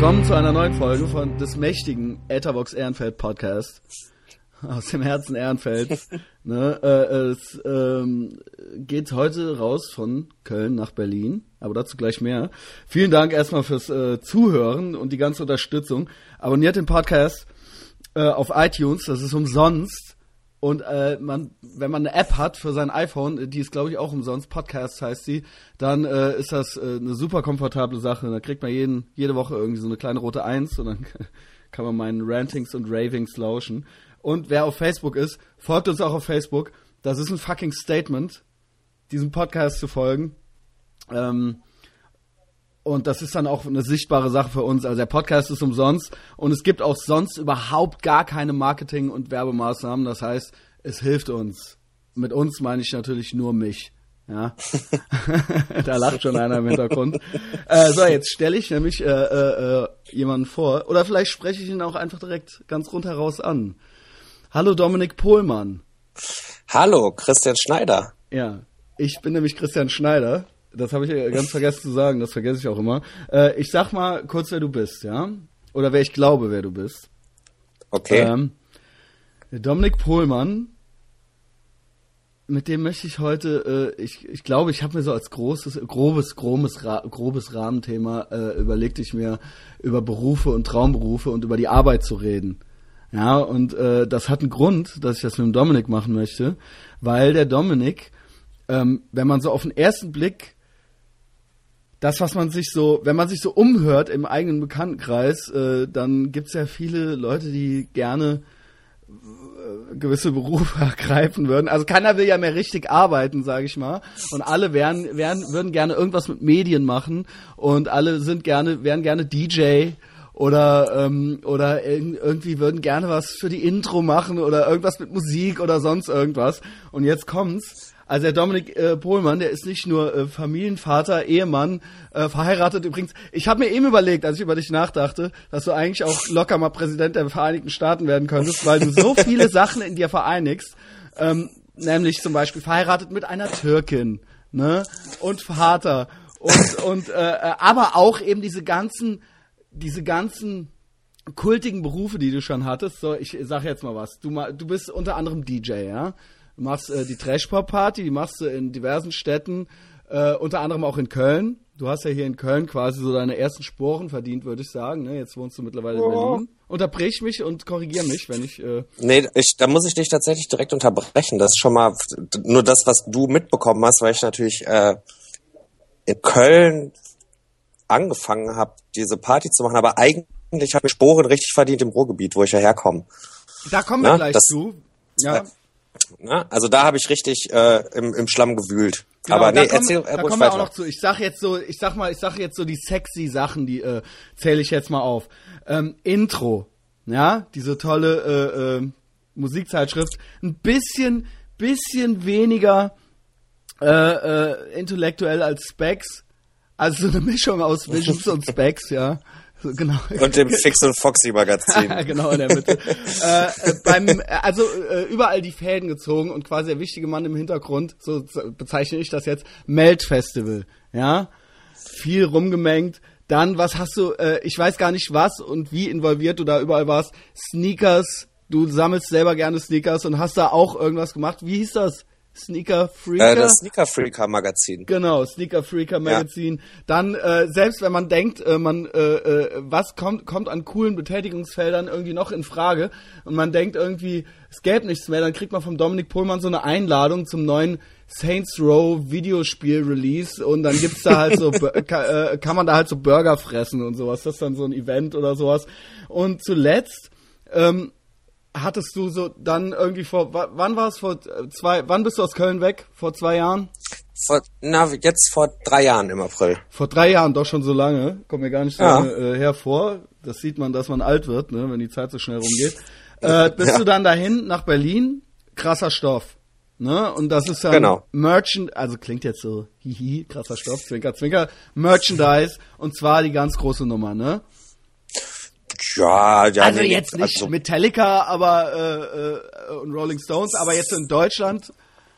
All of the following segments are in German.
Willkommen zu einer neuen Folge des mächtigen Etherbox Ehrenfeld Podcast aus dem Herzen Ehrenfelds. Es geht heute raus von Köln nach Berlin, aber dazu gleich mehr. Vielen Dank erstmal fürs Zuhören und die ganze Unterstützung. Abonniert den Podcast auf iTunes, das ist umsonst. Und wenn man eine App hat für sein iPhone, die ist glaube ich auch umsonst, Podcast heißt sie, dann ist das eine super komfortable Sache. Da kriegt man jede Woche irgendwie so eine kleine rote 1 und dann kann man meinen Rantings und Ravings lauschen. Und wer auf Facebook ist, folgt uns auch auf Facebook. Das ist ein fucking Statement, diesem Podcast zu folgen. Und das ist dann auch eine sichtbare Sache für uns. Also der Podcast ist umsonst und es gibt auch sonst überhaupt gar keine Marketing- und Werbemaßnahmen. Das heißt, es hilft uns. Mit uns meine ich natürlich nur mich. Ja, da lacht schon einer im Hintergrund. So, jetzt stelle ich nämlich jemanden vor. Oder vielleicht spreche ich ihn auch einfach direkt ganz rundheraus an. Hallo Dominik Pohlmann. Hallo, Christian Schneider. Ja, ich bin nämlich Christian Schneider. Das habe ich ganz vergessen zu sagen, das vergesse ich auch immer. Ich sag mal kurz, wer du bist, ja? Oder wer ich glaube, wer du bist. Okay. Dominik Pohlmann, mit dem möchte ich heute, ich glaube, ich habe mir so als grobes Rahmenthema überlegt, ich mir über Berufe und Traumberufe und über die Arbeit zu reden. Ja, und das hat einen Grund, dass ich das mit dem Dominik machen möchte, weil der Dominik, wenn man so auf den ersten Blick wenn man sich so umhört im eigenen Bekanntenkreis, dann gibt's ja viele Leute, die gerne gewisse Berufe ergreifen würden. Also keiner will ja mehr richtig arbeiten, sage ich mal. Und alle würden gerne irgendwas mit Medien machen und alle wären gerne DJ oder irgendwie würden gerne was für die Intro machen oder irgendwas mit Musik oder sonst irgendwas. Und jetzt kommt's. Also der Dominik Pohlmann, der ist nicht nur Familienvater, Ehemann, verheiratet übrigens. Ich habe mir eben überlegt, als ich über dich nachdachte, dass du eigentlich auch locker mal Präsident der Vereinigten Staaten werden könntest, weil du so viele Sachen in dir vereinigst. Nämlich zum Beispiel verheiratet mit einer Türkin, ne? Und Vater. Aber auch eben diese ganzen kultigen Berufe, die du schon hattest. So, ich sag jetzt mal was. Du bist unter anderem DJ, ja? Du machst die Trash-Pop-Party, die machst du in diversen Städten, unter anderem auch in Köln. Du hast ja hier in Köln quasi so deine ersten Sporen verdient, würde ich sagen. Ne? Jetzt wohnst du mittlerweile in Berlin. Unterbrich mich und korrigier mich, wenn ich... Da muss ich dich tatsächlich direkt unterbrechen. Das ist schon mal nur das, was du mitbekommen hast, weil ich natürlich in Köln angefangen habe, diese Party zu machen. Aber eigentlich habe ich Sporen richtig verdient im Ruhrgebiet, wo ich ja herkomme. Da kommen wir gleich zu. Ja. Also da habe ich richtig im Schlamm gewühlt. Genau, aber da kommen wir auch noch zu. Ich sag jetzt so die sexy Sachen, die zähle ich jetzt mal auf. Intro, ja, diese tolle Musikzeitschrift, ein bisschen weniger intellektuell als Specs, also so eine Mischung aus Visions und Specs, ja. So, genau. Und dem Fix und Foxy Magazin. Genau, in der Mitte. Überall die Fäden gezogen und quasi der wichtige Mann im Hintergrund, so bezeichne ich das jetzt, Melt-Festival, ja. Viel rumgemengt. Dann, was hast du, ich weiß gar nicht was und wie involviert du da überall warst. Sneakers, du sammelst selber gerne Sneakers und hast da auch irgendwas gemacht. Wie hieß das? Sneaker Freaker? Das Sneaker Freaker Magazin. Genau, Sneaker Freaker Magazin. Ja. Dann, selbst wenn man denkt, was kommt an coolen Betätigungsfeldern irgendwie noch in Frage und man denkt irgendwie, es gäbe nichts mehr, dann kriegt man vom Dominik Pohlmann so eine Einladung zum neuen Saints Row Videospiel Release und dann gibt's da halt so, kann man da halt so Burger fressen und sowas. Das ist dann so ein Event oder sowas. Und zuletzt, hattest du so dann irgendwie wann bist du aus Köln weg? Vor 2 Jahren? Jetzt vor 3 Jahren im April. Vor 3 Jahren, doch schon so lange. Kommt mir gar nicht so lange hervor. Das sieht man, dass man alt wird, ne, wenn die Zeit so schnell rumgeht. Bist du dann dahin nach Berlin? Krasser Stoff. Ne? Und das ist dann genau. also klingt jetzt so, hihi, krasser Stoff, Zwinker, Zwinker, Merchandise und zwar die ganz große Nummer, ne? Ja, also jetzt nicht Metallica, aber und Rolling Stones, aber jetzt in Deutschland.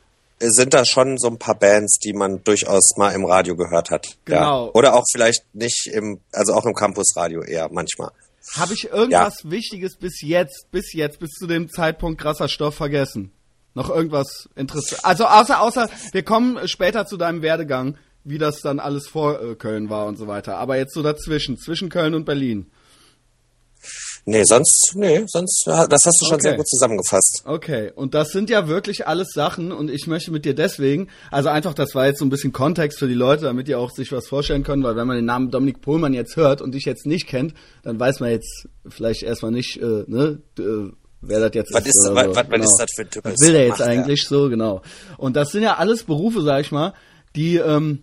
sind da schon so ein paar Bands, die man durchaus mal im Radio gehört hat. Genau. Ja. Oder auch vielleicht nicht also auch im Campusradio eher manchmal. Habe ich irgendwas Wichtiges bis zu dem Zeitpunkt krasser Stoff vergessen? Noch irgendwas Interessantes? Also außer, wir kommen später zu deinem Werdegang, wie das dann alles vor Köln war und so weiter. Aber jetzt so zwischen Köln und Berlin. Nee, sonst, das hast du schon sehr gut zusammengefasst. Okay, und das sind ja wirklich alles Sachen und ich möchte mit dir deswegen, also einfach, das war jetzt so ein bisschen Kontext für die Leute, damit die auch sich was vorstellen können, weil wenn man den Namen Dominik Pohlmann jetzt hört und dich jetzt nicht kennt, dann weiß man jetzt vielleicht erstmal nicht, wer das jetzt ist. Was ist das für ein Typ? Was will der jetzt eigentlich so, genau. Und das sind ja alles Berufe, sag ich mal, die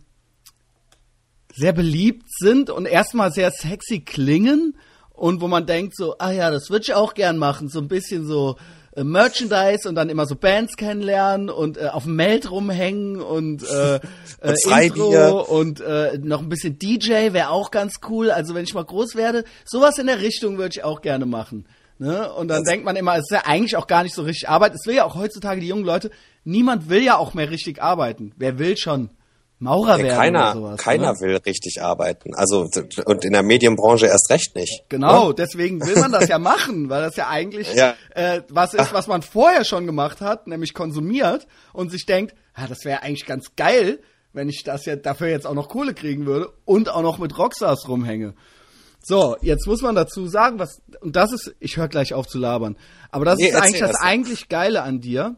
sehr beliebt sind und erstmal sehr sexy klingen. Und wo man denkt so, das würde ich auch gern machen, so ein bisschen so Merchandise und dann immer so Bands kennenlernen und auf dem Meld rumhängen und Intro und noch ein bisschen DJ wäre auch ganz cool. Also wenn ich mal groß werde, sowas in der Richtung würde ich auch gerne machen. Ne? Und dann denkt man immer, es ist ja eigentlich auch gar nicht so richtig Arbeit. Es will ja auch heutzutage die jungen Leute, niemand will ja auch mehr richtig arbeiten. Wer will schon Maurer werden oder sowas? Keiner will richtig arbeiten. Also, und in der Medienbranche erst recht nicht. Genau, deswegen will man das ja machen, weil das ja eigentlich was ist, was man vorher schon gemacht hat, nämlich konsumiert und sich denkt, das wäre eigentlich ganz geil, wenn ich das ja dafür jetzt auch noch Kohle kriegen würde und auch noch mit Rockstars rumhänge. So, jetzt muss man dazu sagen, und das ist, ich höre gleich auf zu labern, aber das ist eigentlich das eigentlich Geile an dir.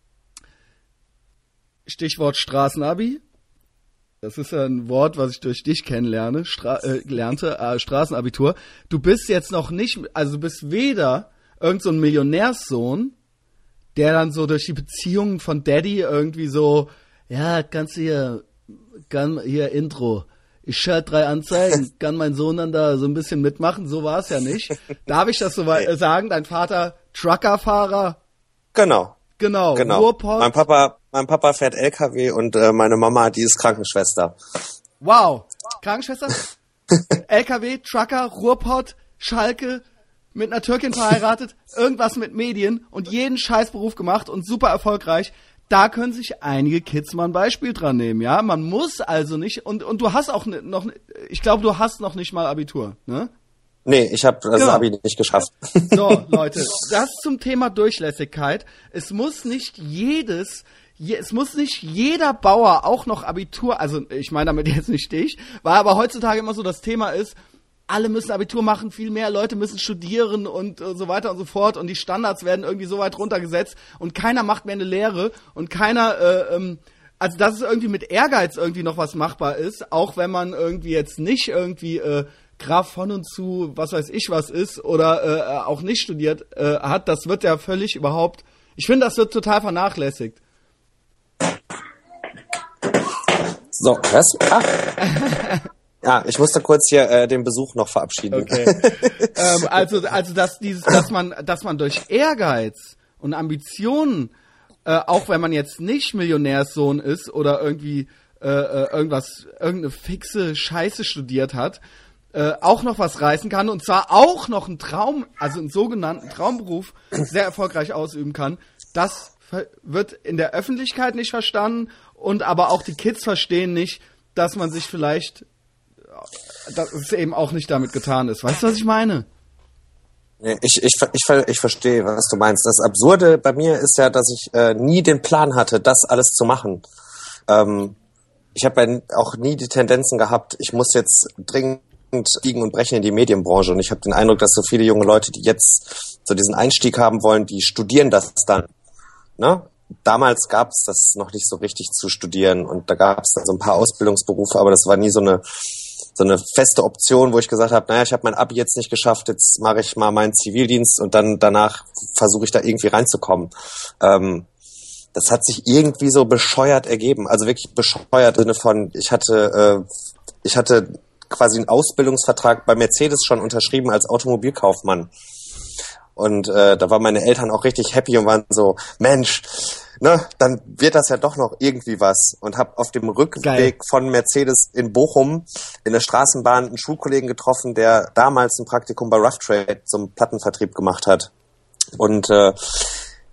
Stichwort Straßenabi. Das ist ja ein Wort, was ich durch dich kennenlernte, Straßenabitur. Du bist jetzt noch nicht, also du bist weder irgend so ein Millionärssohn, der dann so durch die Beziehungen von Daddy irgendwie so, kannst du hier Intro. Ich schalte 3 Anzeigen, kann mein Sohn dann da so ein bisschen mitmachen? So war es ja nicht. Darf ich das so sagen? Dein Vater Truckerfahrer? Genau. Ruhrpott. Mein Papa fährt LKW und meine Mama, die ist Krankenschwester. Wow. Krankenschwester? LKW, Trucker, Ruhrpott, Schalke, mit einer Türkin verheiratet, irgendwas mit Medien und jeden Scheißberuf gemacht und super erfolgreich. Da können sich einige Kids mal ein Beispiel dran nehmen, ja? Man muss also nicht, und du hast auch noch, ich glaube, du hast noch nicht mal Abitur, ne? Nee, ich habe das Abi nicht geschafft. So, Leute, das zum Thema Durchlässigkeit. Es muss nicht jeder Bauer auch noch Abitur, also ich meine damit jetzt nicht dich, weil aber heutzutage immer so das Thema ist, alle müssen Abitur machen, viel mehr Leute müssen studieren und so weiter und so fort und die Standards werden irgendwie so weit runtergesetzt und keiner macht mehr eine Lehre und keiner, also dass es irgendwie mit Ehrgeiz irgendwie noch was machbar ist, auch wenn man irgendwie jetzt nicht irgendwie Graf von und zu, was weiß ich was ist oder auch nicht studiert hat, das wird ja völlig überhaupt, ich finde, das wird total vernachlässigt. So, was? Ja, ich musste kurz hier den Besuch noch verabschieden. Okay. Also dass man durch Ehrgeiz und Ambitionen, auch wenn man jetzt nicht Millionärssohn ist oder irgendwie irgendeine fixe Scheiße studiert hat, auch noch was reißen kann und zwar auch noch einen sogenannten Traumberuf sehr erfolgreich ausüben kann. Das wird in der Öffentlichkeit nicht verstanden und aber auch die Kids verstehen nicht, dass man sich vielleicht, dass es eben auch nicht damit getan ist. Weißt du, was ich meine? Ich verstehe, was du meinst. Das Absurde bei mir ist ja, dass ich nie den Plan hatte, das alles zu machen. Ich habe ja auch nie die Tendenzen gehabt, ich muss jetzt dringend biegen und brechen in die Medienbranche. Und ich habe den Eindruck, dass so viele junge Leute, die jetzt so diesen Einstieg haben wollen, die studieren das dann. Ne? Damals gab es das noch nicht so richtig zu studieren und da gab es dann so ein paar Ausbildungsberufe, aber das war nie so eine feste Option, wo ich gesagt habe, naja, ich habe mein Abi jetzt nicht geschafft, jetzt mache ich mal meinen Zivildienst und dann danach versuche ich da irgendwie reinzukommen. Das hat sich irgendwie so bescheuert ergeben, also wirklich bescheuert im Sinne von, ich hatte quasi einen Ausbildungsvertrag bei Mercedes schon unterschrieben als Automobilkaufmann. Und da waren meine Eltern auch richtig happy und waren so, Mensch, ne, dann wird das ja doch noch irgendwie was. Und habe auf dem Rückweg von Mercedes in Bochum in der Straßenbahn einen Schulkollegen getroffen, der damals ein Praktikum bei Rough Trade zum Plattenvertrieb gemacht hat. Und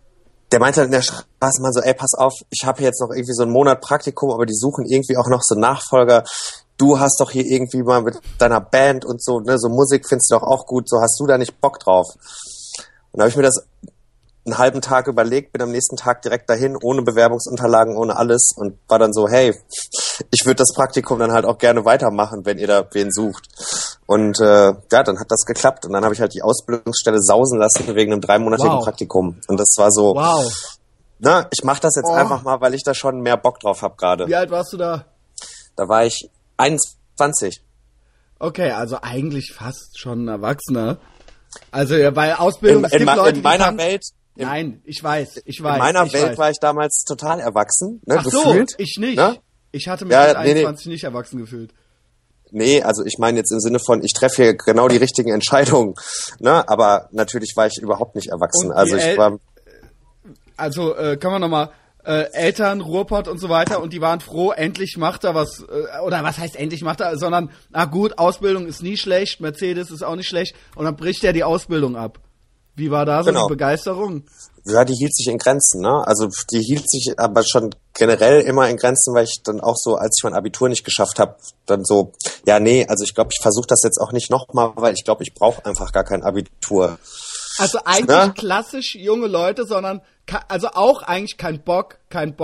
der meinte in der Straße mal so, ey, pass auf, ich habe jetzt noch irgendwie so einen Monat Praktikum, aber die suchen irgendwie auch noch so Nachfolger. Du hast doch hier irgendwie mal mit deiner Band und so, ne, so Musik findest du doch auch gut, so hast du da nicht Bock drauf? Und da habe ich mir das einen halben Tag überlegt, bin am nächsten Tag direkt dahin, ohne Bewerbungsunterlagen, ohne alles und war dann so, hey, ich würde das Praktikum dann halt auch gerne weitermachen, wenn ihr da wen sucht. Und ja, dann hat das geklappt und dann habe ich halt die Ausbildungsstelle sausen lassen wegen einem 3-monatigen Praktikum. Und das war so, na, ich mache das jetzt einfach mal, weil ich da schon mehr Bock drauf habe gerade. Wie alt warst du da? Da war ich 21. Okay, also eigentlich fast schon ein Erwachsener. Also ja, weil Ausbildung, es gibt Leute, in meiner Welt... Nein, ich weiß. In meiner Welt war ich damals total erwachsen, ne, Ach so, gefühlt. ich nicht. Ne? Ich hatte mich mit 21 nicht erwachsen gefühlt. Nee, also ich meine jetzt im Sinne von, ich treffe hier genau die richtigen Entscheidungen, ne? Aber natürlich war ich überhaupt nicht erwachsen. Also ich war... Also können wir nochmal... Eltern, Ruhrpott und so weiter und die waren froh, endlich macht er was, oder was heißt endlich macht er, sondern, na gut, Ausbildung ist nie schlecht, Mercedes ist auch nicht schlecht und dann bricht er die Ausbildung ab. Wie war da so die Begeisterung? Ja, die hielt sich in Grenzen, ne? Also die hielt sich aber schon generell immer in Grenzen, weil ich dann auch so, als ich mein Abitur nicht geschafft habe, dann so, ja nee, also ich glaube, ich versuche das jetzt auch nicht nochmal, weil ich glaube, ich brauche einfach gar kein Abitur. Also eigentlich klassisch junge Leute, sondern also auch eigentlich kein Bock.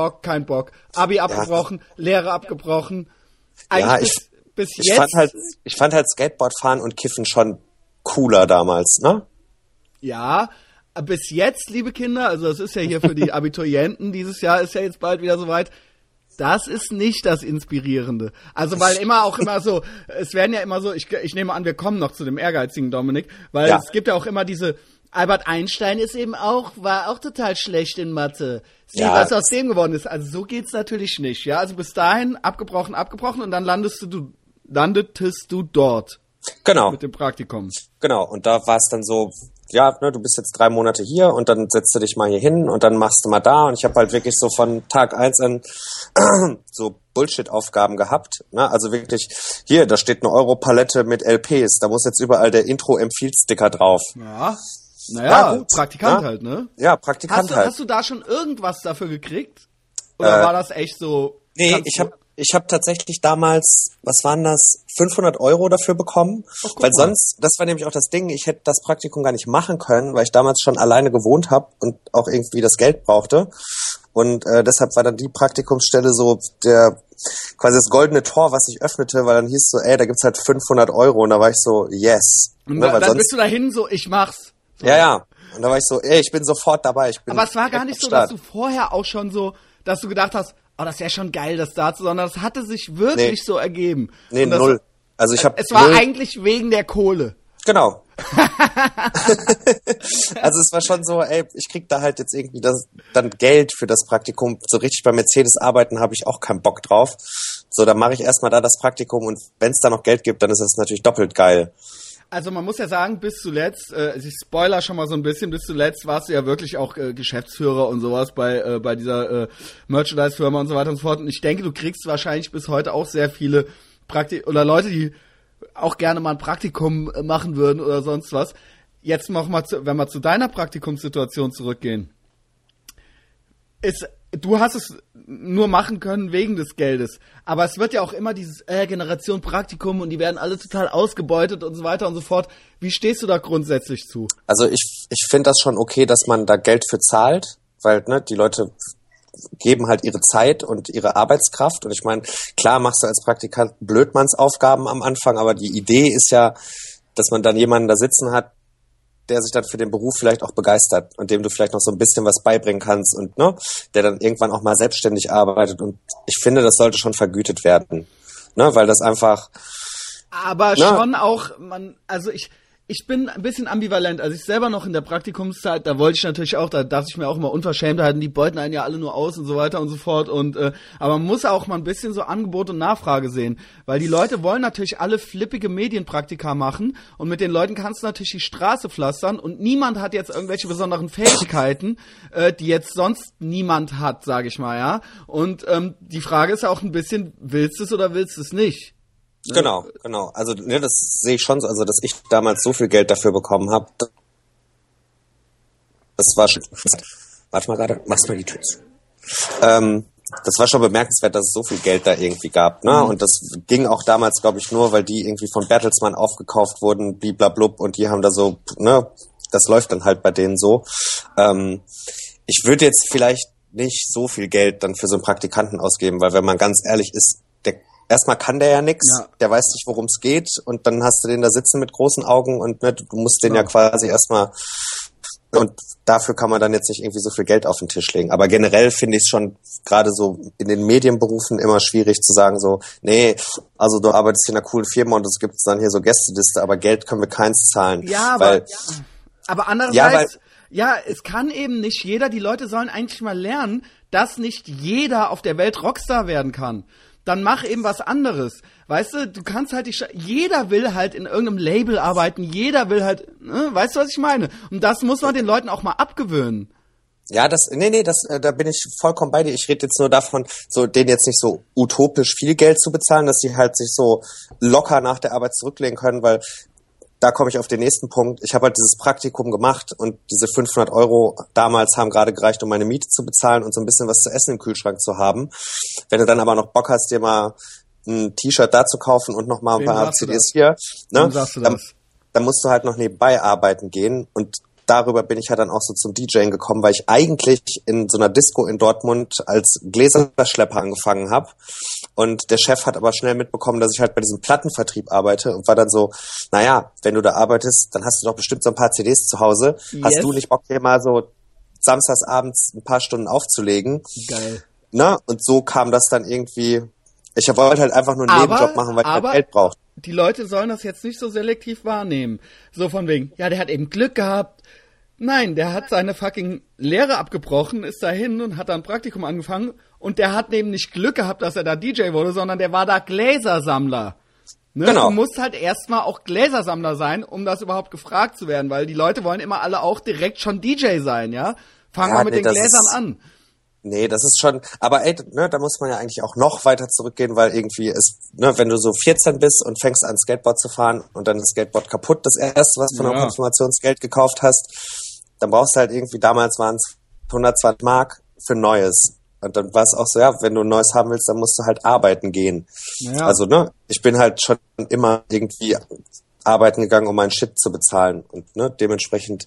Abi abgebrochen, Lehre abgebrochen. Eigentlich bis jetzt. Ich fand halt Skateboard fahren und Kiffen schon cooler damals, ne? Ja, bis jetzt, liebe Kinder, also das ist ja hier für die Abiturienten, dieses Jahr ist ja jetzt bald wieder soweit. Das ist nicht das Inspirierende. Also weil immer so, es werden ja immer so, ich nehme an, wir kommen noch zu dem ehrgeizigen Dominik, weil es gibt ja auch immer diese, Albert Einstein war auch total schlecht in Mathe. Sieh, was aus dem geworden ist. Also so geht's natürlich nicht, ja. Also bis dahin abgebrochen und dann landetest du dort. Genau. Mit dem Praktikum. Genau. Und da war es dann so, ja, ne, du bist jetzt 3 Monate hier und dann setzt du dich mal hier hin und dann machst du mal da und ich habe halt wirklich so von Tag 1 an so Bullshit-Aufgaben gehabt, ne, also wirklich, hier, da steht eine Europalette mit LPs, da muss jetzt überall der Intro-Empfiehlt-Sticker drauf. Ja. Naja, gut, Praktikant halt, ne? Ja, Praktikant halt. Hast du da schon irgendwas dafür gekriegt? Oder war das echt so? Nee, ich hab tatsächlich damals, was waren das, 500 € dafür bekommen, weil sonst, das war nämlich auch das Ding, ich hätte das Praktikum gar nicht machen können, weil ich damals schon alleine gewohnt habe und auch irgendwie das Geld brauchte und deshalb war dann die Praktikumsstelle so quasi das goldene Tor, was sich öffnete, weil dann hieß so, ey, da gibt's halt 500 € und da war ich so, yes. Und dann bist du dahin so, ich mach's. So. Ja. Und da war ich so, ey, ich bin sofort dabei. Aber es war gar nicht so, dass du vorher auch schon so, dass du gedacht hast, oh, das wäre schon geil, das da zu, sondern es hatte sich wirklich so ergeben. Nee, null. Also es war eigentlich wegen der Kohle. Genau. Also es war schon so, ey, ich krieg da halt jetzt irgendwie dann Geld für das Praktikum. So richtig bei Mercedes arbeiten habe ich auch keinen Bock drauf. So, dann mache ich erstmal da das Praktikum und wenn es da noch Geld gibt, dann ist das natürlich doppelt geil. Also man muss ja sagen, bis zuletzt, ich spoiler schon mal so ein bisschen, bis zuletzt warst du ja wirklich auch Geschäftsführer und sowas bei dieser Merchandise-Firma und so weiter und so fort. Und ich denke, du kriegst wahrscheinlich bis heute auch sehr viele oder Leute, die auch gerne mal ein Praktikum machen würden oder sonst was. Jetzt noch mal, wenn wir zu deiner Praktikumssituation zurückgehen. Du hast es nur machen können wegen des Geldes. Aber es wird ja auch immer dieses Generation Praktikum und die werden alle total ausgebeutet und so weiter und so fort. Wie stehst du da grundsätzlich zu? Also ich finde das schon okay, dass man da Geld für zahlt, weil ne, die Leute geben halt ihre Zeit und ihre Arbeitskraft. Und ich meine, klar machst du als Praktikant Blödmannsaufgaben am Anfang, aber die Idee ist ja, dass man dann jemanden da sitzen hat, der sich dann für den Beruf vielleicht auch begeistert und dem du vielleicht noch so ein bisschen was beibringen kannst und ne, der dann irgendwann auch mal selbstständig arbeitet und ich finde, das sollte schon vergütet werden, ne, weil das einfach. Aber schon auch, ich bin ein bisschen ambivalent. Also ich selber noch in der Praktikumszeit, da wollte ich natürlich auch, da dachte ich mir auch immer unverschämt halten, die beuten einen ja alle nur aus und so weiter und so fort. Und aber man muss auch mal ein bisschen so Angebot und Nachfrage sehen, weil die Leute wollen natürlich alle flippige Medienpraktika machen und mit den Leuten kannst du natürlich die Straße pflastern und niemand hat jetzt irgendwelche besonderen Fähigkeiten, die jetzt sonst niemand hat, sage ich mal, ja. Und die Frage ist ja auch ein bisschen, willst du es oder willst du es nicht? Genau. Also ne, das sehe ich schon so, also dass ich damals so viel Geld dafür bekommen habe, das war schon. Warte mal gerade, machst mal die Tür zu. Das war schon bemerkenswert, dass es so viel Geld da irgendwie gab, ne? Und das ging auch damals, glaube ich, nur, weil die irgendwie von Bertelsmann aufgekauft wurden, bliblablub, und die haben da so, ne? Das läuft dann halt bei denen so. Ich würde jetzt vielleicht nicht so viel Geld dann für so einen Praktikanten ausgeben, weil wenn man ganz ehrlich ist, erstmal kann der ja nix, der weiß nicht, worum es geht, und dann hast du den da sitzen mit großen Augen und ne, du musst den ja quasi erstmal, und dafür kann man dann jetzt nicht irgendwie so viel Geld auf den Tisch legen. Aber generell finde ich es schon gerade so in den Medienberufen immer schwierig zu sagen so, nee, also du arbeitest hier in einer coolen Firma und es gibt dann hier so Gästeliste, aber Geld können wir keins zahlen. Ja, aber andererseits, es kann eben nicht jeder, die Leute sollen eigentlich mal lernen, dass nicht jeder auf der Welt Rockstar werden kann. Dann mach eben was anderes. Weißt du, du kannst halt jeder will halt in irgendeinem Label arbeiten, jeder will halt, ne? Weißt du, was ich meine? Und das muss man den Leuten auch mal abgewöhnen. Ja, da bin ich vollkommen bei dir. Ich rede jetzt nur davon, so denen jetzt nicht so utopisch viel Geld zu bezahlen, dass sie halt sich so locker nach der Arbeit zurücklegen können, weil da komme ich auf den nächsten Punkt. Ich habe halt dieses Praktikum gemacht und diese 500 € damals haben gerade gereicht, um meine Miete zu bezahlen und so ein bisschen was zu essen im Kühlschrank zu haben. Wenn du dann aber noch Bock hast, dir mal ein T-Shirt da zu kaufen und noch mal ein paar CDs hier, ne, dann musst du halt noch nebenbei arbeiten gehen, und darüber bin ich halt dann auch so zum DJing gekommen, weil ich eigentlich in so einer Disco in Dortmund als Gläserschlepper angefangen habe. Und der Chef hat aber schnell mitbekommen, dass ich halt bei diesem Plattenvertrieb arbeite, und war dann so, naja, wenn du da arbeitest, dann hast du doch bestimmt so ein paar CDs zu Hause. Yes. Hast du nicht Bock, hier mal so samstags abends ein paar Stunden aufzulegen? Geil. Na, und so kam das dann irgendwie. Ich wollte halt einfach nur einen Nebenjob machen, weil ich halt Geld brauche. Die Leute sollen das jetzt nicht so selektiv wahrnehmen. So von wegen, ja, der hat eben Glück gehabt. Nein, der hat seine fucking Lehre abgebrochen, ist dahin und hat da ein Praktikum angefangen, und der hat eben nicht Glück gehabt, dass er da DJ wurde, sondern der war da Gläsersammler. Ne? Genau. Du musst halt erstmal auch Gläsersammler sein, um das überhaupt gefragt zu werden, weil die Leute wollen immer alle auch direkt schon DJ sein, ja? Fangen wir mit den Gläsern an. Nee, das ist schon, aber ey, ne, da muss man ja eigentlich auch noch weiter zurückgehen, weil irgendwie wenn du so 14 bist und fängst an Skateboard zu fahren und dann ist das Skateboard kaputt, das erste, was du von der Konfirmationsgeld gekauft hast, dann brauchst du halt irgendwie, damals waren es 120 Mark für ein neues. Und dann war es auch so, ja, wenn du ein neues haben willst, dann musst du halt arbeiten gehen. Ja. Also, ne, ich bin halt schon immer irgendwie arbeiten gegangen, um meinen Shit zu bezahlen. Und ne, dementsprechend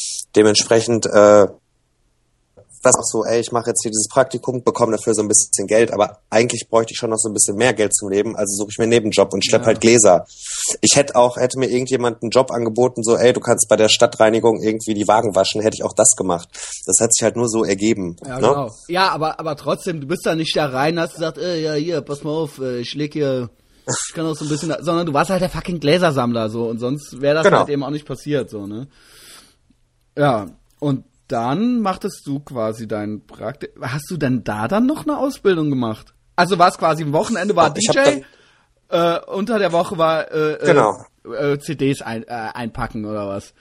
das auch so, ey, ich mache jetzt hier dieses Praktikum, bekomme dafür so ein bisschen Geld, aber eigentlich bräuchte ich schon noch so ein bisschen mehr Geld zum Leben, also suche ich mir einen Nebenjob und schleppe halt Gläser. Ich hätte mir irgendjemand einen Job angeboten, so, ey, du kannst bei der Stadtreinigung irgendwie die Wagen waschen, hätte ich auch das gemacht. Das hat sich halt nur so ergeben. Ja, ne? Genau. Ja, aber trotzdem, du bist da nicht da rein, hast gesagt, ja, hier, pass mal auf, ich leg hier, ich kann auch so ein bisschen, sondern du warst halt der fucking Gläsersammler, so, und sonst wäre das halt eben auch nicht passiert, so, ne? Ja, und dann machtest du quasi dein Praktikum. Hast du denn da dann noch eine Ausbildung gemacht? Also war es quasi am Wochenende war DJ, unter der Woche war CDs einpacken oder was?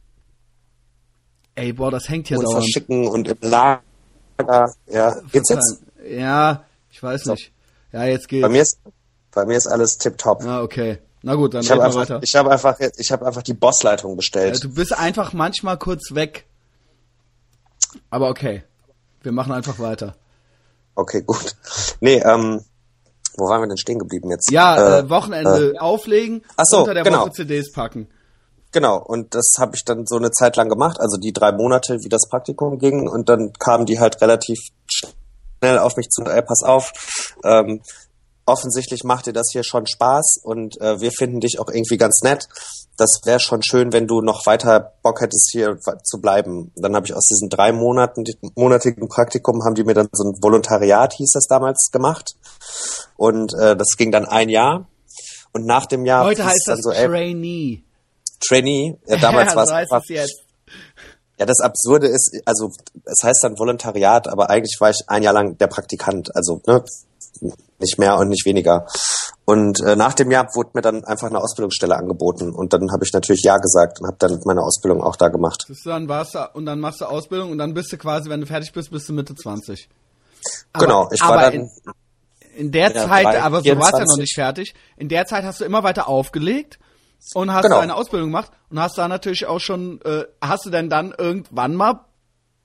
Ey, boah, das hängt hier und dauernd. Verschicken und im Lager. Ja, geht's jetzt? Ja, ich weiß nicht. Ja, jetzt geht's. Bei mir ist alles tipptopp. Ah, okay. Na gut, dann reden wir weiter. Ich habe einfach die Bossleitung bestellt. Ja, du bist einfach manchmal kurz weg. Aber okay, wir machen einfach weiter. Okay, gut. Nee, wo waren wir denn stehen geblieben jetzt? Ja, Wochenende auflegen, unter der Woche CDs packen. Genau, und das habe ich dann so eine Zeit lang gemacht, also die 3 Monate, wie das Praktikum ging, und dann kamen die halt relativ schnell auf mich zu, ey, pass auf, offensichtlich macht dir das hier schon Spaß und wir finden dich auch irgendwie ganz nett. Das wäre schon schön, wenn du noch weiter Bock hättest, hier zu bleiben. Dann habe ich aus diesen 3-monatigen Praktikum, haben die mir dann so ein Volontariat, hieß das damals, gemacht. Und das ging dann 1 Jahr. Und nach dem Jahr... Heute heißt das so, Trainee. Trainee? Ja, damals war es einfach... Jetzt. Ja, das Absurde ist, also es heißt dann Volontariat, aber eigentlich war ich 1 Jahr lang der Praktikant. Also, ne, nicht mehr und nicht weniger. Und nach dem Jahr wurde mir dann einfach eine Ausbildungsstelle angeboten und dann habe ich natürlich ja gesagt und habe dann meine Ausbildung auch da gemacht. Dann machst du Ausbildung und dann bist du quasi, wenn du fertig bist du Mitte 20. Genau, ich war dann in der Zeit, aber so warst du ja noch nicht fertig. In der Zeit hast du immer weiter aufgelegt und hast deine Ausbildung gemacht und hast da natürlich auch schon, hast du denn dann irgendwann mal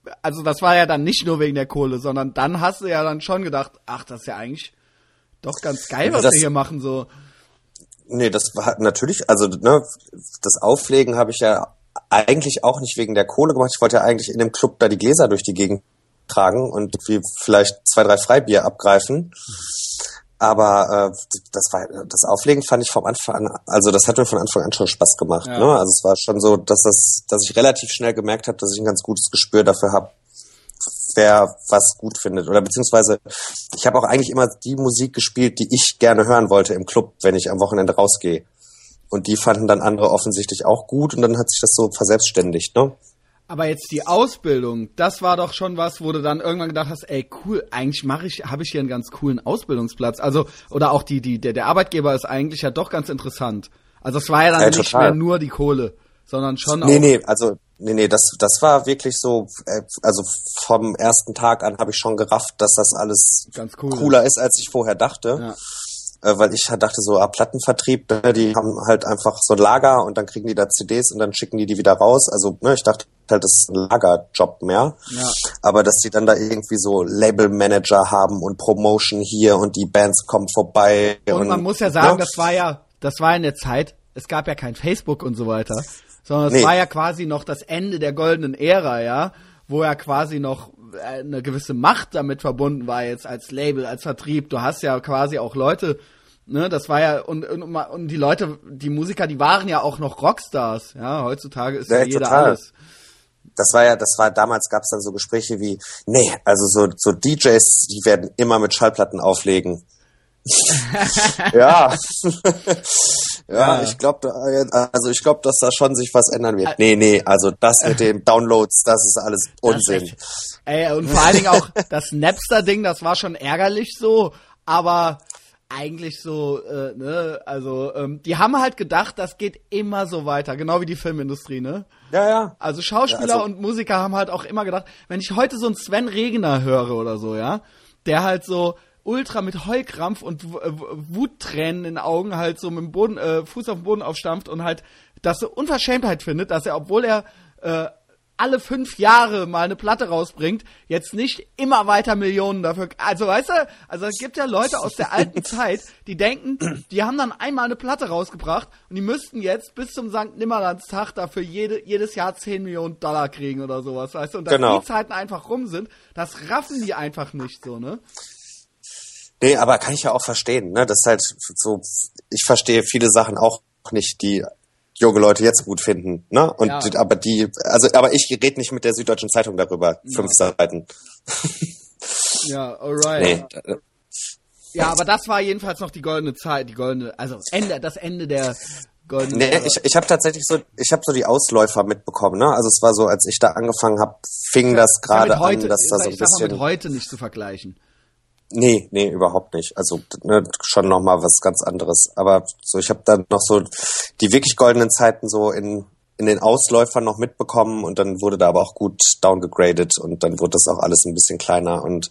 also das war ja dann nicht nur wegen der Kohle, sondern dann hast du ja dann schon gedacht, ach, das ist ja eigentlich doch ganz geil, was wir hier machen, so. Nee, das war natürlich, also ne, das Auflegen habe ich ja eigentlich auch nicht wegen der Kohle gemacht. Ich wollte ja eigentlich in dem Club da die Gläser durch die Gegend tragen und wie vielleicht 2, 3 Freibier abgreifen. Aber das Auflegen fand ich vom Anfang an, also das hat mir von Anfang an schon Spaß gemacht. Ja. Ne? Also es war schon so, dass ich relativ schnell gemerkt habe, dass ich ein ganz gutes Gespür dafür habe, wer was gut findet. Oder beziehungsweise, ich habe auch eigentlich immer die Musik gespielt, die ich gerne hören wollte im Club, wenn ich am Wochenende rausgehe. Und die fanden dann andere offensichtlich auch gut und dann hat sich das so verselbstständigt, ne? Aber jetzt die Ausbildung, das war doch schon was, wo du dann irgendwann gedacht hast, ey, cool, eigentlich habe ich hier einen ganz coolen Ausbildungsplatz. Also, oder auch der Arbeitgeber ist eigentlich ja doch ganz interessant. Also es war ja dann nicht mehr nur die Kohle, sondern schon auch... Nee, das war wirklich so, also vom ersten Tag an habe ich schon gerafft, dass das alles ganz cool cooler ist, als ich vorher dachte. Ja. Weil ich dachte so, Plattenvertrieb, ne, die haben halt einfach so ein Lager und dann kriegen die da CDs und dann schicken die wieder raus. Also ne, ich dachte halt, das ist ein Lagerjob mehr. Ja. Aber dass die dann da irgendwie so Labelmanager haben und Promotion hier und die Bands kommen vorbei. Und man muss ja sagen, das war in der Zeit, es gab ja kein Facebook und so weiter, sondern es war ja quasi noch das Ende der goldenen Ära, ja, wo ja quasi noch eine gewisse Macht damit verbunden war jetzt als Label, als Vertrieb. Du hast ja quasi auch Leute, ne, das war ja, und die Leute, die Musiker, die waren ja auch noch Rockstars, ja, heutzutage ist ja jeder total. Alles. Das war damals gab's dann so Gespräche wie, nee, also so DJs, die werden immer mit Schallplatten auflegen. Ja. Ja, ich glaube, dass da schon sich was ändern wird. Nee, also das mit den Downloads, das ist alles Unsinn. Ey, und vor allen Dingen auch das Napster-Ding, das war schon ärgerlich so, aber eigentlich so, ne, also die haben halt gedacht, das geht immer so weiter, genau wie die Filmindustrie, ne? Ja. Also Schauspieler und Musiker haben halt auch immer gedacht, wenn ich heute so einen Sven Regner höre oder so, ja, der halt so ultra mit Heulkrampf und Wuttränen in den Augen halt so mit dem Boden, Fuß auf den Boden aufstampft und halt das so Unverschämtheit findet, dass er, obwohl er alle 5 Jahre mal eine Platte rausbringt, jetzt nicht immer weiter Millionen dafür, also weißt du, also es gibt ja Leute aus der alten Zeit, die denken, die haben dann einmal eine Platte rausgebracht und die müssten jetzt bis zum Sankt Nimmerlandstag dafür jedes Jahr 10 Millionen Dollar kriegen oder sowas, weißt du, und dass die Zeiten einfach rum sind, das raffen die einfach nicht so, ne? Nee, aber kann ich ja auch verstehen, ne? Das ist halt so, ich verstehe viele Sachen auch nicht, die junge Leute jetzt gut finden, ne? Und aber ich rede nicht mit der Süddeutschen Zeitung darüber, 5 Seiten. Ja, alright. Nee. Ja, aber das war jedenfalls noch die goldene Zeit, das Ende der goldenen Nee, ich habe tatsächlich so die Ausläufer mitbekommen, ne? Also es war so, als ich da angefangen habe, fing das gerade an, dass da so ein bisschen mit heute nicht zu vergleichen. Nee, überhaupt nicht. Also ne, schon noch mal was ganz anderes. Aber so, ich habe dann noch so die wirklich goldenen Zeiten so in den Ausläufern noch mitbekommen und dann wurde da aber auch gut downgegradet und dann wurde das auch alles ein bisschen kleiner und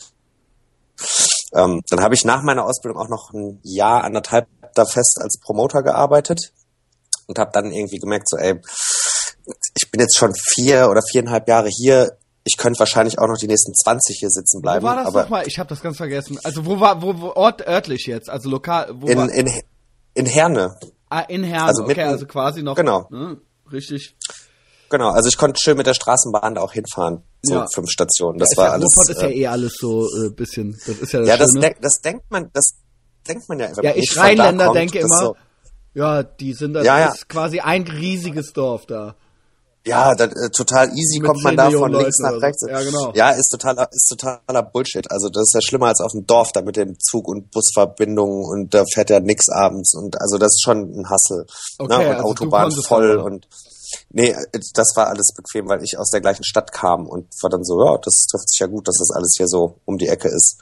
dann habe ich nach meiner Ausbildung auch noch 1 Jahr, 1,5 da fest als Promoter gearbeitet und habe dann irgendwie gemerkt so, ey, ich bin jetzt schon 4 oder 4,5 Jahre hier. Ich könnte wahrscheinlich auch noch die nächsten 20 hier sitzen bleiben. Wo war das nochmal? Ich habe das ganz vergessen. Also wo örtlich jetzt? Also lokal? In Herne. Ah, in Herne, also okay, also quasi noch. Genau. Ne, richtig. Genau, also ich konnte schön mit der Straßenbahn da auch hinfahren. So 5 Stationen. Das war alles. Ruhrpott ist ja alles so bisschen. Das ist ja das Schöne. Das denkt man ja. Ja, ich Rheinländer denke immer, so, ja, die sind das ist quasi ein riesiges Dorf da. Ja, total easy kommt man da von links nach rechts. So. Ja, genau. Ja, ist totaler Bullshit. Also das ist ja schlimmer als auf dem Dorf, da mit den Zug- und Busverbindungen und da fährt ja nix abends und also das ist schon ein Hassel. Okay, ne? Und also Autobahn voll und nee, das war alles bequem, weil ich aus der gleichen Stadt kam und war dann so, ja, das trifft sich ja gut, dass das alles hier so um die Ecke ist.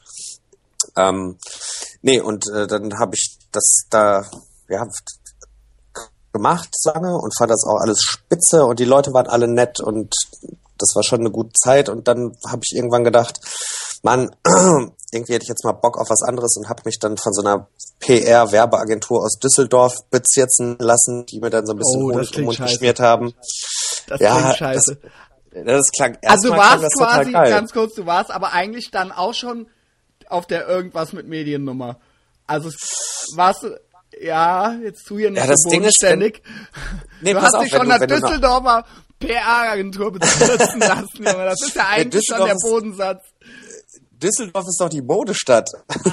Nee, und dann habe ich das da, gemacht lange und fand das auch alles spitze und die Leute waren alle nett und das war schon eine gute Zeit und dann habe ich irgendwann gedacht, Mann, irgendwie hätte ich jetzt mal Bock auf was anderes und habe mich dann von so einer PR-Werbeagentur aus Düsseldorf bezirzen lassen, die mir dann so ein bisschen Honig im Mund geschmiert haben. Das klingt scheiße. Das klang Also du erstmal warst das total quasi, geil. ganz kurz, du warst aber eigentlich dann auch schon auf der irgendwas mit Mediennummer. Also warst du, ja, jetzt tu hier nicht das so Ding ist, bodenständig. Nee, Du pass hast auf, dich von der wenn du noch- Düsseldorfer PR-Agentur bezirzen lassen, Junge. Das ist ja eigentlich schon der Düsseldorf ist- Bodensatz. Düsseldorf ist doch die Modestadt.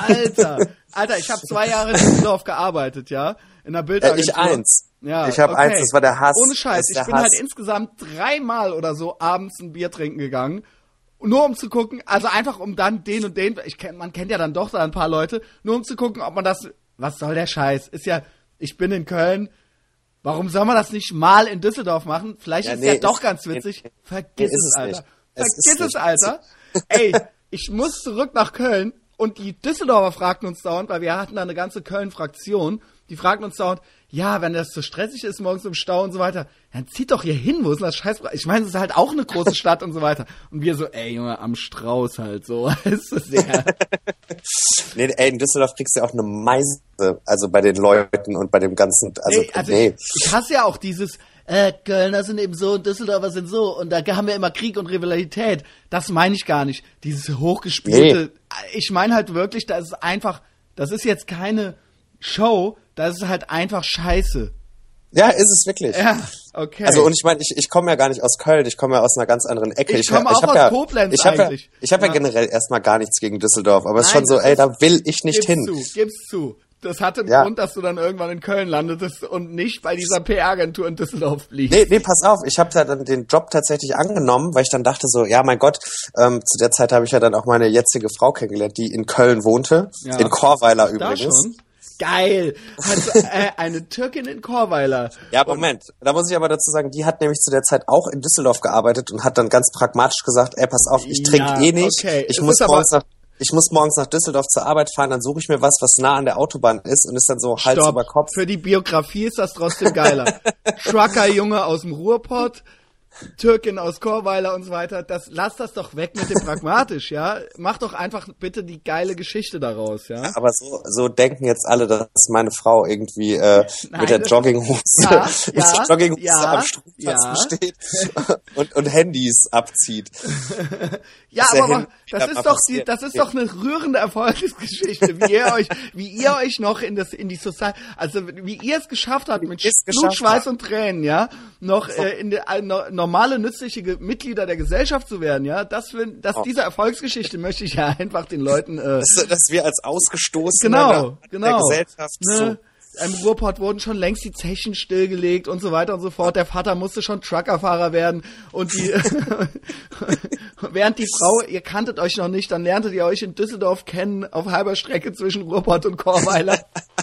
Alter, ich habe 2 Jahre in Düsseldorf gearbeitet, ja? In der Bildagentur. Ich 1. Ja, Ich habe okay. 1, das war der Hass. Ohne Scheiß, Das ist der ich bin halt Hass. insgesamt 3-mal oder so abends ein Bier trinken gegangen. Nur um zu gucken, also einfach um dann den und den, man kennt ja dann doch da ein paar Leute, nur um zu gucken, ob man das, was soll der Scheiß? Ist ja, ich bin in Köln, warum soll man das nicht mal in Düsseldorf machen? Vielleicht ist es ja doch ganz witzig. Vergiss es, Alter. Vergiss es, Alter. Ey, ich muss zurück nach Köln und die Düsseldorfer fragten uns dauernd, weil wir hatten da eine ganze Köln-Fraktion, die fragten uns dauernd, ja, wenn das so stressig ist morgens im Stau und so weiter, dann zieht doch hier hin, wo ist denn das Scheiß? Ich meine, es ist halt auch eine große Stadt und so weiter. Und wir so, ey, Junge, am Strauß halt so. Ist das sehr. Nee, ey, in Düsseldorf kriegst du ja auch eine Meise, also bei den Leuten und bei dem ganzen, nee. Ich hasse ja auch dieses, Kölner sind eben so und Düsseldorfer sind so und da haben wir immer Krieg und Rivalität. Das meine ich gar nicht. Dieses hochgespielte, Ich meine halt wirklich, das ist jetzt keine Show, das ist halt einfach scheiße. Ja, ist es wirklich. Ja, okay. Also und ich meine, ich komme ja gar nicht aus Köln, ich komme ja aus einer ganz anderen Ecke. Ich komme auch hab aus Koblenz eigentlich. Ich habe ja generell erstmal gar nichts gegen Düsseldorf, aber es ist Nein, schon so, ey, da will ich nicht hin. Gib's zu. Das hatte einen Grund, dass du dann irgendwann in Köln landetest und nicht bei dieser PR-Agentur in Düsseldorf bliebst. Nee, pass auf, ich habe ja dann den Job tatsächlich angenommen, weil ich dann dachte so, ja, mein Gott, zu der Zeit habe ich ja dann auch meine jetzige Frau kennengelernt, die in Köln wohnte, in Chorweiler Da übrigens. schon? Geil. Also, eine Türkin in Chorweiler. Ja, Moment. Da muss ich aber dazu sagen, die hat nämlich zu der Zeit auch in Düsseldorf gearbeitet und hat dann ganz pragmatisch gesagt, ey, pass auf, ich trinke eh nicht. Okay. Ich muss morgens nach Düsseldorf zur Arbeit fahren, dann suche ich mir was nah an der Autobahn ist und ist dann so Hals über Kopf. Für die Biografie ist das trotzdem geiler. Trucker-Junge aus dem Ruhrpott, Türkin aus Chorweiler und so weiter. Lass das doch weg mit dem pragmatisch, ja? Mach doch einfach bitte die geile Geschichte daraus, ja? Aber so denken jetzt alle, dass meine Frau irgendwie mit der Jogginghose, am Stromplatz steht und Handys abzieht. Ja, aber das ist doch eine rührende Erfolgsgeschichte, wie ihr euch noch in die Society, also wie ihr es geschafft habt, mit Blut, Schweiß und Tränen, ja, noch in normale, nützliche Mitglieder der Gesellschaft zu werden, ja, diese Erfolgsgeschichte möchte ich ja einfach den Leuten, dass wir als Ausgestoßene der Gesellschaft so. Im Ruhrpott wurden schon längst die Zechen stillgelegt und so weiter und so fort. Der Vater musste schon Truckerfahrer werden und während die Frau, ihr kanntet euch noch nicht, dann lerntet ihr euch in Düsseldorf kennen, auf halber Strecke zwischen Ruhrpott und Chorweiler.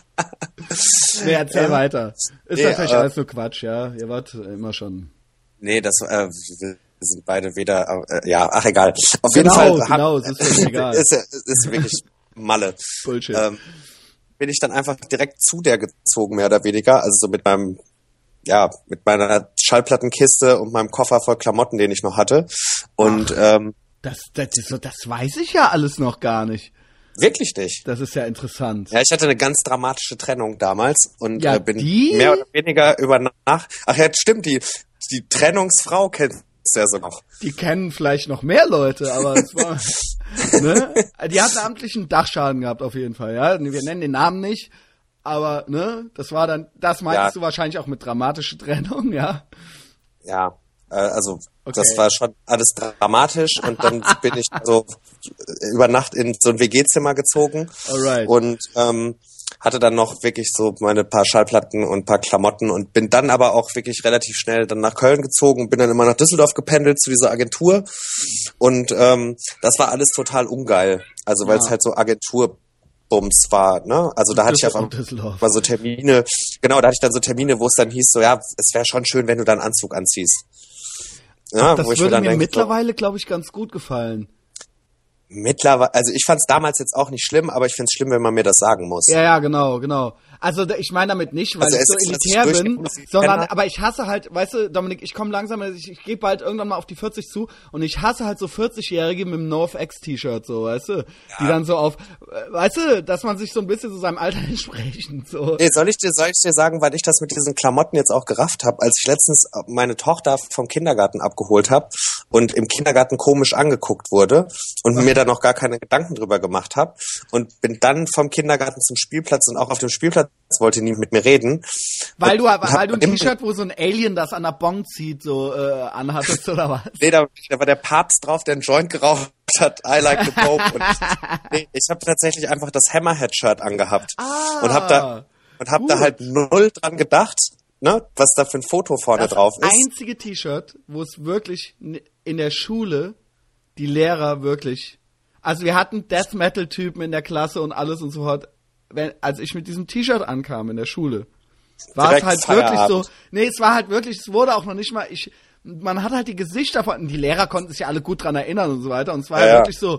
Nee, erzähl weiter. Ist natürlich alles nur Quatsch, ja. Ihr wart immer schon. Nee, wir sind beide weder, ach egal. Auf jeden Fall. Genau, es ist ja egal. Ist wirklich Malle. Bullshit. Bin ich dann einfach direkt zu der gezogen, mehr oder weniger. Also so mit meiner Schallplattenkiste und meinem Koffer voll Klamotten, den ich noch hatte. Und das weiß ich ja alles noch gar nicht. Wirklich nicht. Das ist ja interessant. Ja, ich hatte eine ganz dramatische Trennung damals und bin die? Mehr oder weniger über Nacht. Ach ja, stimmt, die Trennungsfrau kennst du ja so noch. Die kennen vielleicht noch mehr Leute, aber es war, ne? Die hat einen amtlichen Dachschaden gehabt auf jeden Fall, ja. Wir nennen den Namen nicht, aber ne, das meintest du wahrscheinlich auch mit dramatische Trennung, ja. Ja, das war schon alles dramatisch und dann bin ich so über Nacht in so ein WG-Zimmer gezogen. Alright. Und hatte dann noch wirklich so meine paar Schallplatten und ein paar Klamotten und bin dann aber auch wirklich relativ schnell dann nach Köln gezogen und bin dann immer nach Düsseldorf gependelt zu dieser Agentur und das war alles total ungeil, also weil es halt so Agenturbums war, ne? Also da hatte ich einfach mal so Termine, genau, da hatte ich dann so Termine, wo es dann hieß so, ja, es wäre schon schön, wenn du dann einen Anzug anziehst. Ja, das würde mir mittlerweile, glaube ich, ganz gut gefallen. Mittlerweile, also ich fand's damals jetzt auch nicht schlimm, aber ich find's schlimm, wenn man mir das sagen muss. Ja, genau. Also ich meine damit nicht, weil ich so elitär bin, sondern, aber ich hasse halt, weißt du, Dominik, ich komme langsam, ich gehe bald irgendwann mal auf die 40 zu und ich hasse halt so 40-Jährige mit dem NoFX-T-Shirt, so, weißt du, die dann so auf, weißt du, dass man sich so ein bisschen so seinem Alter entsprechend so. Nee, soll ich dir sagen, weil ich das mit diesen Klamotten jetzt auch gerafft habe, als ich letztens meine Tochter vom Kindergarten abgeholt habe und im Kindergarten komisch angeguckt wurde und mir da noch gar keine Gedanken drüber gemacht habe und bin dann vom Kindergarten zum Spielplatz und auch auf dem Spielplatz wollte nie mit mir reden. Weil du ein T-Shirt, wo so ein Alien das an der Bong zieht, so anhattest, oder was? Nee, da war der Papst drauf, der einen Joint geraucht hat, I like the Pope. Und ich habe tatsächlich einfach das Hammerhead-Shirt angehabt und hab da halt null dran gedacht, ne, was da für ein Foto vorne drauf ist. Das einzige T-Shirt, wo es wirklich in der Schule die Lehrer wirklich, also wir hatten Death Metal Typen in der Klasse und alles und so fort. Als ich mit diesem T-Shirt ankam in der Schule, war es halt wirklich so, es war halt wirklich, es wurde auch noch nicht mal, man hat halt die Gesichter von, die Lehrer konnten sich ja alle gut dran erinnern und so weiter und es war halt wirklich so,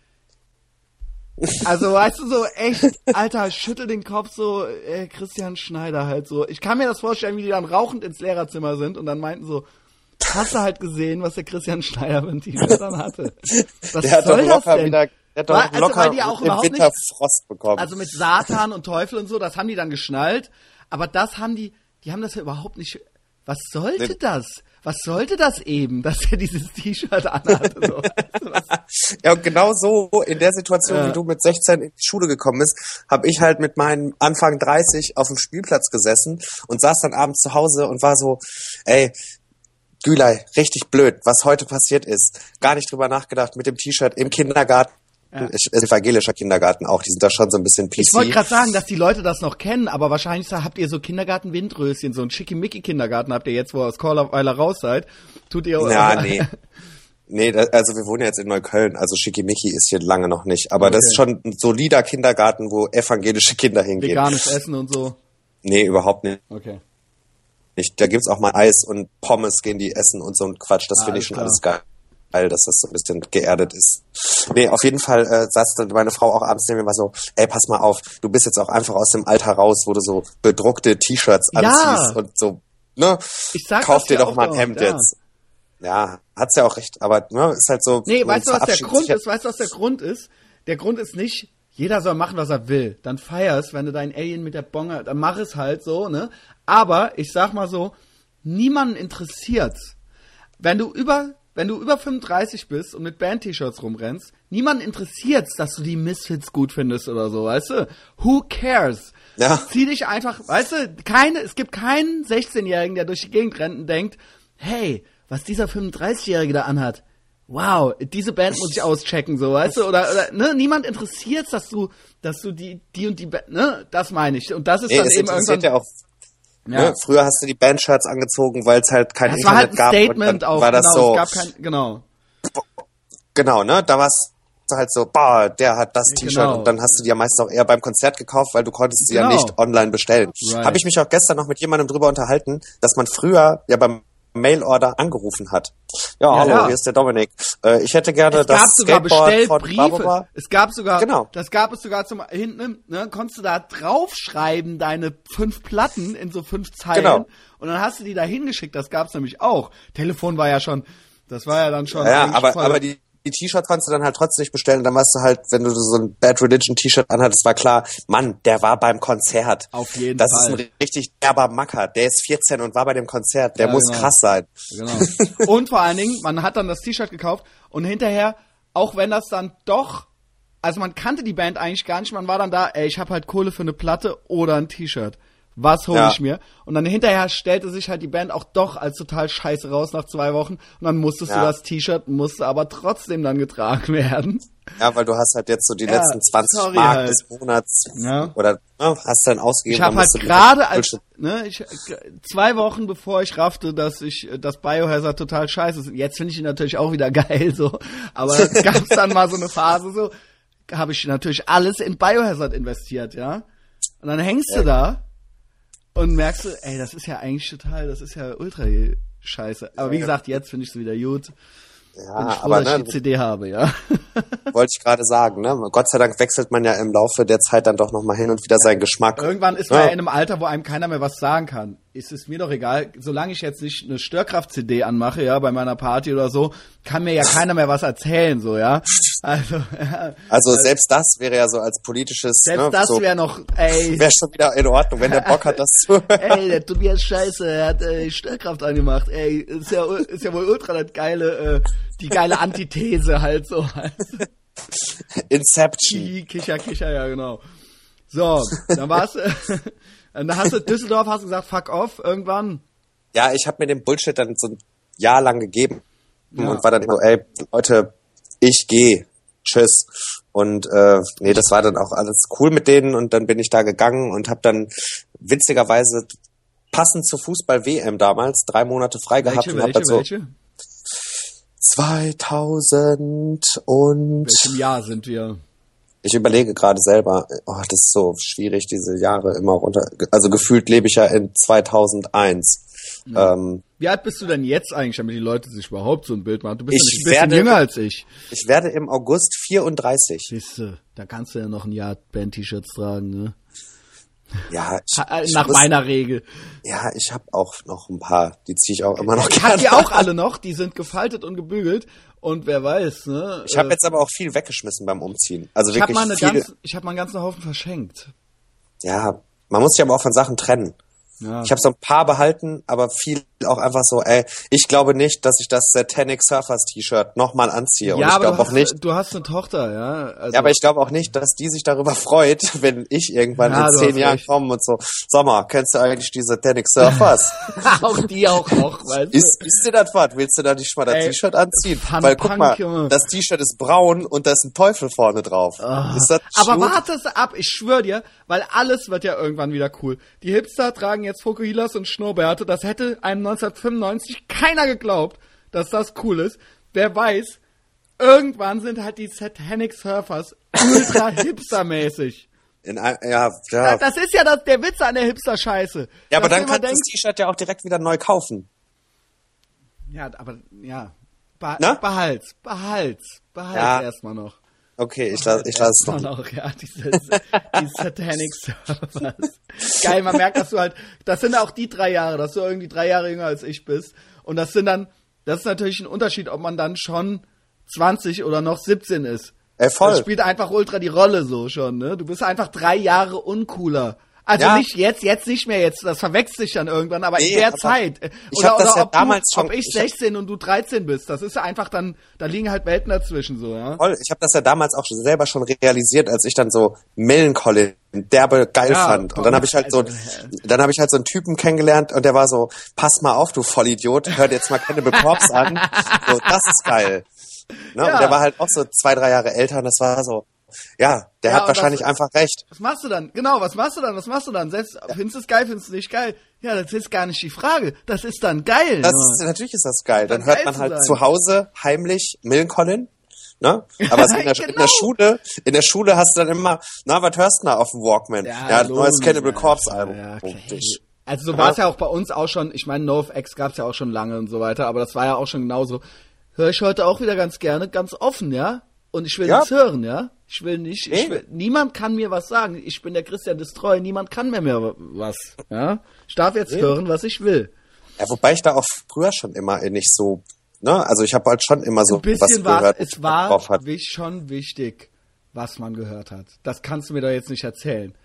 also weißt du, so echt, Alter, schüttel den Kopf so, Christian Schneider halt so. Ich kann mir das vorstellen, wie die dann rauchend ins Lehrerzimmer sind und dann meinten so, hast du halt gesehen, was der Christian Schneider für ein T-Shirt dann hatte. Was der hat soll doch locker das denn? wieder, der hat doch locker weil die auch im überhaupt Winter nicht, Frost bekommen. also mit Satan und Teufel und so, das haben die dann geschnallt, aber das haben die haben das ja überhaupt nicht, was sollte das? Was sollte das eben, dass er dieses T-Shirt anhatte? So. Ja, und genau so, in der Situation, wie du mit 16 in die Schule gekommen bist, habe ich halt mit meinen Anfang 30 auf dem Spielplatz gesessen und saß dann abends zu Hause und war so, ey, Gülay, richtig blöd, was heute passiert ist. Gar nicht drüber nachgedacht mit dem T-Shirt im Kindergarten. Ja. Evangelischer Kindergarten auch, die sind da schon so ein bisschen PC. Ich wollte gerade sagen, dass die Leute das noch kennen, aber wahrscheinlich habt ihr so Kindergarten-Windröschen, so ein Schickimicki-Kindergarten habt ihr jetzt, wo ihr aus Korlaweiler raus seid. Tut ihr auch. Ja, nee. Nee, also wir wohnen jetzt in Neukölln, also Schickimicki ist hier lange noch nicht. Aber das ist schon ein solider Kindergarten, wo evangelische Kinder hingehen. Veganes Essen und so? Nee, überhaupt nicht. Okay. Da gibt's auch mal Eis und Pommes gehen die essen und so ein Quatsch. Das finde ich schon alles geil, dass das so ein bisschen geerdet ist. Nee, auf jeden Fall saß dann meine Frau auch abends neben mir, war so, ey, pass mal auf, du bist jetzt auch einfach aus dem Alter raus, wo du so bedruckte T-Shirts anziehst und so, ne, kauf dir doch mal ein Hemd jetzt. Ja, hat's ja auch recht, aber ne, ist halt so. Nee, weißt du, was der Grund ist? Weißt du, was der Grund ist? Der Grund ist nicht, jeder soll machen, was er will. Dann feierst, wenn du dein Alien mit der Bonge, dann mach es halt so, ne? Aber, ich sag mal so, niemanden interessiert's. Wenn du über 35 bist und mit Band-T-Shirts rumrennst, niemanden interessiert's, dass du die Misfits gut findest oder so, weißt du? Who cares? Ja. Zieh dich einfach, weißt du, es gibt keinen 16-Jährigen, der durch die Gegend rennt und denkt, hey, was dieser 35-Jährige da anhat, wow, diese Band muss ich auschecken, so, weißt du, oder ne, niemand interessiert's, dass du die und die Band, ne, das meine ich, und das ist dann eben irgendwann, ja auch, ne? Früher hast du die Bandshirts angezogen, weil es halt kein Internet gab. Das war halt ein Statement auch, war das genau, so, es gab genau, ne, da war's halt so, der hat das T-Shirt und dann hast du die ja meistens auch eher beim Konzert gekauft, weil du konntest sie ja nicht online bestellen. Right. Habe ich mich auch gestern noch mit jemandem drüber unterhalten, dass man früher ja beim Mailorder angerufen hat. Ja, hallo, hier ist der Dominik. Ich hätte gerne das Skateboard von Barbara. Es gab sogar, das gab es sogar zum hinten, ne, konntest du da draufschreiben, deine 5 Platten in so 5 Zeilen. Genau. Und dann hast du die da hingeschickt, das gab's nämlich auch. Telefon war ja schon, das war ja dann schon. Ja, aber die T-Shirt konntest du dann halt trotzdem nicht bestellen. Und dann warst du halt, wenn du so ein Bad Religion T-Shirt anhattest, war klar, Mann, der war beim Konzert. Auf jeden Fall. Das ist ein richtig derber Macker. Der ist 14 und war bei dem Konzert. Der muss krass sein. Genau. Und vor allen Dingen, man hat dann das T-Shirt gekauft und hinterher, auch wenn das dann doch, also man kannte die Band eigentlich gar nicht, man war dann da, ey, ich hab halt Kohle für eine Platte oder ein T-Shirt. Was hole ich mir? Und dann hinterher stellte sich halt die Band auch doch als total scheiße raus nach 2 Wochen. Und dann musstest du das T-Shirt, musste aber trotzdem dann getragen werden. Ja, weil du hast halt jetzt so die letzten 20 Mark halt des Monats oder hast dann ausgegeben. Ich habe halt gerade 2 Wochen bevor ich raffte, dass Biohazard total scheiße ist. Jetzt finde ich ihn natürlich auch wieder geil, so. Aber es gab dann mal so eine Phase, so, habe ich natürlich alles in Biohazard investiert, ja. Und dann hängst du da und merkst du, ey, das ist ja eigentlich das ist ja ultra scheiße. Aber wie gesagt, jetzt finde ich es wieder gut. Ja, bin ich froh, aber dass ich die CD habe, ja. Wollte ich gerade sagen, ne? Gott sei Dank wechselt man ja im Laufe der Zeit dann doch nochmal hin und wieder seinen Geschmack. Irgendwann ist man ja in einem Alter, wo einem keiner mehr was sagen kann. ist es mir doch egal, solange ich jetzt nicht eine Störkraft-CD anmache, ja, bei meiner Party oder so, kann mir ja keiner mehr was erzählen, so, ja. Also selbst das wäre ja so als politisches... Selbst das so, wäre noch, ey... Wäre schon wieder in Ordnung, wenn der Bock hat, das zu... Ey, der Tobias Scheiße, er hat Störkraft angemacht, ey, ist ja wohl ultra das geile, die geile Antithese halt so. Inception. Kicher, ja, genau. So, dann war's... Dann hast du Düsseldorf, hast du gesagt, fuck off, irgendwann. Ja, ich habe mir den Bullshit dann so ein Jahr lang gegeben und war dann immer so, ey, Leute, ich gehe, tschüss. Und das war dann auch alles cool mit denen und dann bin ich da gegangen und habe dann witzigerweise passend zur Fußball-WM damals 3 Monate frei gehabt. Und welche? 2000 und... Welchem Jahr sind wir? Ich überlege gerade selber, das ist so schwierig, diese Jahre immer runter. Also gefühlt lebe ich ja in 2001. Ja. Wie alt bist du denn jetzt eigentlich, damit die Leute sich überhaupt so ein Bild machen? Du bist ein bisschen jünger als ich. Ich werde im August 34. Siehste, da kannst du ja noch ein Jahr Band-T-Shirts tragen, ne? Ja, nach meiner Regel. Ja, ich habe auch noch ein paar, die ziehe ich auch immer noch gerne. Ich hab die auch alle noch, die sind gefaltet und gebügelt und wer weiß, ne? Ich habe jetzt aber auch viel weggeschmissen beim Umziehen. Also ich wirklich ich habe meinen ganzen Haufen verschenkt. Ja, man muss sich aber auch von Sachen trennen. Ja. Ich habe so ein paar behalten, aber viel auch einfach so, ich glaube nicht, dass ich das Satanic Surfers T-Shirt nochmal anziehe. Ja, und ich aber glaube auch nicht. Du hast eine Tochter, ja. Also, ja, aber ich glaube auch nicht, dass die sich darüber freut, wenn ich irgendwann in 10 Jahren komme und so, sag mal, kennst du eigentlich die Satanic Surfers? Auch die auch noch, weißt du? Ist dir das was? Willst du da nicht mal das T-Shirt anziehen? Weil guck mal, Junge. Das T-Shirt ist braun und da ist ein Teufel vorne drauf. Oh. Ist das aber warte es ab, ich schwör dir, weil alles wird ja irgendwann wieder cool. Die Hipster tragen jetzt Fokuhilas und Schnurrbärte, das hätte einem 1995 keiner geglaubt, dass das cool ist. Wer weiß, irgendwann sind halt die Satanic Surfers ultra hipstermäßig. Das ist ja der Witz an der Hipster-Scheiße. Ja, aber dann kannst du das T-Shirt ja auch direkt wieder neu kaufen. Ja, aber, ja. Behalt's erstmal noch. Okay, ich lasse es noch. Ja, die Satanic Surfers. Geil, man merkt, dass du halt, das sind auch die 3 Jahre, dass du irgendwie 3 Jahre jünger als ich bist. Und das ist natürlich ein Unterschied, ob man dann schon 20 oder noch 17 ist. Voll. Das spielt einfach ultra die Rolle so schon, ne? Du bist einfach 3 Jahre uncooler. Also nicht jetzt nicht mehr jetzt, das verwechselt sich dann irgendwann, aber in der Zeit. Ob ich 16 und du 13 bist, das ist ja einfach dann, da liegen halt Welten dazwischen so, ja. Voll, ich habe das ja damals auch selber schon realisiert, als ich dann so Millencolin derbe geil fand. Und dann habe ich halt so einen Typen kennengelernt und der war so, pass mal auf, du Vollidiot, hör dir jetzt mal Cannibal Corpse an. So, das ist geil. Ne? Ja. Und der war halt auch so 2, 3 Jahre älter und das war so, ja, der hat wahrscheinlich einfach recht. Was machst du dann? Genau, was machst du dann? Selbst, findest du es geil, findest du es nicht geil? Ja, das ist gar nicht die Frage. Das ist dann geil. Natürlich ist das geil. Dann hört man halt zu Hause heimlich Millencolin, ne? Aber genau. in der Schule hast du dann immer, was hörst du da auf dem Walkman? Ja, neues Cannibal Corpse Album. Ja, okay. Also so war es ja auch bei uns auch schon, ich meine, NoFX gab's ja auch schon lange und so weiter, aber das war ja auch schon genauso. Höre ich heute auch wieder ganz gerne, ganz offen, ja? Und ich will nichts hören, ja? Niemand kann mir was sagen. Ich bin der Christian Destroy, niemand kann mir mehr was, ja? Ich darf jetzt hören, was ich will. Ja, wobei ich da auch früher schon immer nicht so, ne? Also ich habe halt schon immer so was gehört. Es war schon wichtig, was man gehört hat. Das kannst du mir doch jetzt nicht erzählen.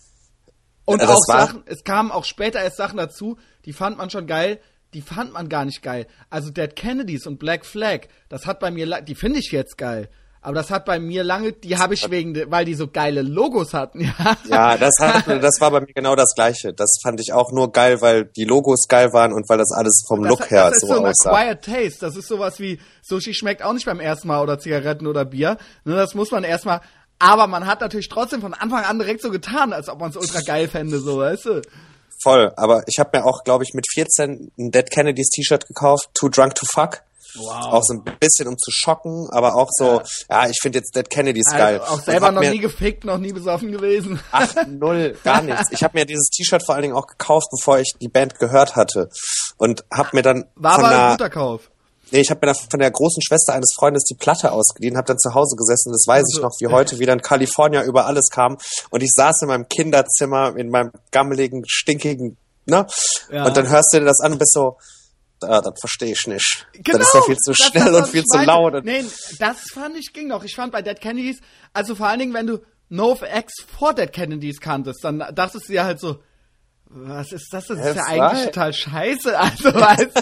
Und auch Sachen, es kamen auch später erst Sachen dazu, die fand man schon geil, die fand man gar nicht geil. Also Dead Kennedys und Black Flag, das hat bei mir, die finde ich jetzt geil. Aber das hat bei mir lange, die habe ich weil die so geile Logos hatten, ja. Ja, das war bei mir genau das Gleiche. Das fand ich auch nur geil, weil die Logos geil waren und weil das alles vom Look her so aussah. Das ist so ein Acquired Taste. Das ist sowas wie, Sushi schmeckt auch nicht beim ersten Mal oder Zigaretten oder Bier. Ne, das muss man erstmal, aber man hat natürlich trotzdem von Anfang an direkt so getan, als ob man es ultra geil fände, so, weißt du. Voll, aber ich habe mir auch, glaube ich, mit 14 ein Dead Kennedys T-Shirt gekauft, Too Drunk to Fuck. Wow. Auch so ein bisschen um zu schocken, aber auch so, ich finde jetzt Dead Kennedys geil. Auch selber noch nie gefickt, noch nie besoffen gewesen. Ach, null, gar nichts. Ich habe mir dieses T-Shirt vor allen Dingen auch gekauft, bevor ich die Band gehört hatte. Und habe mir dann war aber ein guter Kauf. Nee, ich habe mir von der großen Schwester eines Freundes die Platte ausgeliehen, habe dann zu Hause gesessen, das weiß ich noch, wie heute, wie dann California über alles kam. Und ich saß in meinem Kinderzimmer, in meinem gammeligen, stinkigen ne? Ja. Und dann hörst du dir das an und bist so, das verstehe ich nicht. Genau, das ist ja viel zu schnell und viel zu laut. Nee, das fand ich ging noch. Ich fand bei Dead Kennedys, also vor allen Dingen, wenn du NoFX vor Dead Kennedys kanntest, dann dachtest du ja halt so, was ist das? Das ist ja eigentlich total scheiße. Also, weißt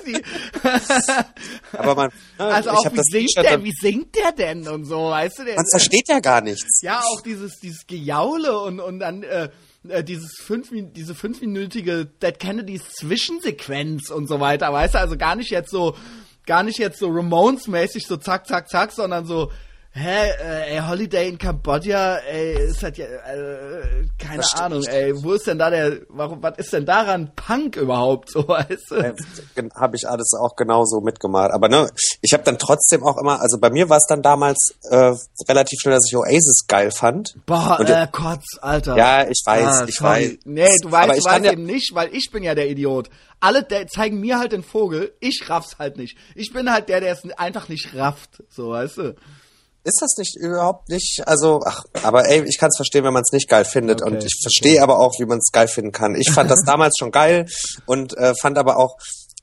du, aber man, also auch, wie singt der denn und so, weißt du? Man versteht ja gar nichts. Ja, auch dieses Gejaule und dann, diese fünfminütige Dead Kennedys Zwischensequenz und so weiter, weißt du, also gar nicht jetzt so Ramones-mäßig so zack, zack, zack, sondern so, Holiday in Cambodia, ist halt ja, keine Ahnung, wo ist denn da was ist denn daran Punk überhaupt, so, weißt du? Habe ich alles auch genauso mitgemacht, aber ne, ich habe dann trotzdem auch immer, also bei mir war es dann damals relativ schnell, dass ich Oasis geil fand. Boah, Kotz, Alter. Ja, ich weiß. Nee, du weißt eben nicht, weil ich bin ja der Idiot. Alle zeigen mir halt den Vogel, ich raff's halt nicht. Ich bin halt der es einfach nicht rafft, so, weißt du? Ist das nicht überhaupt nicht, also, aber ich kann es verstehen, wenn man es nicht geil findet, okay, und ich verstehe aber auch, wie man es geil finden kann. Ich fand das damals schon geil und fand aber auch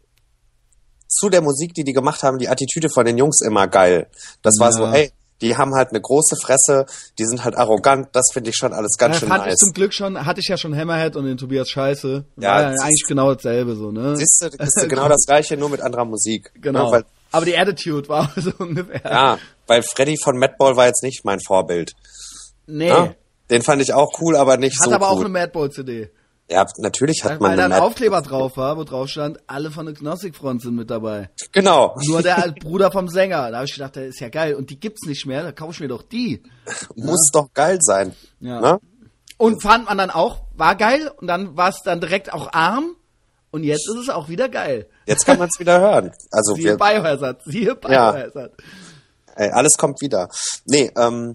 zu der Musik, die gemacht haben, die Attitüde von den Jungs immer geil. Das war so, die haben halt eine große Fresse, die sind halt arrogant, das finde ich schon alles ganz schön nice. Zum Glück hatte ich ja schon Hammerhead und den Tobias Scheiße. Ja, war ja eigentlich genau dasselbe, so, ne? Siehst du, genau das Gleiche, nur mit anderer Musik. Genau. Ne? Aber die Attitude war so ungefähr. Ja, weil Freddy von Madball war jetzt nicht mein Vorbild. Nee. Ja? Den fand ich auch cool, aber nicht so cool. Hat aber auch eine Madball-CD. Ja, natürlich hat man eine Madball. Weil da ein Aufkleber drauf war, wo drauf stand, alle von der Gnostic Front sind mit dabei. Genau. Nur der Bruder vom Sänger. Da habe ich gedacht, der ist ja geil. Und die gibt's nicht mehr, da kaufe ich mir doch die. Muss doch geil sein. Ja. Ne? Und fand man dann auch, war geil. Und dann war es dann direkt auch arm. Und jetzt ist es auch wieder geil. Jetzt kann man es wieder hören. Also siehe Biohazard. Ja. Ey, alles kommt wieder. Nee,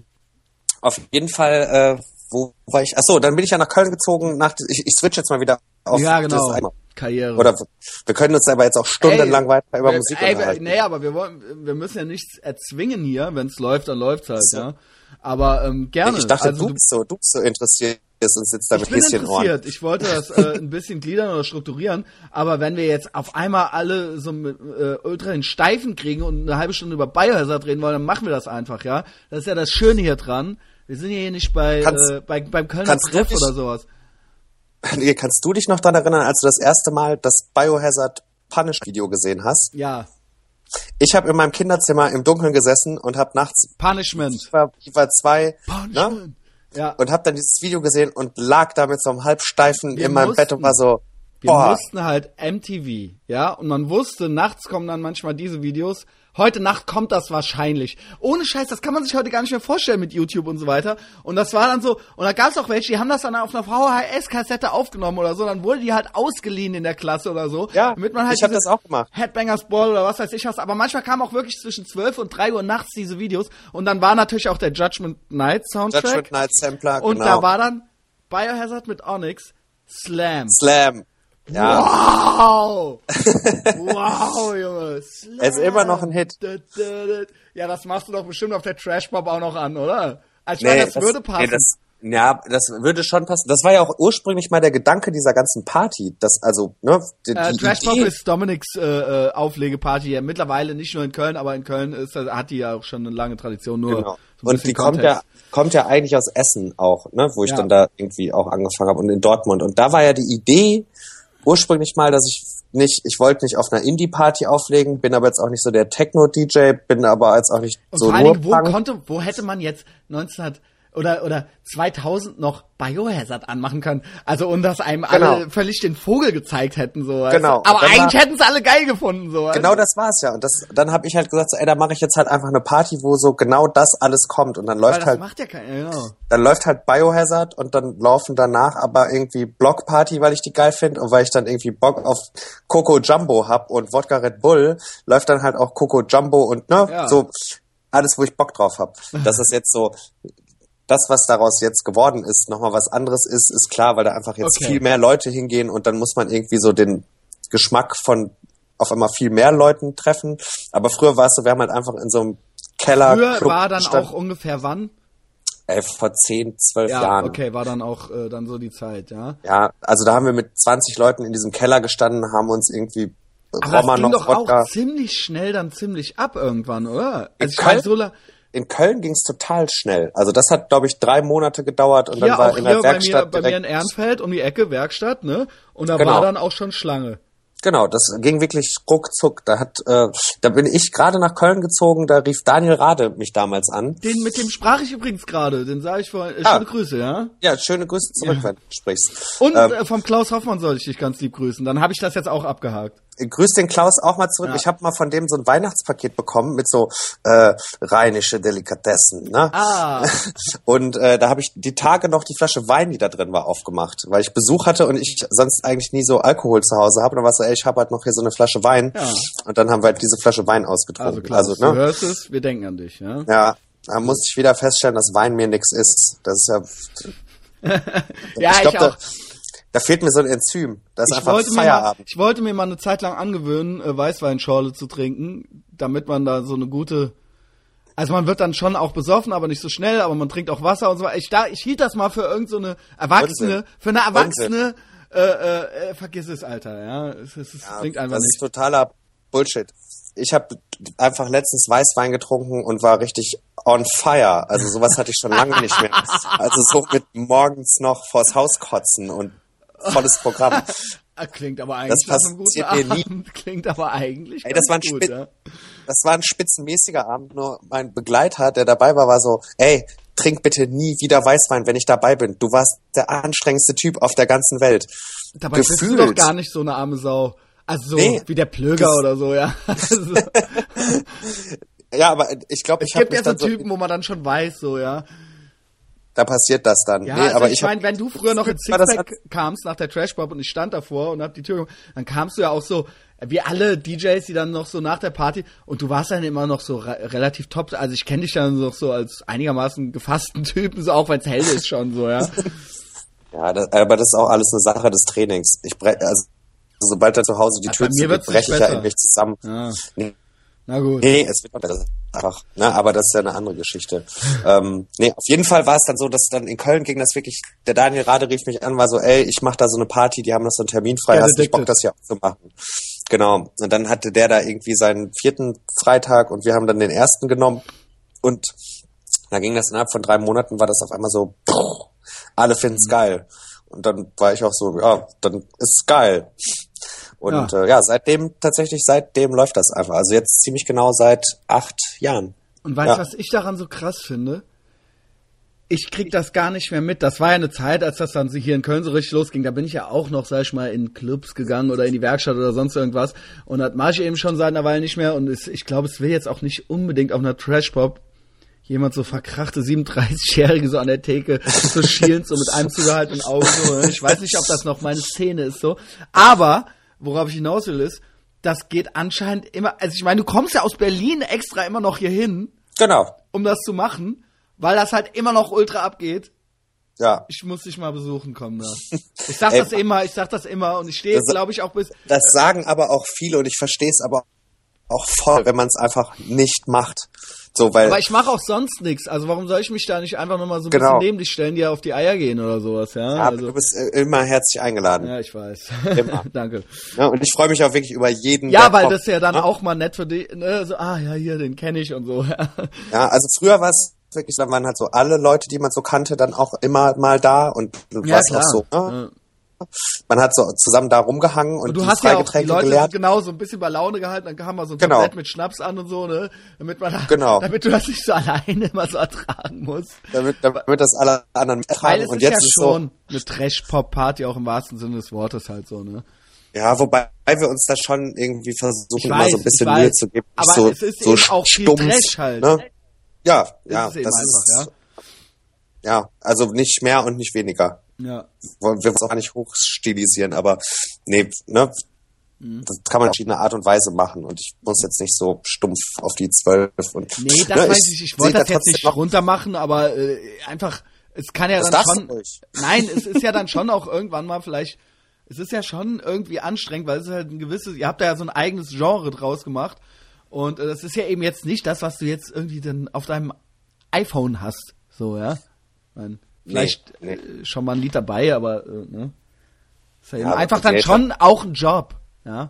auf jeden Fall, wo war ich? Achso, dann bin ich ja nach Köln gezogen. Ich switch jetzt mal wieder auf das Karriere. Oder wir können uns aber jetzt auch stundenlang weiter über Musik unterhalten. Nee, aber wir müssen ja nichts erzwingen hier. Wenn es läuft, dann läuft's halt, so. Ja. Aber gerne. Ich dachte, du bist so interessiert und sitzt da mit Häschen Ohren. Ich wollte das ein bisschen gliedern oder strukturieren, aber wenn wir jetzt auf einmal alle so mit ultra den Steifen kriegen und eine halbe Stunde über Biohazard reden wollen, dann machen wir das einfach, ja. Das ist ja das Schöne hier dran. Wir sind hier nicht beim Kölner Treff oder sowas. Nee, kannst du dich noch daran erinnern, als du das erste Mal das Biohazard Punish-Video gesehen hast? Ja. Ich habe in meinem Kinderzimmer im Dunkeln gesessen und habe nachts Punishment. Ich war 2, Punishment. Ne? Ja. Und habe dann dieses Video gesehen und lag da mit so einem Halbsteifen in meinem Bett und war so, wir mussten halt MTV, ja, und man wusste, nachts kommen dann manchmal diese Videos. Heute Nacht kommt das wahrscheinlich. Ohne Scheiß, das kann man sich heute gar nicht mehr vorstellen mit YouTube und so weiter. Und das war dann so, und da gab es auch welche, die haben das dann auf einer VHS-Kassette aufgenommen oder so, dann wurde die halt ausgeliehen in der Klasse oder so. Ja, damit man halt ich habe das auch gemacht. Headbangers Ball oder was weiß ich was. Aber manchmal kamen auch wirklich zwischen 12 und 3 Uhr nachts diese Videos. Und dann war natürlich auch der Judgment Night Soundtrack. Judgment Night Sampler, und da war dann Biohazard mit Onyx, Slam. Ja. Wow! Wow, Junge. Slam. Es ist immer noch ein Hit. Ja, das machst du doch bestimmt auf der Trash-Pop auch noch an, oder? Also ich meine, das würde passen. Das würde schon passen. Das war ja auch ursprünglich mal der Gedanke dieser ganzen Party. Das, also, ne? Trash-Pop ist Dominics Auflegeparty. Ja, mittlerweile nicht nur in Köln, aber in Köln hat die ja auch schon eine lange Tradition. Nur genau. So und die kommt ja eigentlich aus Essen auch, ne? Wo ich dann da irgendwie auch angefangen habe und in Dortmund. Und da war ja die Idee ursprünglich mal, dass ich wollte nicht auf einer Indie-Party auflegen, bin aber jetzt auch nicht so der Techno-DJ, bin aber jetzt auch nicht und so vor nur Punk. Wo hätte man jetzt 2000 noch Biohazard anmachen können. Also, und dass einem alle völlig den Vogel gezeigt hätten, so. Genau. Aber eigentlich hätten es alle geil gefunden, so. Genau das war's ja. Und dann habe ich halt gesagt, so, da mache ich jetzt halt einfach eine Party, wo so genau das alles kommt. Und dann läuft das macht ja keiner, genau. Dann läuft halt Biohazard und dann laufen danach aber irgendwie Blockparty, weil ich die geil finde und weil ich dann irgendwie Bock auf Coco Jumbo hab und Wodka Red Bull, läuft dann halt auch Coco Jumbo und so alles, wo ich Bock drauf hab. Das ist jetzt so. Das, was daraus jetzt geworden ist, nochmal was anderes ist klar, weil da einfach jetzt viel mehr Leute hingehen und dann muss man irgendwie so den Geschmack von auf einmal viel mehr Leuten treffen. Aber früher war es so, wir haben halt einfach in so einem Keller. Früher war dann auch ungefähr wann? vor 10, 12 Ja, Jahren. okay, war dann auch dann so die Zeit, ja. Ja, also da haben wir mit 20 Leuten in diesem Keller gestanden, haben uns irgendwie Aber das ging doch Wodka. auch ziemlich schnell dann ziemlich ab irgendwann, oder? In Also ich meine, Köln? In Köln ging's total schnell. Also das hat, glaube ich, 3 Monate gedauert und hier dann war auch in hier der Werkstatt bei mir direkt. in Ehrenfeld um die Ecke, Werkstatt, ne? Und da Genau. war dann auch schon Schlange. Genau, das ging wirklich ruckzuck. Da bin ich gerade nach Köln gezogen, da rief Daniel Rade mich damals an. Mit dem sprach ich übrigens gerade, den sage ich vorhin. Ah. Schöne Grüße, ja? Ja, schöne Grüße zurück, wenn du sprichst. Und vom Klaus Hoffmann sollte ich dich ganz lieb grüßen. Dann habe ich das jetzt auch abgehakt. Grüß den Klaus auch mal zurück. Ja. Ich habe mal von dem so ein Weihnachtspaket bekommen mit so rheinische Delikatessen. Ne? Ah. Und da habe ich die Tage noch die Flasche Wein, die da drin war, aufgemacht, weil ich Besuch hatte und ich sonst eigentlich nie so Alkohol zu Hause habe. Und dann war es so, ey, ich habe halt noch hier so eine Flasche Wein. Ja. Und dann haben wir halt diese Flasche Wein Also ausgetrunken. Klaus, ne? du hörst es, wir denken an dich, ja? Ja, da musste ich wieder feststellen, dass Wein mir nix ist. Das ist ja... Ja, ich glaube, auch. da fehlt mir so ein Enzym. Das ist einfach Feierabend. Ich wollte mir mal eine Zeit lang angewöhnen, Weißweinschorle zu trinken, damit man da so eine gute... Also man wird dann schon auch besoffen, aber nicht so schnell, aber man trinkt auch Wasser und so. Ich hielt das mal für irgend so eine Erwachsene, vergiss es, Alter, ja. Es klingt einfach das nicht. ist totaler Bullshit. Ich habe einfach letztens Weißwein getrunken und war richtig on fire. Also sowas hatte ich schon lange nicht mehr. Also so mit morgens noch vors Haus kotzen und volles Programm. Klingt aber eigentlich Das nach einem guten passiert mir nie. Abend. Klingt aber eigentlich Ey, das ganz war gut, ja. Das war ein spitzenmäßiger Abend, nur mein Begleiter, der dabei war so, ey, trink bitte nie wieder Weißwein, wenn ich dabei bin. Du warst der anstrengendste Typ auf der ganzen Welt. Dabei bist du doch gar nicht so eine arme Sau. Also so Nee. wie der Plöger oder so, ja. Also, Ja, aber ich glaube, es gibt ja so Typen, wo man dann schon weiß, so, ja. Da passiert das dann. Ja, Nee, also aber ich meine, wenn du früher noch ins war das Sixpack kamst nach der Trashpop und ich stand davor und hab die Tür gemacht, dann kamst du ja auch so, wie alle DJs, die dann noch so nach der Party, und du warst dann immer noch so relativ top, also ich kenne dich dann noch so als einigermaßen gefassten Typen, so auch wenn es hell ist schon so, ja. Ja, aber das ist auch alles eine Sache des Trainings. Also sobald da zu Hause die Tür zugeht, breche ich ja in mich zusammen. Ja. Nee, Na gut. es wird besser. Einfach, ne, aber das ist ja eine andere Geschichte. Nee, auf jeden Fall war es dann so, dass dann in Köln ging das wirklich, der Daniel Rade rief mich an, war so, ey, ich mach da so eine Party, die haben das so einen Termin frei, hast du nicht Bock, das hier auch zu machen? Genau. Und dann hatte der da irgendwie seinen 4. Freitag und wir haben dann den 1. genommen und da ging das innerhalb von 3 Monaten, war das auf einmal so, alle finden's geil. Und dann war ich auch so, ja, dann ist es geil. Und seitdem läuft das einfach. Also jetzt ziemlich genau seit 8 Jahren. Und weißt du, was ich daran so krass finde? Ich krieg das gar nicht mehr mit. Das war ja eine Zeit, als das dann hier in Köln so richtig losging. Da bin ich ja auch noch, sag ich mal, in Clubs gegangen oder in die Werkstatt oder sonst irgendwas. Und das mache ich eben schon seit einer Weile nicht mehr. Und ich glaube, es will jetzt auch nicht unbedingt auf einer Trashpop jemand so verkrachte 37-Jährige so an der Theke so schielend, so mit einem zugehaltenen Auge. So. Ich weiß nicht, ob das noch meine Szene ist so. Aber worauf ich hinaus will ist, das geht anscheinend immer, also ich meine, du kommst ja aus Berlin extra immer noch hier hin, Genau. um das zu machen, weil das halt immer noch ultra abgeht. Ja. Ich muss dich mal besuchen kommen da. Ich sag das immer und ich stehe, glaube ich, auch bis... Das sagen aber auch viele und ich verstehe es aber auch voll, wenn man es einfach nicht macht. So, weil aber ich mache auch sonst nichts. Also warum soll ich mich da nicht einfach nochmal so ein bisschen neben dich stellen, die auf die Eier gehen oder sowas, ja? Ja, also, du bist immer herzlich eingeladen. ja, ich weiß. Immer. Danke. Ja, und ich freue mich auch wirklich über jeden. Ja, der weil kommt, das ja dann ne? auch mal nett für die, ne? So, ja, hier, den kenne ich und so. Ja, also früher war es wirklich, da waren halt so alle Leute, die man so kannte, dann auch immer mal da und Ja, war es klar. auch so, ne? Ja. Man hat so zusammen da rumgehangen und Und du die hast ja auch die Freigetränke Leute geleert. genau so ein bisschen bei Laune gehalten, dann haben wir so ein Genau. Tablett mit Schnaps an und so, ne? Damit du das nicht so alleine immer so ertragen musst. Damit das alle anderen Weil ertragen. es Und ist jetzt ja ist schon eine Trash-Pop-Party, auch im wahrsten Sinne des Wortes halt so, ne? ja, wobei wir uns da schon irgendwie versuchen, Ich immer weiß, so ein bisschen ich weiß. Mühe zu geben. Aber so, es ist so eben auch viel stumpf, Trash halt. Ne? Ja, Ist eben einfach, ja, also nicht mehr und nicht weniger. ja. Wollen wir uns auch gar nicht hochstilisieren, aber nee, ne? Das kann man auf verschiedene Art und Weise machen und ich muss jetzt nicht so stumpf auf die 12 und Nee, das ne, weiß ich. Ich wollte seh das da jetzt trotzdem nicht noch- runter machen, aber einfach, es kann ja Das dann darfst schon. du ruhig. Nein, es ist ja dann schon auch irgendwann mal vielleicht. Es ist ja schon irgendwie anstrengend, weil es ist halt ein gewisses. Ihr habt da ja so ein eigenes Genre draus gemacht und das ist ja eben jetzt nicht das, was du jetzt irgendwie dann auf deinem iPhone hast, so ja. Vielleicht schon mal ein Lied dabei, aber ne? Ist ja eben einfach dann okay, schon auch ein Job, ja.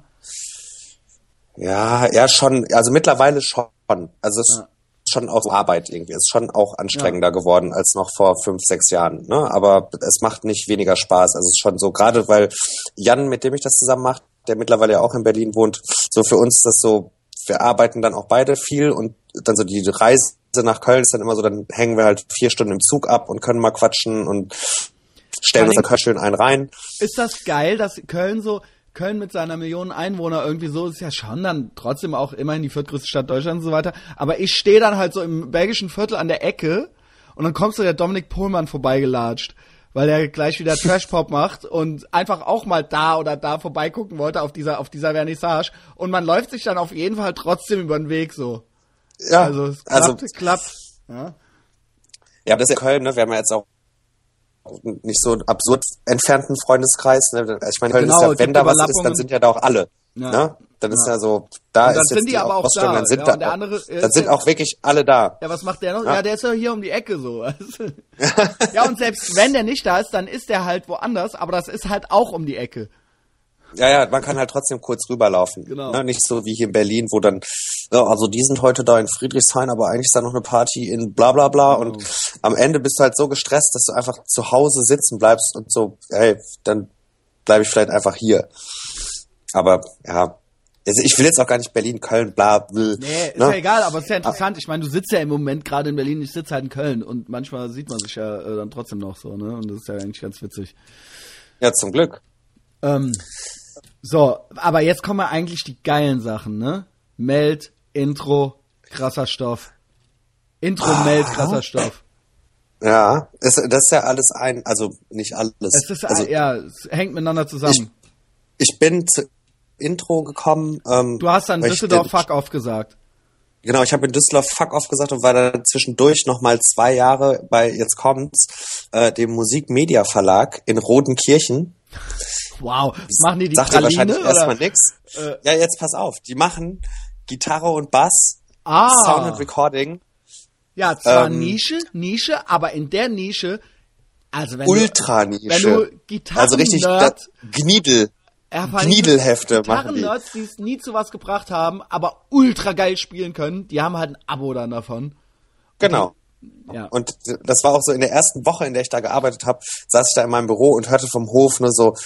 Ja, schon, also mittlerweile schon. Also es ist schon auch Arbeit irgendwie. Es ist schon auch anstrengender geworden als noch vor 5, 6 Jahren. Ne? Aber es macht nicht weniger Spaß. Also es ist schon so, gerade weil Jan, mit dem ich das zusammen mache, der mittlerweile ja auch in Berlin wohnt, so für uns ist das so, wir arbeiten dann auch beide viel und dann so die Reise nach Köln ist dann immer so, dann hängen wir halt 4 Stunden im Zug ab und können mal quatschen und stellen uns dann schön einen rein. Ist das geil, dass Köln mit seiner Millionen Einwohner irgendwie so ist ja schon dann trotzdem auch immerhin die 4. größte Stadt Deutschlands und so weiter. Aber ich stehe dann halt so im belgischen Viertel an der Ecke und dann kommt so der Dominik Pohlmann vorbeigelatscht, weil der gleich wieder Trash-Pop macht und einfach auch mal da oder da vorbeigucken wollte auf dieser Vernissage. Und man läuft sich dann auf jeden Fall trotzdem über den Weg so. Ja, also es klappt. Ja, aber das ist ja Köln, ne? Wir haben ja jetzt auch nicht so einen absurd entfernten Freundeskreis. Ne? Ich meine, Köln ist ja, wenn da was ist, dann sind ja da auch alle. Ja. Ne? Dann ist ja so, da ist jetzt die Ausstellung, dann sind dann sind auch wirklich alle da. Ja, was macht der noch? Ja, der ist ja hier um die Ecke so. Ja, und selbst wenn der nicht da ist, dann ist der halt woanders, aber das ist halt auch um die Ecke. Ja, man kann halt trotzdem kurz rüberlaufen. Genau. Ne? Nicht so wie hier in Berlin, wo dann, also die sind heute da in Friedrichshain, aber eigentlich ist da noch eine Party in bla bla bla. Und am Ende bist du halt so gestresst, dass du einfach zu Hause sitzen bleibst und so, hey, dann bleibe ich vielleicht einfach hier. Aber ja, also ich will jetzt auch gar nicht Berlin, Köln, bla, bla. Nee, ist ja egal, aber es ist ja interessant. Ich meine, du sitzt ja im Moment gerade in Berlin, ich sitze halt in Köln und manchmal sieht man sich ja dann trotzdem noch so, ne? Und das ist ja eigentlich ganz witzig. Ja, zum Glück. So, aber jetzt kommen ja eigentlich die geilen Sachen, ne? Meld, Intro, krasser Stoff. Intro, Meld, krasser Stoff. Ja, das ist ja alles also nicht alles. Es ist, also, es hängt miteinander zusammen. Ich bin zu Intro gekommen. Du hast dann Düsseldorf Fuck Off gesagt. Genau, ich habe in Düsseldorf Fuck Off gesagt und war dann zwischendurch nochmal 2 Jahre bei, jetzt kommt's, dem Musikmedia Verlag in Rodenkirchen. Wow, machen die sagt Praline, dir wahrscheinlich oder? Erstmal nix. Ja, jetzt pass auf, die machen Gitarre und Bass, Sound and Recording. Ja, zwar Nische, aber in der Nische, also wenn Ultra-Nische. Wenn du Gitarren also richtig Gniedelhefte machen die. Gitarren-Nerds, die es nie zu was gebracht haben, aber ultra geil spielen können, die haben halt ein Abo dann davon. Genau. Ja. Und das war auch so in der ersten Woche, in der ich da gearbeitet habe, saß ich da in meinem Büro und hörte vom Hof nur so,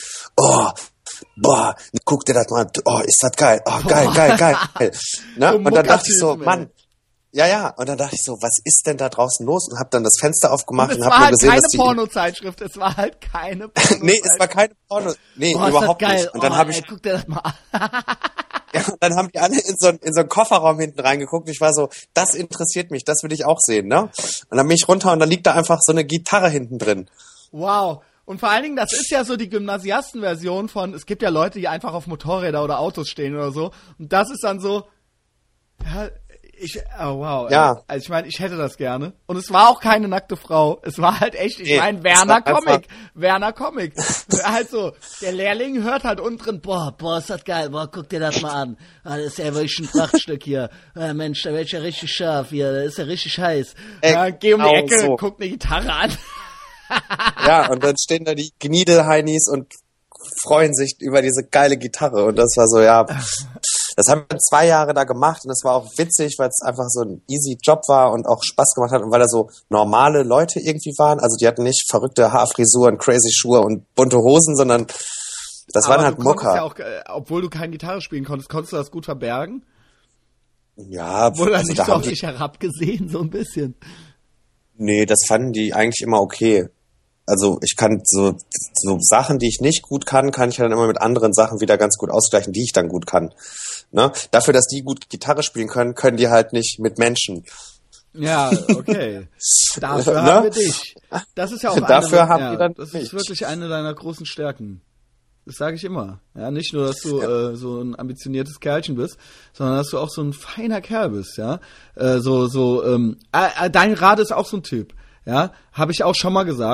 guck dir das mal an, ist das geil, geil. Ne? Und dann dachte ich so, Mann, ja, und dann dachte ich so, was ist denn da draußen los? Und hab dann das Fenster aufgemacht und hab nur gesehen, dass die... Es war halt keine Pornozeitschrift, es war halt keine Pornozeitschrift. Nee, es war keine Porno, überhaupt nicht. Und dann habe ich... Guck dir das mal an. Ja, und dann haben die alle in so einen Kofferraum hinten reingeguckt und ich war so, das interessiert mich, das will ich auch sehen, ne? Und dann bin ich runter und dann liegt da einfach so eine Gitarre hinten drin. Wow. Und vor allen Dingen, das ist ja so die Gymnasiasten-Version von, es gibt ja Leute, die einfach auf Motorräder oder Autos stehen oder so. Und das ist dann so, ja, wow. Ja. Also ich meine, ich hätte das gerne. Und es war auch keine nackte Frau. Es war halt echt, ich meine, Werner Comic. Halt so, der Lehrling hört halt unten drin, boah, ist das geil, guck dir das mal an. Das ist ja wirklich ein Prachtstück hier. Mensch, da werd ich ja richtig scharf hier, da ist ja richtig heiß. Geh um die Ecke, so. Guck eine Gitarre an. Ja, und dann stehen da die Gniedelheinis und freuen sich über diese geile Gitarre. Und das war so, ja... Das haben wir 2 Jahre da gemacht und das war auch witzig, weil es einfach so ein easy Job war und auch Spaß gemacht hat und weil da so normale Leute irgendwie waren. Also die hatten nicht verrückte Haarfrisuren, crazy Schuhe und bunte Hosen, sondern das waren halt Mucker. Ja auch, obwohl du keine Gitarre spielen konntest du das gut verbergen? Ja. Wurde also nicht so auf dich herabgesehen, so ein bisschen? Nee, das fanden die eigentlich immer okay. Also ich kann so Sachen, die ich nicht gut kann ich dann immer mit anderen Sachen wieder ganz gut ausgleichen, die ich dann gut kann. Ne? Dafür, dass die gut Gitarre spielen können die halt nicht mit Menschen. Ja, okay. Dafür haben wir dich. Das ist ja auch das ist wirklich eine deiner großen Stärken. Das sage ich immer. Ja, nicht nur, dass du so ein ambitioniertes Kerlchen bist, sondern dass du auch so ein feiner Kerl bist, ja. Dein Rade ist auch so ein Typ, ja. Habe ich auch schon mal gesagt.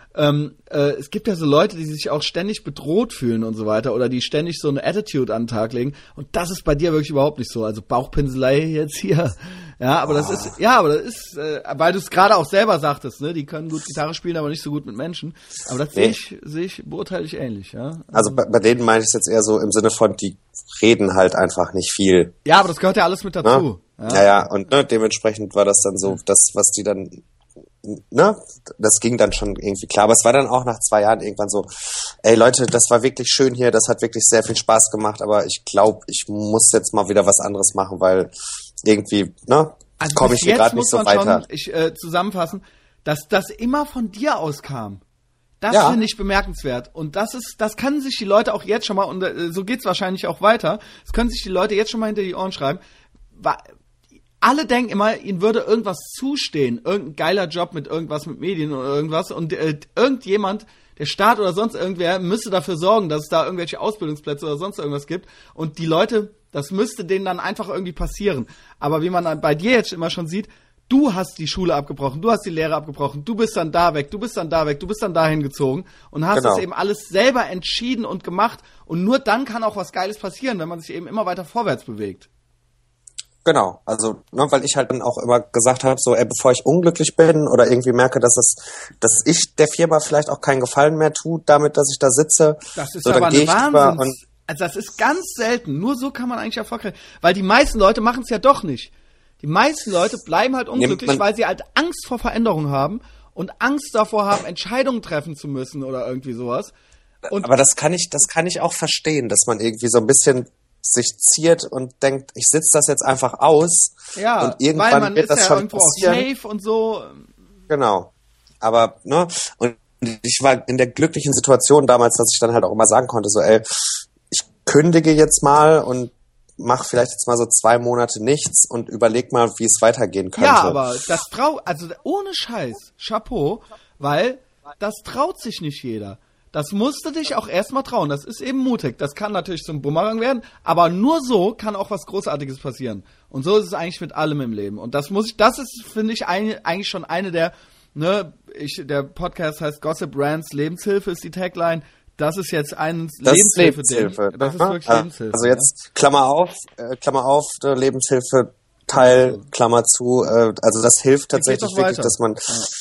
es gibt ja so Leute, die sich auch ständig bedroht fühlen und so weiter oder die ständig so eine Attitude an den Tag legen und das ist bei dir wirklich überhaupt nicht so. Also Bauchpinselei jetzt hier. Ja, aber das ist, weil du es gerade auch selber sagtest, ne, die können gut Gitarre spielen, aber nicht so gut mit Menschen. Aber das beurteile ich ähnlich, ja. Also bei denen meine ich es jetzt eher so im Sinne von, die reden halt einfach nicht viel. Ja, aber das gehört ja alles mit dazu. Ne? Ja, und dementsprechend war das dann so, das, was die dann, ne, das ging dann schon irgendwie klar. Aber es war dann auch nach 2 Jahren irgendwann so, ey Leute, das war wirklich schön hier, das hat wirklich sehr viel Spaß gemacht, aber ich glaube, ich muss jetzt mal wieder was anderes machen, weil irgendwie, ne, also komme ich hier gerade nicht so weiter. Zusammenfassen, dass das immer von dir auskam. Das finde ich bemerkenswert. Und das können sich die Leute auch jetzt schon mal, und so geht's wahrscheinlich auch weiter, das können sich die Leute jetzt schon mal hinter die Ohren schreiben. Alle denken immer, ihnen würde irgendwas zustehen, irgendein geiler Job mit irgendwas mit Medien oder irgendwas und irgendjemand, der Staat oder sonst irgendwer, müsste dafür sorgen, dass es da irgendwelche Ausbildungsplätze oder sonst irgendwas gibt und die Leute, das müsste denen dann einfach irgendwie passieren. Aber wie man dann bei dir jetzt immer schon sieht, du hast die Schule abgebrochen, du hast die Lehre abgebrochen, du bist dann da weg, du bist dann da weg, du bist dann dahin gezogen und hast das eben alles selber entschieden und gemacht und nur dann kann auch was Geiles passieren, wenn man sich eben immer weiter vorwärts bewegt. Genau, also weil ich halt dann auch immer gesagt habe, so bevor ich unglücklich bin oder irgendwie merke, dass ich der Firma vielleicht auch keinen Gefallen mehr tue, damit, dass ich da sitze. Das ist so, aber eine Wahnsinn. Also das ist ganz selten. Nur so kann man eigentlich erfolgreich, weil die meisten Leute machen es ja doch nicht. Die meisten Leute bleiben halt unglücklich, weil sie halt Angst vor Veränderung haben und Angst davor haben, Entscheidungen treffen zu müssen oder irgendwie sowas. Aber das kann ich auch verstehen, dass man irgendwie so ein bisschen sich ziert und denkt, ich sitze das jetzt einfach aus und irgendwann weil man wird ist das ja schon irgendwo passieren. Auch safe und so. Genau. Aber, ne, und ich war in der glücklichen Situation damals, dass ich dann halt auch immer sagen konnte, so, ich kündige jetzt mal und mach vielleicht jetzt mal so 2 Monate nichts und überleg mal, wie es weitergehen könnte. Ja, aber also ohne Scheiß, Chapeau, weil das traut sich nicht jeder. Das musst du dich auch erstmal trauen. Das ist eben mutig. Das kann natürlich zum Bumerang werden, aber nur so kann auch was Großartiges passieren. Und so ist es eigentlich mit allem im Leben. Und das ist, finde ich, eigentlich schon eine der, ne, der Podcast heißt Gossip Rants, Lebenshilfe ist die Tagline. Das ist jetzt ein Lebenshilfe-Ding. Das ist wirklich Lebenshilfe. Also jetzt, Klammer auf, Lebenshilfe, Teil, Klammer zu, also das hilft tatsächlich wirklich, dass man,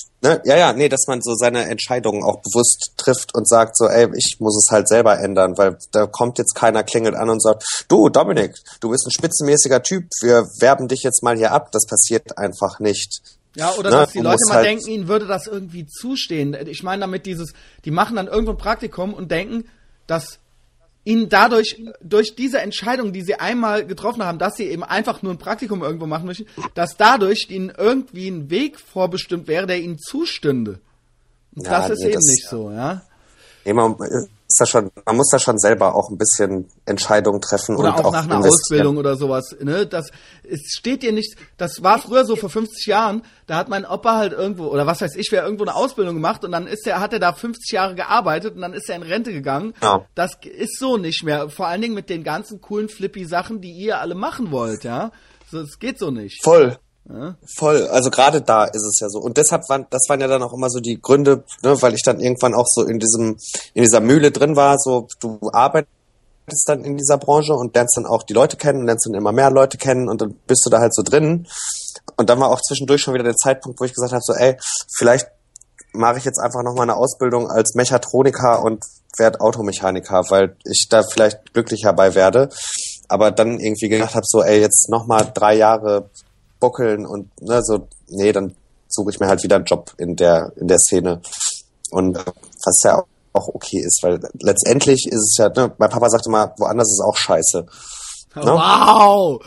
dass man so seine Entscheidungen auch bewusst trifft und sagt so, ich muss es halt selber ändern, weil da kommt jetzt keiner, klingelt an und sagt, du Dominik, du bist ein spitzenmäßiger Typ, wir werben dich jetzt mal hier ab, das passiert einfach nicht. Ja, oder dass die Leute mal denken, ihnen würde das irgendwie zustehen. Ich meine damit die machen dann irgendwo ein Praktikum und denken, dass ihnen durch diese Entscheidung, die sie einmal getroffen haben, dass sie eben einfach nur ein Praktikum irgendwo machen möchten, dass dadurch ihnen irgendwie ein Weg vorbestimmt wäre, der ihnen zustünde. Und das ist eben nicht so, ja. Nee, man muss da schon selber auch ein bisschen Entscheidungen treffen oder und auch nach einer Ausbildung oder sowas, ne? Es steht dir nicht, das war früher so vor 50 Jahren, da hat mein Opa halt irgendwo, oder was weiß ich, wer irgendwo eine Ausbildung gemacht und dann hat er da 50 Jahre gearbeitet und dann ist er in Rente gegangen. Ja. Das ist so nicht mehr, vor allen Dingen mit den ganzen coolen flippy Sachen, die ihr alle machen wollt, ja? Das geht so nicht. Voll. Ja. Voll, also gerade da ist es ja so. Und deshalb waren ja dann auch immer so die Gründe, ne, weil ich dann irgendwann auch so in dieser Mühle drin war, so du arbeitest dann in dieser Branche und lernst dann auch die Leute kennen und lernst dann immer mehr Leute kennen und dann bist du da halt so drin. Und dann war auch zwischendurch schon wieder der Zeitpunkt, wo ich gesagt habe, so vielleicht mache ich jetzt einfach nochmal eine Ausbildung als Mechatroniker und werde Automechaniker, weil ich da vielleicht glücklicher bei werde. Aber dann irgendwie gedacht habe, so jetzt nochmal 3 Jahre buckeln und dann suche ich mir halt wieder einen Job in der Szene. Und was ja auch okay ist, weil letztendlich ist es ja, mein Papa sagte mal, woanders ist auch scheiße. Ne? Wow!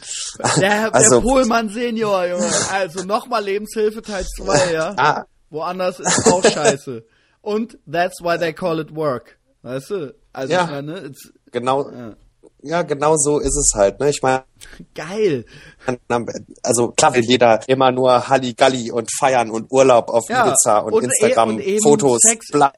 Der Pohlmann Senior, Junge. Also nochmal Lebenshilfe Teil 2, ja? Ah. Woanders ist auch scheiße. Und that's why they call it work. Weißt du? Also ja, ich meine, genau. Ja, genau so ist es halt, ne? Ich meine, geil. Also klar will jeder immer nur Halligalli und feiern und Urlaub auf Ibiza und Instagram, Fotos, bla.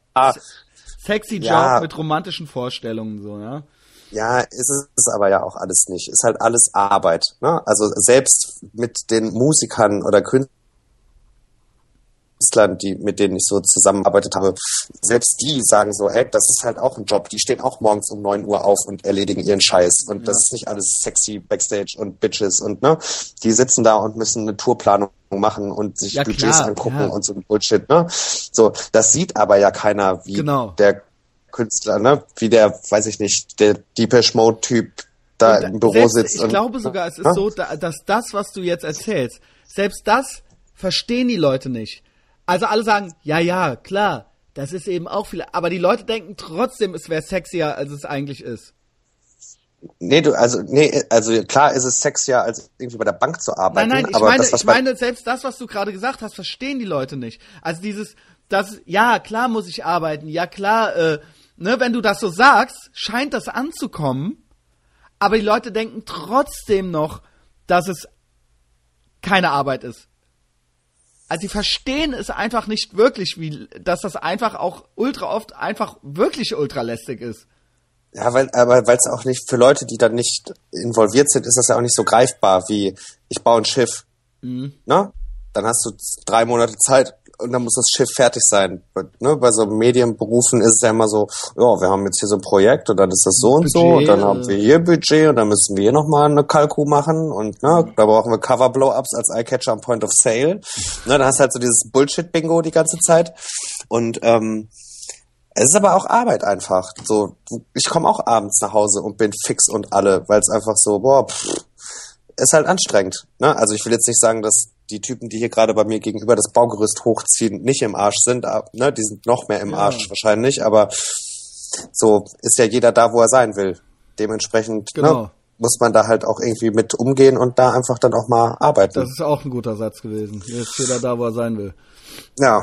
Sexy Job mit romantischen Vorstellungen, so, ja? Ja, ist es aber ja auch alles nicht. Ist halt alles Arbeit, ne? Also selbst mit den Musikern oder Künstlern Künstlern, mit denen ich so zusammengearbeitet habe, selbst die sagen so, ey, das ist halt auch ein Job. Die stehen auch morgens um 9 Uhr auf und erledigen ihren Scheiß. Und das ist nicht alles sexy Backstage und Bitches und ne, die sitzen da und müssen eine Tourplanung machen und sich Budgets angucken und so ein Bullshit, ne? So, das sieht aber ja keiner, wie der Künstler, ne? Wie der, weiß ich nicht, der Depeche Mode Typ da im Büro sitzt. Ich glaube sogar, es ist so, dass das, was du jetzt erzählst, selbst das verstehen die Leute nicht. Also alle sagen, ja, klar, das ist eben auch viel, aber die Leute denken trotzdem, es wäre sexier, als es eigentlich ist. Also klar ist es sexier, als irgendwie bei der Bank zu arbeiten. Nein, ich meine, selbst das, was du gerade gesagt hast, verstehen die Leute nicht. Also ja, klar muss ich arbeiten, ja klar, ne, wenn du das so sagst, scheint das anzukommen, aber die Leute denken trotzdem noch, dass es keine Arbeit ist. Also sie verstehen es einfach nicht wirklich, dass das einfach auch ultra oft einfach wirklich ultralästig ist. Ja, weil es auch nicht, für Leute, die da nicht involviert sind, ist das ja auch nicht so greifbar wie, ich baue ein Schiff. Ne? Dann hast du 3 Monate Zeit und dann muss das Schiff fertig sein. Ne? Bei so Medienberufen ist es ja immer so, ja, wir haben jetzt hier so ein Projekt und dann ist das so und so und dann haben wir hier Budget und dann müssen wir hier nochmal eine Kalku machen und ne, da brauchen wir Cover-Blow-Ups als Eyecatcher am Point of Sale. Ne, dann hast du halt so dieses Bullshit-Bingo die ganze Zeit und es ist aber auch Arbeit einfach. So, ich komme auch abends nach Hause und bin fix und alle, weil es einfach so, ist halt anstrengend. Ne? Also ich will jetzt nicht sagen, dass die Typen, die hier gerade bei mir gegenüber das Baugerüst hochziehen, nicht im Arsch sind. Ne? Die sind noch mehr im Arsch wahrscheinlich, aber so ist ja jeder da, wo er sein will. Dementsprechend ne, muss man da halt auch irgendwie mit umgehen und da einfach dann auch mal arbeiten. Das ist auch ein guter Satz gewesen. Hier ist jeder da, wo er sein will. Ja.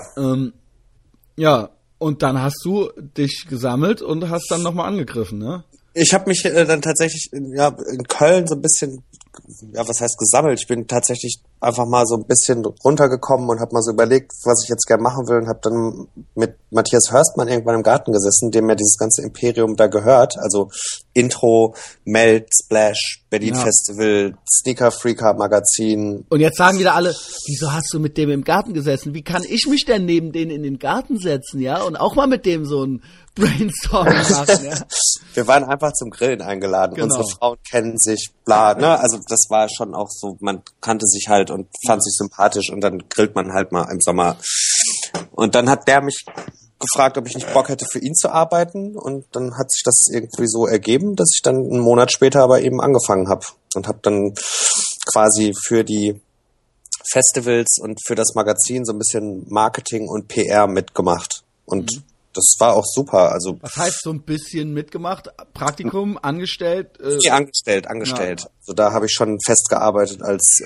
Ja. Und dann hast du dich gesammelt und hast dann nochmal angegriffen, ne? Ich habe mich dann tatsächlich in Köln so ein bisschen, was heißt gesammelt? Ich bin tatsächlich einfach mal so ein bisschen runtergekommen und habe mal so überlegt, was ich jetzt gerne machen will und habe dann mit Matthias Hörstmann irgendwann im Garten gesessen, dem ja dieses ganze Imperium da gehört. Also Intro, Melt, Splash, Berlin Festival, Sneaker Freaker Magazin. Und jetzt sagen wieder alle, wieso hast du mit dem im Garten gesessen? Wie kann ich mich denn neben denen in den Garten setzen, ja? Und auch mal mit dem so ein Brainstorming machen, ja? Wir waren einfach zum Grillen eingeladen. Genau. Unsere Frauen kennen sich, bla, ne? Also das war schon auch so, man kannte sich halt und fand sich sympathisch und dann grillt man halt mal im Sommer. Und dann hat der mich gefragt, ob ich nicht Bock hätte, für ihn zu arbeiten und dann hat sich das irgendwie so ergeben, dass ich dann einen Monat später aber eben angefangen habe und habe dann quasi für die Festivals und für das Magazin so ein bisschen Marketing und PR mitgemacht und das war auch super. Also was heißt so ein bisschen mitgemacht? Praktikum, angestellt? Angestellt. Ja. Also da habe ich schon festgearbeitet als,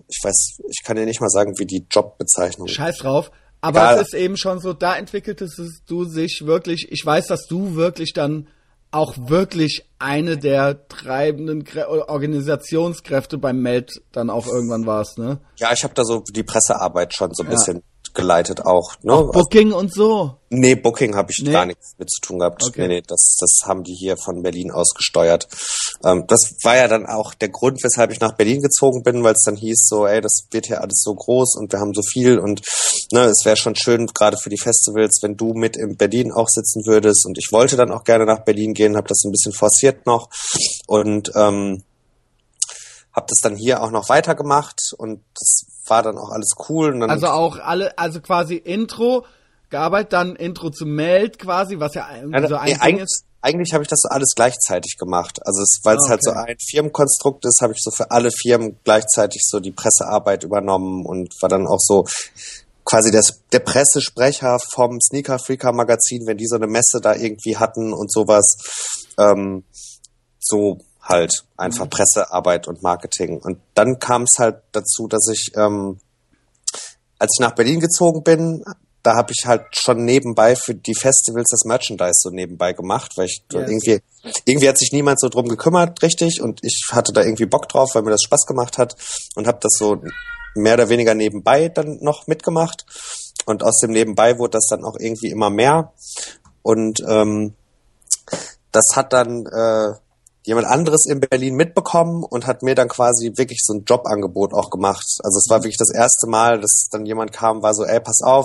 ich kann dir nicht mal sagen, wie die Jobbezeichnung ist. Scheiß drauf. Aber es ist eben schon so, da entwickeltest du sich wirklich, ich weiß, dass du wirklich dann auch wirklich eine der treibenden Organisationskräfte beim Meld dann auch irgendwann warst, ne? Ja, ich habe da so die Pressearbeit schon so ein bisschen geleitet auch. Ne? Auch Booking und so? Nee, Booking habe ich gar nichts mit zu tun gehabt. Okay. Nee, das haben die hier von Berlin aus gesteuert. Das war ja dann auch der Grund, weshalb ich nach Berlin gezogen bin, weil es dann hieß so, ey, das wird hier alles so groß und wir haben so viel und ne, es wäre schon schön, gerade für die Festivals, wenn du mit in Berlin auch sitzen würdest und ich wollte dann auch gerne nach Berlin gehen, habe das ein bisschen forciert noch und habe das dann hier auch noch weitergemacht und das war dann auch alles cool. Und dann also quasi Intro, gearbeitet, dann Intro zu Meld quasi, was ja irgendwie so ein Ding ist. Eigentlich habe ich das so alles gleichzeitig gemacht. Also weil es halt so ein Firmenkonstrukt ist, habe ich so für alle Firmen gleichzeitig so die Pressearbeit übernommen und war dann auch so quasi der Pressesprecher vom Sneaker Freaker Magazin, wenn die so eine Messe da irgendwie hatten und sowas. So halt einfach Pressearbeit und Marketing. Und dann kam es halt dazu, dass ich, als ich nach Berlin gezogen bin, da habe ich halt schon nebenbei für die Festivals das Merchandise so nebenbei gemacht, weil ich irgendwie hat sich niemand so drum gekümmert, richtig, und ich hatte da irgendwie Bock drauf, weil mir das Spaß gemacht hat und habe das so mehr oder weniger nebenbei dann noch mitgemacht. Und aus dem Nebenbei wurde das dann auch irgendwie immer mehr. Und das hat dann jemand anderes in Berlin mitbekommen und hat mir dann quasi wirklich so ein Jobangebot auch gemacht. Also es war wirklich das erste Mal, dass dann jemand kam, war so, ey, pass auf,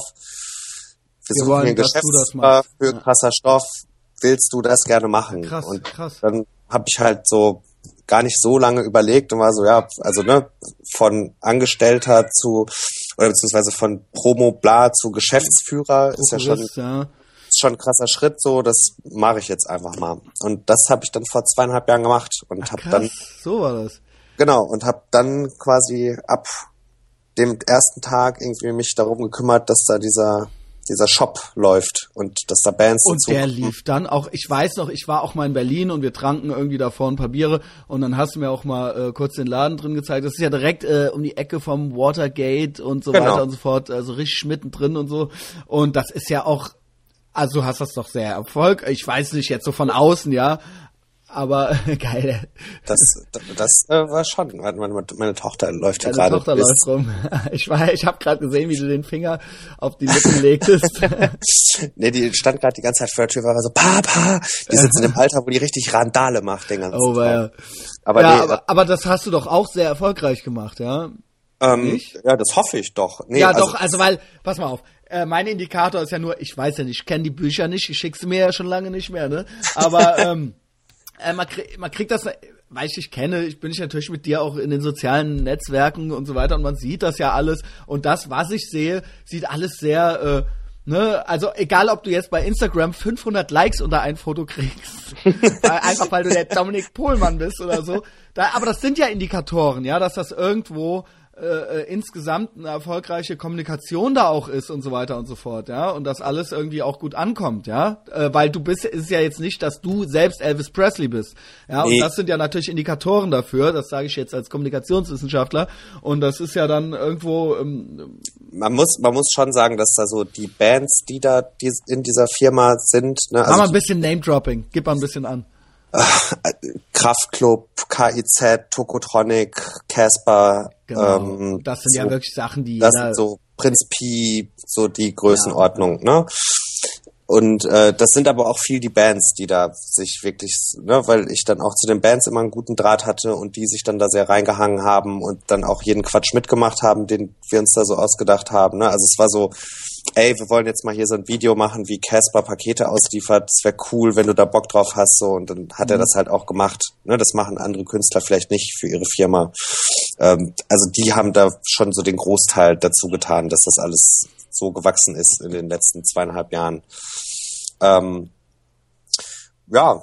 wir suchen hier einen Geschäftsführer für krasser Stoff, willst du das gerne machen? Krass, und krass. Dann habe ich halt so gar nicht so lange überlegt und war so, ja, also ne, von Angestellter zu, oder beziehungsweise von Promo bla zu Geschäftsführer ist ja schon ein krasser Schritt, so, das mache ich jetzt einfach mal. Und das habe ich dann vor 2,5 Jahren gemacht und habe dann, so war das. Genau, und habe dann quasi ab dem ersten Tag irgendwie mich darum gekümmert, dass da dieser Shop läuft und dass da Bands und der lief dann auch, ich weiß noch, ich war auch mal in Berlin und wir tranken irgendwie davor ein paar Biere und dann hast du mir auch mal kurz den Laden drin gezeigt. Das ist ja direkt um die Ecke vom Watergate und so weiter und so fort, also richtig mittendrin und so. Und das ist ja auch, also du hast das doch sehr Erfolg. Ich weiß nicht, jetzt so von außen, ja, aber geil. Das war schon. Meine Tochter läuft hier gerade. Meine Tochter läuft rum. Ich habe gerade gesehen, wie du den Finger auf die Lippen legtest. Nee, die stand gerade die ganze Zeit vor der Tür, war so, Papa! Die sitzt in dem Alter, wo die richtig Randale macht den ganzen Tag. Aber das hast du doch auch sehr erfolgreich gemacht, ja? Nicht? Ja, das hoffe ich doch. Nee, ja, doch, also weil, pass mal auf, mein Indikator ist ja nur, ich weiß ja nicht, ich kenne die Bücher nicht, ich schicke sie mir ja schon lange nicht mehr, ne? Aber man kriegt das, weil ich dich kenne, bin ich natürlich mit dir auch in den sozialen Netzwerken und so weiter und man sieht das ja alles und das, was ich sehe, sieht alles sehr, ne, also egal, ob du jetzt bei Instagram 500 Likes unter ein Foto kriegst, einfach weil du der Dominik Pohlmann bist oder so, aber das sind ja Indikatoren, ja, dass das irgendwo insgesamt eine erfolgreiche Kommunikation da auch ist und so weiter und so fort, ja, und dass alles irgendwie auch gut ankommt, ja, weil du bist, ist ja jetzt nicht, dass du selbst Elvis Presley bist, ja, und das sind ja natürlich Indikatoren dafür, das sage ich jetzt als Kommunikationswissenschaftler und das ist ja dann irgendwo man muss schon sagen, dass da so die Bands, die in dieser Firma sind, ne, also mal ein bisschen Name-Dropping, gib mal ein bisschen an. Kraftklub, KIZ, Tokotronic, Casper. Genau. Das sind so, ja wirklich Sachen, die das sind so Prinz Pi, so die Größenordnung, ne? Und das sind aber auch viel die Bands, die da sich wirklich, ne, weil ich dann auch zu den Bands immer einen guten Draht hatte und die sich dann da sehr reingehangen haben und dann auch jeden Quatsch mitgemacht haben, den wir uns da so ausgedacht haben, ne? Also es war so, ey, wir wollen jetzt mal hier so ein Video machen, wie Casper Pakete ausliefert, das wäre cool, wenn du da Bock drauf hast, so, und dann hat er das halt auch gemacht, ne, das machen andere Künstler vielleicht nicht für ihre Firma, also die haben da schon so den Großteil dazu getan, dass das alles so gewachsen ist in den letzten 2,5 Jahren. Ja,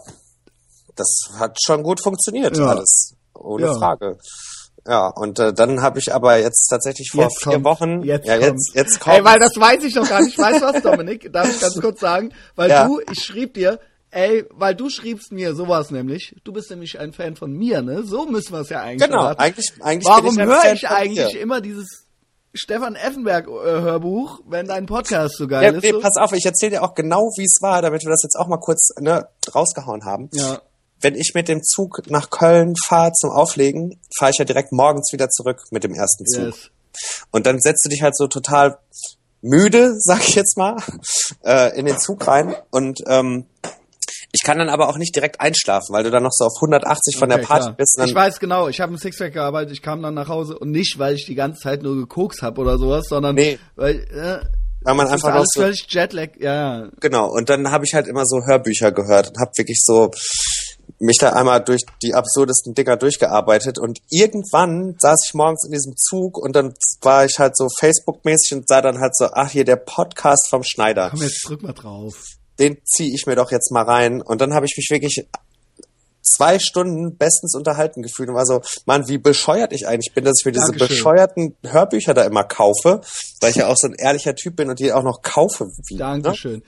das hat schon gut funktioniert, alles, ohne Frage. Ja, und dann habe ich aber jetzt tatsächlich vor 4 Wochen... Jetzt kommt. Ey, weil das weiß ich noch gar nicht. Weißt du was, Dominik? Darf ich ganz kurz sagen? Weil ich schrieb dir, weil du schriebst mir sowas nämlich. Du bist nämlich ein Fan von mir, ne? So müssen wir es ja eigentlich Genau, eigentlich warum höre ich eigentlich immer dieses Stefan Effenberg Hörbuch, wenn dein Podcast so geil ist? Nee, pass auf, ich erzähle dir auch genau, wie es war, damit wir das jetzt auch mal kurz rausgehauen haben. Ja. Wenn ich mit dem Zug nach Köln fahre zum Auflegen, fahre ich ja direkt morgens wieder zurück mit dem ersten Zug. Yes. Und dann setzt du dich halt so total müde, sag ich jetzt mal, in den Zug rein und ich kann dann aber auch nicht direkt einschlafen, weil du dann noch so auf 180 von der Party bist. Ich weiß genau, ich habe im Sixpack gearbeitet, ich kam dann nach Hause und nicht, weil ich die ganze Zeit nur gekokst habe oder sowas, sondern weil man einfach noch alles so völlig Jetlag, ja. Genau, und dann habe ich halt immer so Hörbücher gehört und habe wirklich so mich da einmal durch die absurdesten Dinger durchgearbeitet und irgendwann saß ich morgens in diesem Zug und dann war ich halt so Facebook-mäßig und sah dann halt so, ach hier, der Podcast vom Schneider. Komm, jetzt drück mal drauf. Den ziehe ich mir doch jetzt mal rein und dann habe ich mich wirklich 2 Stunden bestens unterhalten gefühlt und war so, Mann, wie bescheuert ich eigentlich bin, dass ich mir diese bescheuerten Hörbücher da immer kaufe, weil ich ja auch so ein ehrlicher Typ bin und die auch noch kaufe. Dankeschön.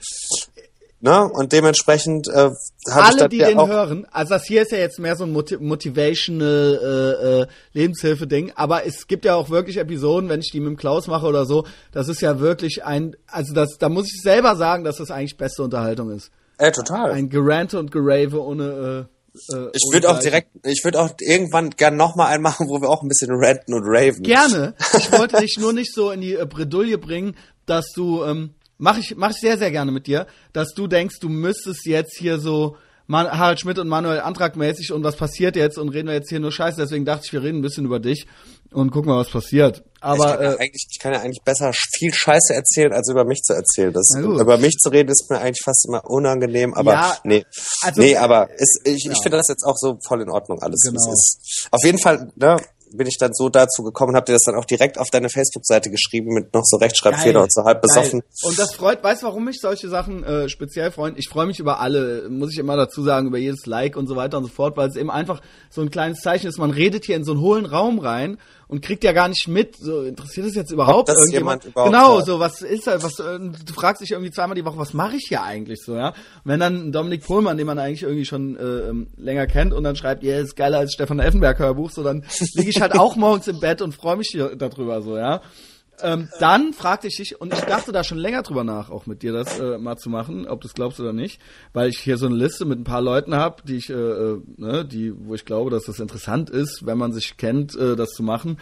Ne? Und dementsprechend habe ich dann die den hören, also das hier ist ja jetzt mehr so ein motivational Lebenshilfe-Ding, aber es gibt ja auch wirklich Episoden, wenn ich die mit dem Klaus mache oder so, das ist ja wirklich da muss ich selber sagen, dass das eigentlich beste Unterhaltung ist. Total. Ein Gerante und Gerave ohne ich würde auch irgendwann gern nochmal einen machen, wo wir auch ein bisschen ranten und raven. Gerne. Ich wollte dich nur nicht so in die Bredouille bringen, dass du, mach ich sehr, sehr gerne mit dir, dass du denkst, du müsstest jetzt hier so Harald Schmidt und Manuel Antrag mäßig und was passiert jetzt und reden wir jetzt hier nur Scheiße. Deswegen dachte ich, wir reden ein bisschen über dich und gucken mal, was passiert. Aber ich kann ja eigentlich besser viel Scheiße erzählen, als über mich zu erzählen. Über mich zu reden ist mir eigentlich fast immer unangenehm, aber ja, nee. Also, aber ich finde das jetzt auch so voll in Ordnung alles. Genau. Ist. Auf jeden Fall, ne, bin ich dann so dazu gekommen und hab dir das dann auch direkt auf deine Facebook-Seite geschrieben mit noch so Rechtschreibfehler und so halb besoffen. Und das freut, weißt du, warum mich solche Sachen speziell freuen? Ich freue mich über alle, muss ich immer dazu sagen, über jedes Like und so weiter und so fort, weil es eben einfach so ein kleines Zeichen ist, man redet hier in so einen hohlen Raum rein und kriegt ja gar nicht mit, so interessiert es jetzt überhaupt irgendjemand? Genau, so was ist da, du fragst dich irgendwie zweimal die Woche, was mache ich hier eigentlich so, ja? Und wenn dann Dominik Pohlmann, den man eigentlich irgendwie schon länger kennt und dann schreibt, ja, ist geiler als Stefan Effenberg Hörbuch, so dann liege ich halt auch morgens im Bett und freue mich darüber so, ja? Dann fragte ich dich, und ich dachte da schon länger drüber nach, auch mit dir das mal zu machen, ob du es glaubst oder nicht, weil ich hier so eine Liste mit ein paar Leuten habe, die ich, wo ich glaube, dass das interessant ist, wenn man sich kennt, das zu machen.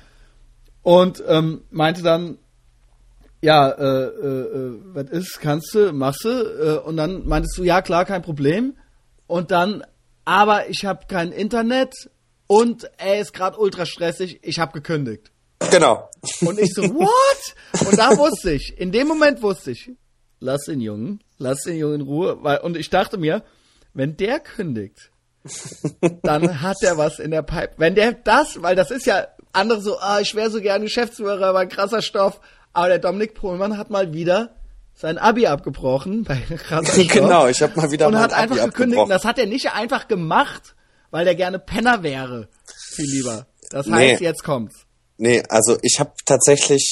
Und meinte dann, ja, was ist, machst du? Und dann meintest du, ja klar, kein Problem. Und dann, aber ich habe kein Internet und ist gerade ultra stressig, ich habe gekündigt. Genau. Und ich so, what? Und da wusste ich, in dem Moment wusste ich, lass den Jungen in Ruhe. Und ich dachte mir, wenn der kündigt, dann hat der was in der Pipe. Wenn der weil das ist ja, andere so, ich wäre so gern Geschäftsführer, aber krasser Stoff. Aber der Dominik Pohlmann hat mal wieder sein Abi abgebrochen bei krasser Stoff. Genau, ich habe mal wieder und mein hat Abi einfach gekündigt. abgebrochen. Das hat er nicht einfach gemacht, weil der gerne Penner wäre. Viel lieber. Das heißt, jetzt kommt's. Nee, also ich habe tatsächlich,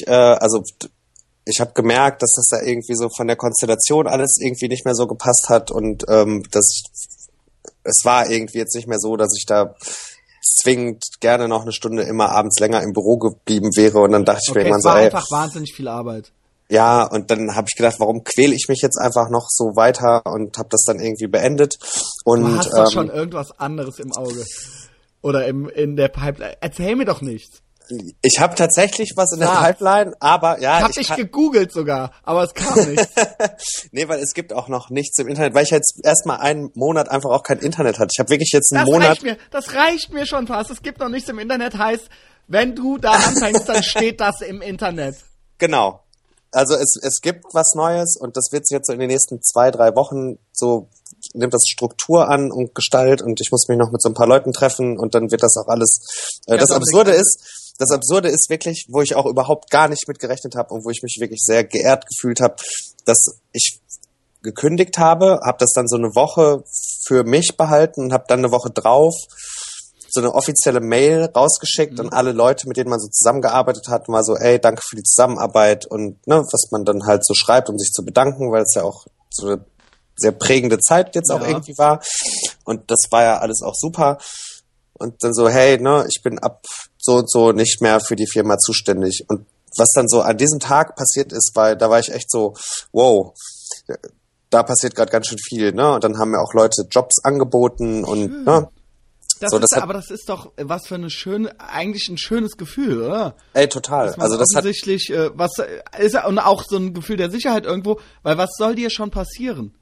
ich habe gemerkt, dass das da irgendwie so von der Konstellation alles irgendwie nicht mehr so gepasst hat und es war irgendwie jetzt nicht mehr so, dass ich da zwingend gerne noch eine Stunde immer abends länger im Büro geblieben wäre und dann dachte ich mir irgendwann so, es war einfach wahnsinnig viel Arbeit. Ja, und dann habe ich gedacht, warum quäle ich mich jetzt einfach noch so weiter und habe das dann irgendwie beendet. Und du hast doch schon irgendwas anderes im Auge oder in der Pipeline. Erzähl mir doch nichts. Ich habe tatsächlich was in der Pipeline, aber ja. Hab ich gegoogelt sogar, aber es kam nichts. Nee, weil es gibt auch noch nichts im Internet, weil ich jetzt erstmal einen Monat einfach auch kein Internet hatte. Ich habe wirklich jetzt einen Monat. Das reicht mir schon fast. Es gibt noch nichts im Internet, heißt, wenn du da anfängst, dann steht das im Internet. Genau. Also es gibt was Neues und das wird sich jetzt so in den nächsten 2-3 Wochen so nimmt das Struktur an und Gestalt und ich muss mich noch mit so ein paar Leuten treffen und dann wird das auch alles. Das Absurde ist wirklich, wo ich auch überhaupt gar nicht mit gerechnet habe und wo ich mich wirklich sehr geehrt gefühlt habe, dass ich gekündigt habe das dann so eine Woche für mich behalten und habe dann eine Woche drauf so eine offizielle Mail rausgeschickt an alle Leute, mit denen man so zusammengearbeitet hat, mal so, ey, danke für die Zusammenarbeit und ne, was man dann halt so schreibt, um sich zu bedanken, weil es ja auch so eine sehr prägende Zeit jetzt auch irgendwie war. Und das war ja alles auch super. Und dann so, hey, ne, ich bin ab so und so nicht mehr für die Firma zuständig. Und was dann so an diesem Tag passiert ist, weil da war ich echt so, wow, da passiert gerade ganz schön viel, ne? Und dann haben mir auch Leute Jobs angeboten und ne. Aber das ist doch was für eigentlich ein schönes Gefühl, oder? Ey, total. Also das offensichtlich, was ist und auch so ein Gefühl der Sicherheit irgendwo, weil was soll dir schon passieren?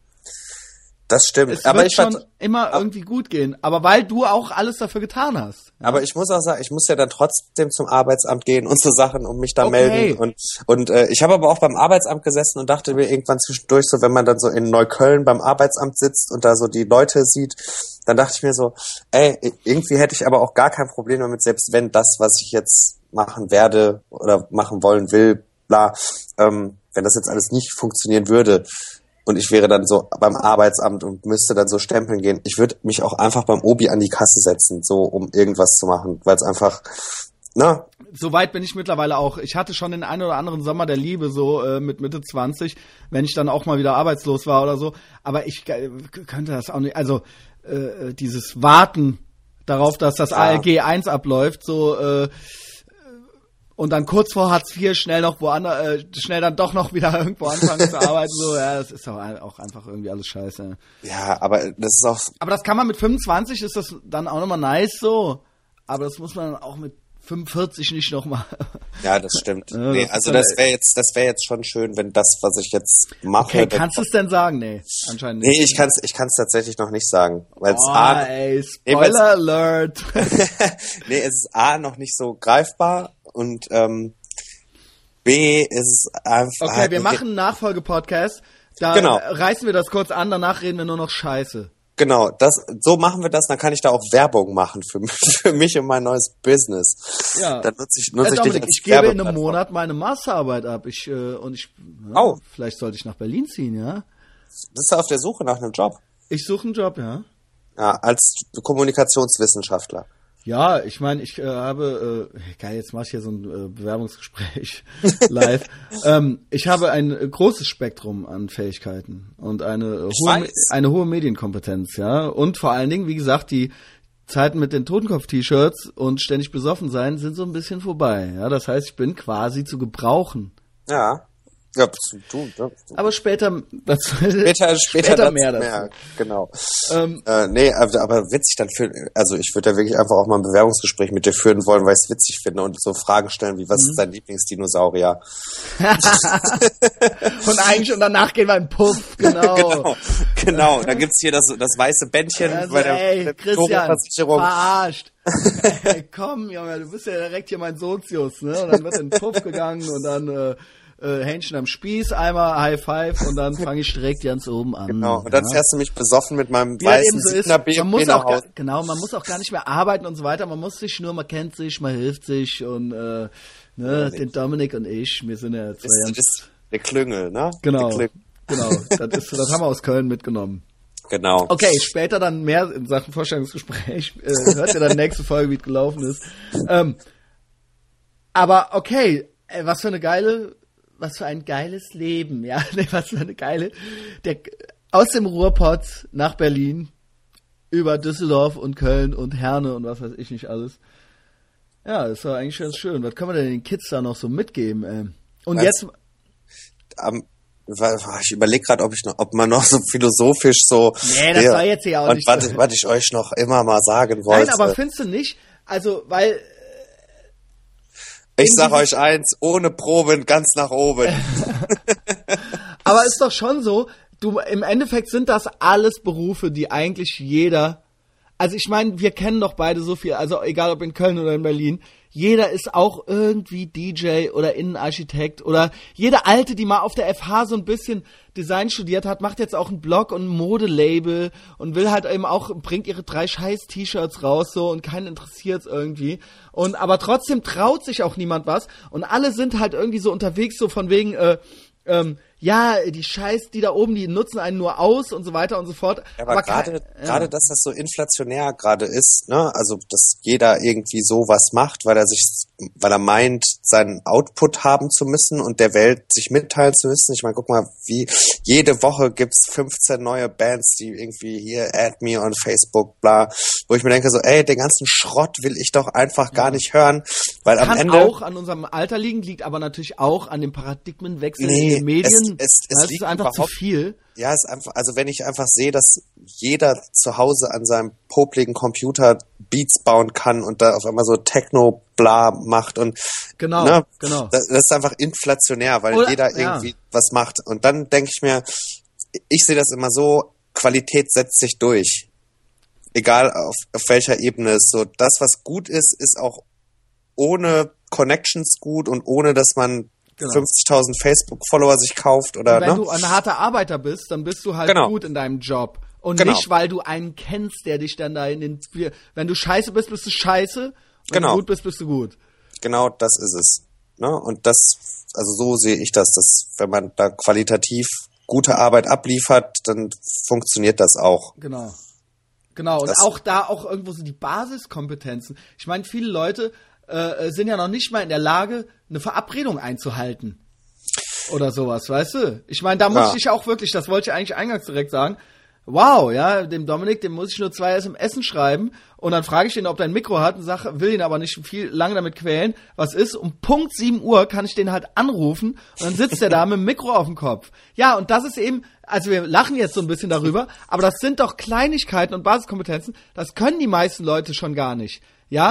Das stimmt. Es wird schon immer irgendwie gut gehen, aber weil du auch alles dafür getan hast. Ja. Aber ich muss auch sagen, ich muss ja dann trotzdem zum Arbeitsamt gehen und so Sachen und mich da melden. Und ich habe aber auch beim Arbeitsamt gesessen und dachte mir irgendwann zwischendurch so, wenn man dann so in Neukölln beim Arbeitsamt sitzt und da so die Leute sieht, dann dachte ich mir so, ey, irgendwie hätte ich aber auch gar kein Problem damit, selbst wenn das, was ich jetzt machen werde oder machen wollen will, bla, wenn das jetzt alles nicht funktionieren würde, und ich wäre dann so beim Arbeitsamt und müsste dann so stempeln gehen. Ich würde mich auch einfach beim Obi an die Kasse setzen, so um irgendwas zu machen, weil es einfach, ne? So weit bin ich mittlerweile auch. Ich hatte schon den einen oder anderen Sommer der Liebe, so mit Mitte 20, wenn ich dann auch mal wieder arbeitslos war oder so. Aber ich könnte das auch nicht, also dieses Warten darauf, dass das ALG 1 abläuft, so und dann kurz vor Hartz IV schnell dann doch noch wieder irgendwo anfangen zu arbeiten. So, ja, das ist auch einfach irgendwie alles scheiße. Ja, aber das ist auch. Aber das kann man mit 25, ist das dann auch nochmal nice so. Aber das muss man dann auch mit 45 nicht nochmal. Ja, das stimmt. Ja, nee, das also ist das wäre jetzt schon schön, wenn das, was ich jetzt mache. Okay, kannst du es denn sagen? Nee, anscheinend nicht. Nee, ich kann's tatsächlich noch nicht sagen. Weil Spoiler Alert. Nee, es ist A, noch nicht so greifbar und B, ist es einfach... Okay, wir machen einen Nachfolge-Podcast, da reißen wir das kurz an, danach reden wir nur noch Scheiße. Genau, so machen wir das, dann kann ich da auch Werbung machen für mich und mein neues Business. Ja. Dann nutze ich Dominik, ich gebe in einem Monat meine Masterarbeit ab. Vielleicht sollte ich nach Berlin ziehen, ja? Bist du auf der Suche nach einem Job? Ich suche einen Job, ja. Ja, als Kommunikationswissenschaftler. Ja, ich meine, ich habe, geil, jetzt mache ich hier so ein Bewerbungsgespräch live. Ich habe ein großes Spektrum an Fähigkeiten und eine hohe Medienkompetenz, ja. Und vor allen Dingen, wie gesagt, die Zeiten mit den Totenkopf-T-Shirts und ständig besoffen sein sind so ein bisschen vorbei. Ja, das heißt, ich bin quasi zu gebrauchen. Ja. Ja, du. Aber später mehr dazu. Mehr, genau. Nee, aber witzig dann also ich würde ja wirklich einfach auch mal ein Bewerbungsgespräch mit dir führen wollen, weil ich es witzig finde und so Fragen stellen wie, was ist dein Lieblingsdinosaurier? und danach gehen wir in Puff, genau. Genau. Da gibt's hier das weiße Bändchen also, bei der Christian, verarscht. Komm, Junge, du bist ja direkt hier mein Sozius, ne? Und dann wird in den Puff gegangen und dann Hähnchen am Spieß, einmal High Five und dann fange ich direkt ganz oben an. Genau, und dann fährst du mich besoffen mit meinem weißen 7er BMW nach Hause. Genau, man muss auch gar nicht mehr arbeiten und so weiter, man kennt sich, man hilft sich und den Dominik und ich, wir sind ja zwei ist der Klüngel, ne? Genau, das haben wir aus Köln mitgenommen. Genau. Okay, später dann mehr in Sachen Vorstellungsgespräch, hört ihr dann nächste Folge, wie es gelaufen ist. Aber okay, was für ein geiles Leben, ja, was für eine geile, aus dem Ruhrpott nach Berlin, über Düsseldorf und Köln und Herne und was weiß ich nicht alles. Ja, das war eigentlich ganz schön. Was können wir denn den Kids da noch so mitgeben, Und jetzt... ich überlege gerade, ob man noch so philosophisch so... Nee, das war jetzt ja auch nicht so. Was ich euch noch immer mal sagen wollte. Nein, aber findest du nicht? Also, weil... Ich sag euch eins, ohne Proben ganz nach oben. Aber ist doch schon so, im Endeffekt sind das alles Berufe, die eigentlich jeder, also ich meine, wir kennen doch beide so viel, also egal ob in Köln oder in Berlin, jeder ist auch irgendwie DJ oder Innenarchitekt oder jede Alte, die mal auf der FH so ein bisschen Design studiert hat, macht jetzt auch einen Blog und ein Modelabel und will halt eben auch, bringt ihre 3 Scheiß-T-Shirts raus so und keinen interessiert's irgendwie. Und aber trotzdem traut sich auch niemand was und alle sind halt irgendwie so unterwegs, so von wegen, ja, die Scheiß, die da oben, die nutzen einen nur aus und so weiter und so fort. Ja, aber gerade, dass das so inflationär gerade ist, ne, also, dass jeder irgendwie sowas macht, weil er meint, seinen Output haben zu müssen und der Welt sich mitteilen zu müssen. Ich meine, guck mal, wie jede Woche gibt's 15 neue Bands, die irgendwie hier add me on Facebook, bla, wo ich mir denke so, ey, den ganzen Schrott will ich doch einfach gar nicht hören, weil am Ende... Kann auch an unserem Alter liegen, liegt aber natürlich auch an dem Paradigmenwechsel in den Medien. Es das ist einfach zu viel. Ja, es ist einfach, also wenn ich einfach sehe, dass jeder zu Hause an seinem popligen Computer Beats bauen kann und da auf einmal so Techno-Bla macht und genau. Das ist einfach inflationär, weil jeder irgendwie was macht. Und dann denke ich mir, ich sehe das immer so, Qualität setzt sich durch. Egal auf welcher Ebene es so. Das, was gut ist, ist auch ohne Connections gut und ohne, dass man 50.000 Facebook-Follower sich kauft oder. Und wenn du ein harter Arbeiter bist, dann bist du halt gut in deinem Job. Und nicht, weil du einen kennst, der dich dann da wenn du scheiße bist, bist du scheiße. Wenn du gut bist, bist du gut. Genau, das ist es. Ne? Und also so sehe ich das, dass wenn man da qualitativ gute Arbeit abliefert, dann funktioniert das auch. Genau. Und auch irgendwo so die Basiskompetenzen. Ich meine, viele Leute sind ja noch nicht mal in der Lage, eine Verabredung einzuhalten. Oder sowas, weißt du? Ich meine, da muss ich auch wirklich, das wollte ich eigentlich eingangs direkt sagen, wow, ja, dem Dominik, dem muss ich nur 2 SMS schreiben und dann frage ich ihn, ob er ein Mikro hat und will ihn aber nicht lange damit quälen. Was ist? Um Punkt 7 Uhr kann ich den halt anrufen und dann sitzt er da mit dem Mikro auf dem Kopf. Ja, und das ist eben, also wir lachen jetzt so ein bisschen darüber, aber das sind doch Kleinigkeiten und Basiskompetenzen, das können die meisten Leute schon gar nicht. Ja?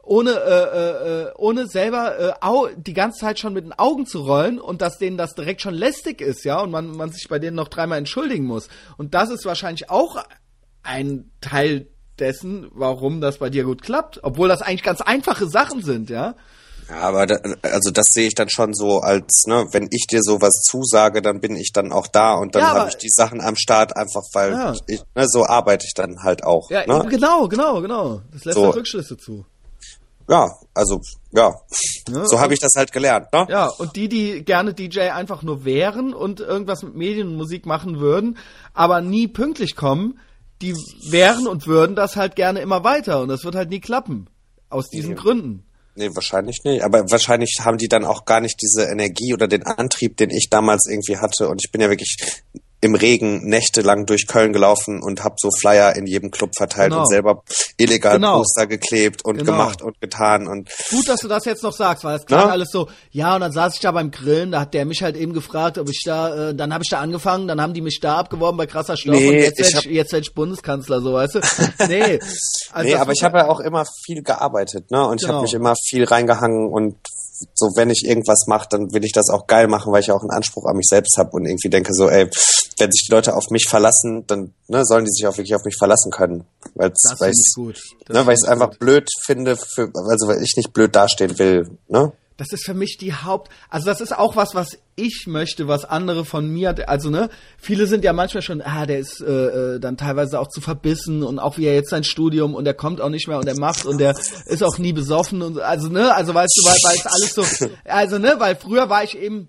ohne selber die ganze Zeit schon mit den Augen zu rollen und dass denen das direkt schon lästig ist, ja, und man sich bei denen noch 3-mal entschuldigen muss. Und das ist wahrscheinlich auch ein Teil dessen, warum das bei dir gut klappt, obwohl das eigentlich ganz einfache Sachen sind, ja. Ja, aber das sehe ich dann schon so als, ne, wenn ich dir sowas zusage, dann bin ich dann auch da und dann habe ich die Sachen am Start, einfach weil so arbeite ich dann halt auch. Ja, ne? Genau. Das lässt auch Rückschlüsse zu. Ja, also, so habe ich das halt gelernt, ne? Ja, und die gerne DJ einfach nur wären und irgendwas mit Medien und Musik machen würden, aber nie pünktlich kommen, die wären und würden das halt gerne immer weiter und das wird halt nie klappen. Aus diesen Gründen. Nee, wahrscheinlich nicht. Aber wahrscheinlich haben die dann auch gar nicht diese Energie oder den Antrieb, den ich damals irgendwie hatte. Und ich bin ja wirklich im Regen nächtelang durch Köln gelaufen und habe so Flyer in jedem Club verteilt und selber illegal Poster geklebt und gemacht und getan. Und gut, dass du das jetzt noch sagst, weil es klang alles so, ja, und dann saß ich da beim Grillen, da hat der mich halt eben gefragt, ob ich da, dann habe ich da angefangen, dann haben die mich da abgeworben bei Krasser Stoff und jetzt werd ich Bundeskanzler, so, weißt du? Nee. Also aber ich habe ja auch immer viel gearbeitet, ne? Und ich habe mich immer viel reingehangen und so, wenn ich irgendwas mache, dann will ich das auch geil machen, weil ich auch einen Anspruch an mich selbst habe und irgendwie denke so, ey, wenn sich die Leute auf mich verlassen, dann sollen die sich auch wirklich auf mich verlassen können. Weil ich es einfach blöd finde, weil ich nicht blöd dastehen will. Ne? Das ist für mich also das ist auch was ich möchte, was andere von mir, also ne, viele sind ja manchmal schon, der ist dann teilweise auch zu verbissen und auch wie er jetzt sein Studium und er kommt auch nicht mehr und er macht und der ist auch nie besoffen und also ne, also weißt du, weil es alles so, also ne, weil früher war ich eben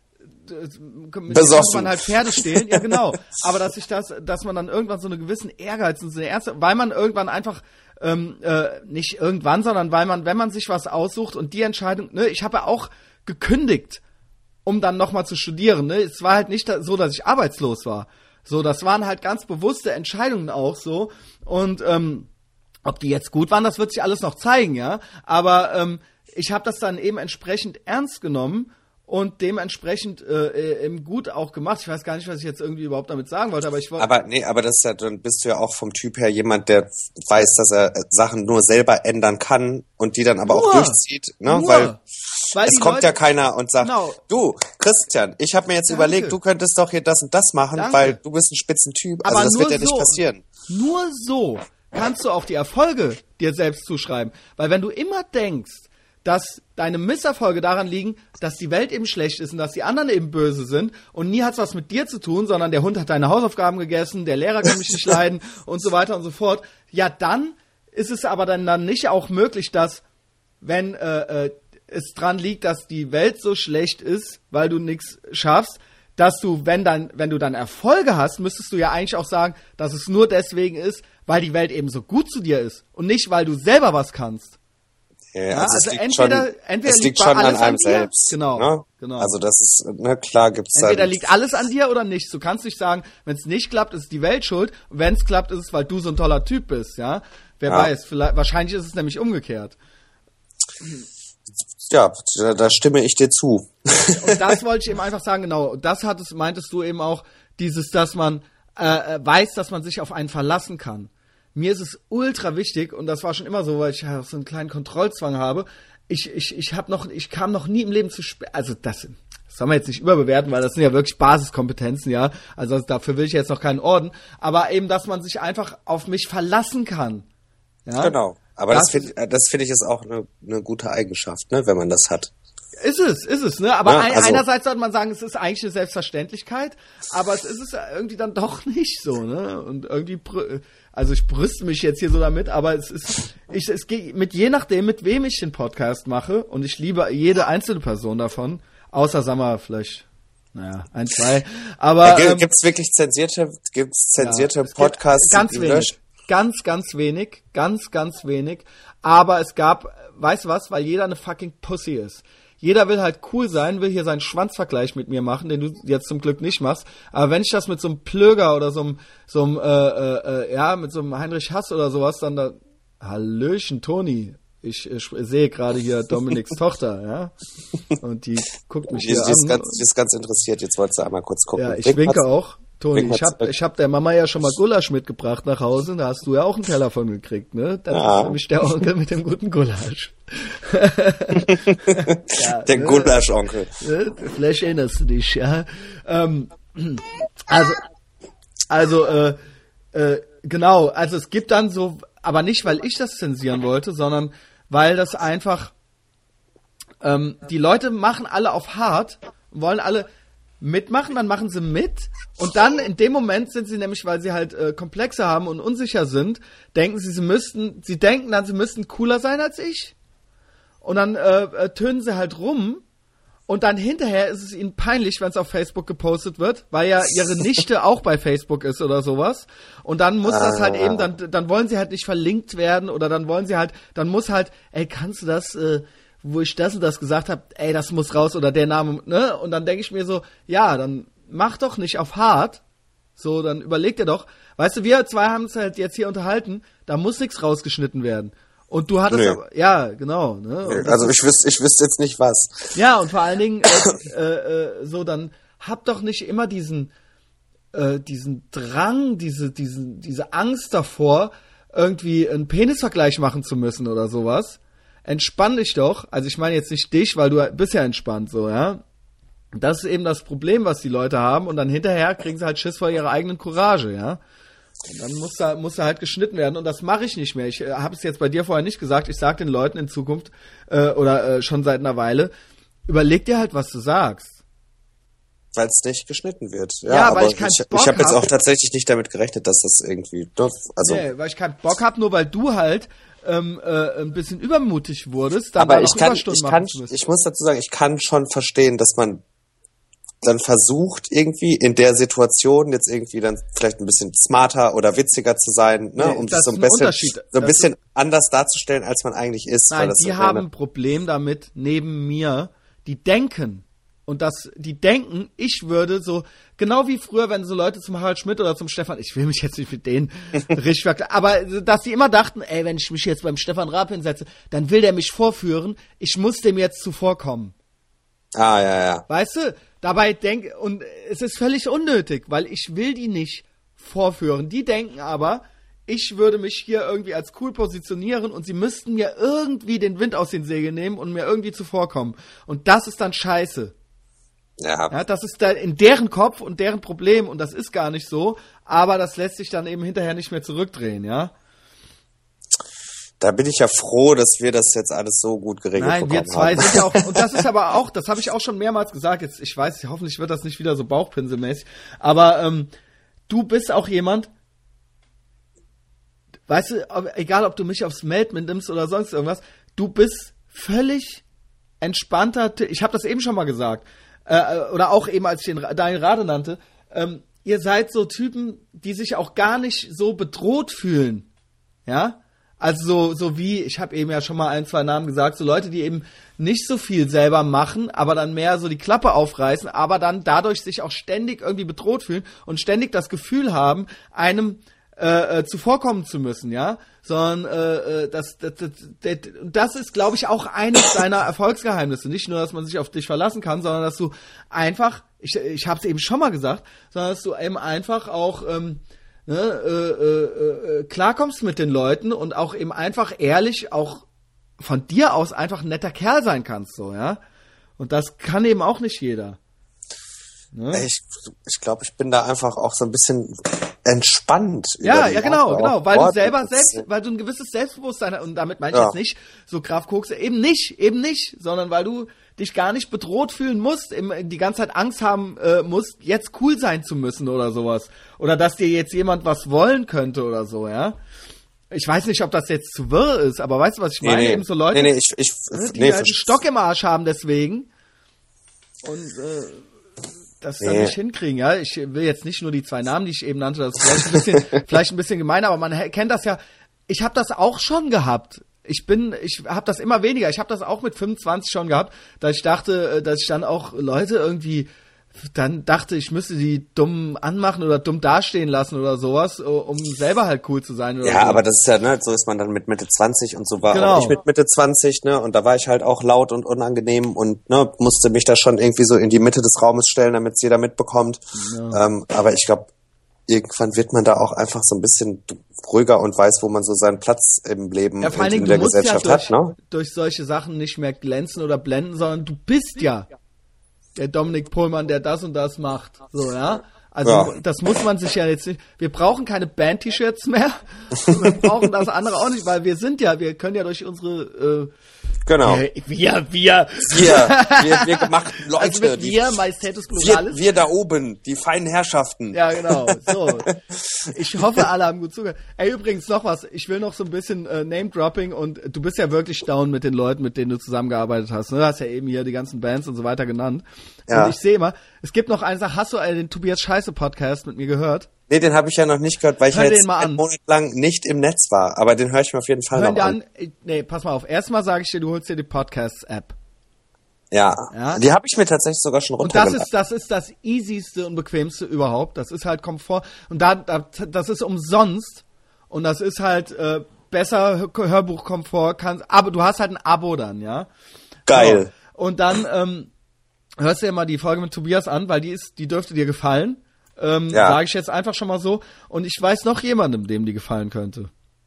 besoffen. Man halt Pferde stehlen, ja genau, aber dass man dann irgendwann so einen gewissen Ehrgeiz und so eine Ernste, weil man irgendwann einfach nicht irgendwann, sondern weil man, wenn man sich was aussucht und die Entscheidung, ne, ich habe ja auch gekündigt, um dann nochmal zu studieren, ne, es war halt nicht so, dass ich arbeitslos war, so, das waren halt ganz bewusste Entscheidungen auch so und ob die jetzt gut waren, das wird sich alles noch zeigen, ja, aber ich habe das dann eben entsprechend ernst genommen und dementsprechend eben gut auch gemacht. Ich weiß gar nicht, was ich jetzt irgendwie überhaupt damit sagen wollte, aber ich wollte... Aber das ist ja, dann bist du ja auch vom Typ her jemand, der weiß, dass er Sachen nur selber ändern kann und die dann aber auch durchzieht, ne? Weil es kommt ja keiner und sagt, du, Christian, ich habe mir jetzt überlegt, du könntest doch hier das und das machen, weil du bist ein Spitzentyp. Also aber das wird ja nicht passieren. Nur so kannst du auch die Erfolge dir selbst zuschreiben. Weil wenn du immer denkst, dass deine Misserfolge daran liegen, dass die Welt eben schlecht ist und dass die anderen eben böse sind und nie hat's was mit dir zu tun, sondern der Hund hat deine Hausaufgaben gegessen, der Lehrer kann mich nicht leiden und so weiter und so fort. Ja, dann ist es aber dann nicht auch möglich, dass, wenn es dran liegt, dass die Welt so schlecht ist, weil du nichts schaffst, dass du, wenn du dann Erfolge hast, müsstest du ja eigentlich auch sagen, dass es nur deswegen ist, weil die Welt eben so gut zu dir ist und nicht, weil du selber was kannst. Ja, also entweder liegt schon an einem selbst. Genau, ne? Genau. Also das ist, ne, klar gibt's dann... Entweder liegt alles an dir oder nicht. Du kannst nicht sagen, wenn es nicht klappt, ist die Welt schuld. Und wenn es klappt, ist es, weil du so ein toller Typ bist, ja. Wer weiß, wahrscheinlich ist es nämlich umgekehrt. Ja, da stimme ich dir zu. Und das wollte ich eben einfach sagen, genau. Das meintest du eben auch, dass man weiß, dass man sich auf einen verlassen kann. Mir ist es ultra wichtig, und das war schon immer so, weil ich so einen kleinen Kontrollzwang habe. Ich kam noch nie im Leben zu spät. Also das soll man jetzt nicht überbewerten, weil das sind ja wirklich Basiskompetenzen, ja. Also dafür will ich jetzt noch keinen Orden. Aber eben, dass man sich einfach auf mich verlassen kann. Ja? Genau. Aber das finde ich ist auch eine gute Eigenschaft, ne, wenn man das hat. Ist es, ne? Aber einerseits sollte man sagen, es ist eigentlich eine Selbstverständlichkeit, aber es ist es irgendwie dann doch nicht so, ne? Und irgendwie, also ich brüste mich jetzt hier so damit, aber es geht je nachdem, mit wem ich den Podcast mache, und ich liebe jede einzelne Person davon, außer, sagen wir, vielleicht, naja, 1, 2, aber... Gibt's wirklich zensierte Podcasts? Ganz wenig. Ganz wenig. Aber es gab, weißt du was, weil jeder eine fucking Pussy ist. Jeder will halt cool sein, will hier seinen Schwanzvergleich mit mir machen, den du jetzt zum Glück nicht machst. Aber wenn ich das mit so einem Plöger oder mit so einem Heinrich Hass oder sowas, dann da, Hallöchen, Toni. Ich sehe gerade hier Dominiks Tochter, ja. Und die guckt mich hier an. Die ist ganz interessiert. Jetzt wolltest du einmal kurz gucken. Ja, ich winke auch. Toni, ich hab der Mama ja schon mal Gulasch mitgebracht nach Hause, da hast du ja auch einen Teller von gekriegt, ne? Das ist nämlich der Onkel mit dem guten Gulasch. Ja, der Gulasch-Onkel. Vielleicht erinnerst du dich, ja. Genau, also es gibt dann so, aber nicht, weil ich das zensieren wollte, sondern weil das einfach, die Leute machen alle auf hart, wollen alle mitmachen, dann machen sie mit und dann in dem Moment sind sie nämlich, weil sie halt Komplexe haben und unsicher sind, denken sie müssten cooler sein als ich und dann tönen sie halt rum und dann hinterher ist es ihnen peinlich, wenn es auf Facebook gepostet wird, weil ja ihre Nichte auch bei Facebook ist oder sowas und dann muss das halt eben, dann wollen sie halt nicht verlinkt werden oder dann muss halt, ey, kannst du das, wo ich das und das gesagt habe, ey, das muss raus oder der Name, ne? Und dann denke ich mir so, ja, dann mach doch nicht auf hart. So, dann überleg dir doch. Weißt du, wir zwei haben uns halt jetzt hier unterhalten, da muss nichts rausgeschnitten werden. Und du hattest aber, ja, genau, ne? Also ich wüsste jetzt nicht was. Ja, und vor allen Dingen, so, dann hab doch nicht immer diesen Drang, diese Angst davor, irgendwie einen Penisvergleich machen zu müssen oder sowas. Entspann dich doch. Also ich meine jetzt nicht dich, weil du bist ja entspannt, so, ja. Das ist eben das Problem, was die Leute haben und dann hinterher kriegen sie halt Schiss vor ihrer eigenen Courage, ja. Und dann muss da halt geschnitten werden und das mache ich nicht mehr. Ich habe es jetzt bei dir vorher nicht gesagt. Ich sage den Leuten in Zukunft schon seit einer Weile, überleg dir halt, was du sagst. Weil es nicht geschnitten wird. Ja, aber ich habe jetzt auch tatsächlich nicht damit gerechnet, dass das irgendwie... Nee, weil ich keinen Bock habe, nur weil du halt ein bisschen übermutig wurdest, dann aber ich muss dazu sagen, ich kann schon verstehen, dass man dann versucht, irgendwie in der Situation jetzt irgendwie dann vielleicht ein bisschen smarter oder witziger zu sein, ne, um sich so ein bisschen anders darzustellen, als man eigentlich ist. Nein, weil die haben ein Problem damit, neben mir, die denken, ich würde so, genau wie früher, wenn so Leute zum Harald Schmidt oder zum Stefan, ich will mich jetzt nicht mit denen richtig vergleichen, aber dass sie immer dachten, ey, wenn ich mich jetzt beim Stefan Raab hinsetze, dann will der mich vorführen, ich muss dem jetzt zuvorkommen. Ja. Weißt du, dabei und es ist völlig unnötig, weil ich will die nicht vorführen. Die denken aber, ich würde mich hier irgendwie als cool positionieren und sie müssten mir irgendwie den Wind aus den Segeln nehmen und mir irgendwie zuvorkommen. Und das ist dann scheiße. Ja, das ist da in deren Kopf und deren Problem und das ist gar nicht so, aber das lässt sich dann eben hinterher nicht mehr zurückdrehen, ja. Da bin ich ja froh, dass wir das jetzt alles so gut geregelt bekommen haben. Nein, wir zwei sind ja auch, und das ist aber auch, das habe ich auch schon mehrmals gesagt, jetzt, ich weiß, hoffentlich wird das nicht wieder so bauchpinselmäßig, aber du bist auch jemand, weißt du, egal ob du mich aufs Meld mitnimmst oder sonst irgendwas, du bist völlig entspannter, ich habe das eben schon mal gesagt, oder auch eben, als ich deinen Rade nannte, ihr seid so Typen, die sich auch gar nicht so bedroht fühlen, ja, also so wie, ich habe eben ja schon mal 1, 2 Namen gesagt, so Leute, die eben nicht so viel selber machen, aber dann mehr so die Klappe aufreißen, aber dann dadurch sich auch ständig irgendwie bedroht fühlen und ständig das Gefühl haben, einem zuvorkommen zu müssen, ja, sondern das ist, glaube ich, auch eines deiner Erfolgsgeheimnisse. Nicht nur, dass man sich auf dich verlassen kann, sondern dass du einfach, ich habe es eben schon mal gesagt, sondern dass du eben einfach auch klarkommst mit den Leuten und auch eben einfach ehrlich auch von dir aus einfach ein netter Kerl sein kannst, so, ja. Und das kann eben auch nicht jeder. Ne? Ich glaube, ich bin da einfach auch so ein bisschen entspannt. Ja, genau, weil du selber weil du ein gewisses Selbstbewusstsein hast, und damit meine ich jetzt nicht so Graf Koks, eben nicht, sondern weil du dich gar nicht bedroht fühlen musst, die ganze Zeit Angst haben musst, jetzt cool sein zu müssen oder sowas. Oder dass dir jetzt jemand was wollen könnte oder so, ja. Ich weiß nicht, ob das jetzt zu wirr ist, aber weißt du, was ich meine? Eben so Leute, die halt einen Stock im Arsch haben deswegen und das dann nicht hinkriegen, ja. Ich will jetzt nicht nur die 2 Namen, die ich eben nannte, das ist vielleicht ein bisschen gemein, aber man kennt das ja. Ich habe das auch schon gehabt. Ich habe das immer weniger. Ich habe das auch mit 25 schon gehabt, dass ich dachte, dass ich dann auch Leute irgendwie dann dachte ich, müsste die dumm anmachen oder dumm dastehen lassen oder sowas, um selber halt cool zu sein. Oder ja, so. aber das ist ja, ne, so ist man dann mit Mitte 20 und so war Genau. auch ich mit Mitte 20, ne, und da war ich halt auch laut und unangenehm und, ne, musste mich da schon irgendwie so in die Mitte des Raumes stellen, damit es jeder mitbekommt. Ja. Aber ich glaube, irgendwann wird man da auch einfach so ein bisschen ruhiger und weiß, wo man so seinen Platz im Leben und in der Gesellschaft hat, ne? Durch solche Sachen nicht mehr glänzen oder blenden, sondern du bist ja der Dominik Pohlmann, der das und das macht. So, ja? Also das muss man sich ja jetzt nicht. Wir brauchen keine Band-T-Shirts mehr. Wir brauchen das andere auch nicht, weil wir können ja durch unsere genau. Wir gemachten Leute. Also mit Majestätis Pluralis. Wir da oben, die feinen Herrschaften. Ja, genau. So. Ich hoffe, alle haben gut zugehört. Ey, übrigens noch was. Ich will noch so ein bisschen Name-Dropping und du bist ja wirklich down mit den Leuten, mit denen du zusammengearbeitet hast. Ne? Du hast ja eben hier die ganzen Bands und so weiter genannt. Ja. Und ich sehe immer, es gibt noch eine Sache. Hast du den Tobias Scheiße Podcast mit mir gehört? Nee, den habe ich ja noch nicht gehört, weil ich ja jetzt einen Monat lang nicht im Netz war. Aber den höre ich mir auf jeden Fall noch an. Nee, pass mal auf. Erstmal sage ich dir, du holst dir die Podcast-App. Ja, die habe ich mir tatsächlich sogar schon runtergeladen. Und das ist das easyste und bequemste überhaupt. Das ist halt Komfort. Und das ist umsonst. Und das ist halt besser Hörbuchkomfort. Aber du hast halt ein Abo dann, ja? Geil. So. Und dann hörst du dir mal die Folge mit Tobias an, weil die dürfte dir gefallen. Sage ich jetzt einfach schon mal so. Und ich weiß noch jemandem, dem die gefallen könnte.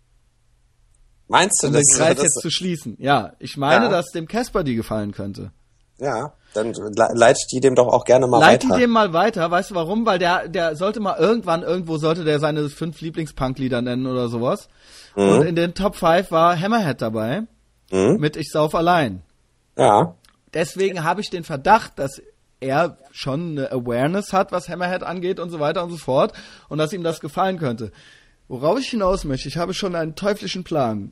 Meinst du, um den Kreis jetzt zu schließen? Ja, ich meine, dass dem Casper die gefallen könnte. Ja, dann leite ich die dem doch auch gerne mal weiter. Leite die dem mal weiter, weißt du warum? Weil der sollte mal irgendwo sollte der seine 5 Lieblingspunk-Lieder nennen oder sowas. Mhm. Und in den Top 5 war Hammerhead dabei. Mit Ich sauf allein. Ja. Deswegen habe ich den Verdacht, dass er schon eine Awareness hat, was Hammerhead angeht und so weiter und so fort. Und dass ihm das gefallen könnte. Worauf ich hinaus möchte, ich habe schon einen teuflischen Plan.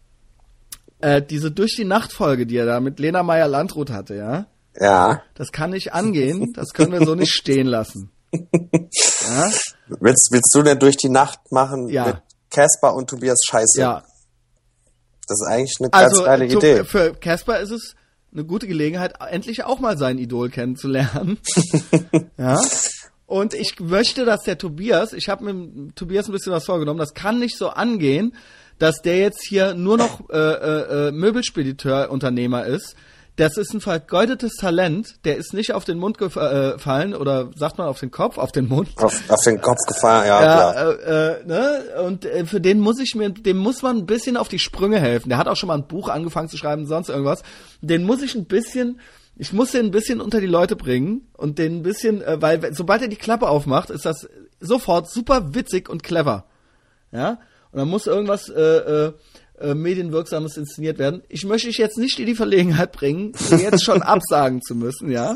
Diese Durch die Nacht-Folge, die er da mit Lena Meyer-Landrut hatte, ja? Ja. Das kann nicht angehen, das können wir so nicht stehen lassen. Ja? Willst du denn Durch die Nacht machen mit Casper und Tobias Scheiße? Ja. Das ist eigentlich eine ganz geile Idee. Für Casper ist es eine gute Gelegenheit, endlich auch mal sein Idol kennenzulernen. Ja. Und ich möchte, dass der Tobias, ich habe mit Tobias ein bisschen was vorgenommen, das kann nicht so angehen, dass der jetzt hier nur noch Möbelspediteur-Unternehmer ist. Das ist ein vergeudetes Talent, der ist nicht auf den Mund gefallen, oder sagt man auf den Kopf, auf den Mund? Auf den Kopf gefallen, ja. Ne? Und für dem muss man ein bisschen auf die Sprünge helfen. Der hat auch schon mal ein Buch angefangen zu schreiben, sonst irgendwas. Ich muss den ein bisschen unter die Leute bringen und den ein bisschen, weil sobald er die Klappe aufmacht, ist das sofort super witzig und clever. Ja? Und dann muss irgendwas Medienwirksames inszeniert werden. Ich möchte dich jetzt nicht in die Verlegenheit bringen, jetzt schon absagen zu müssen, ja?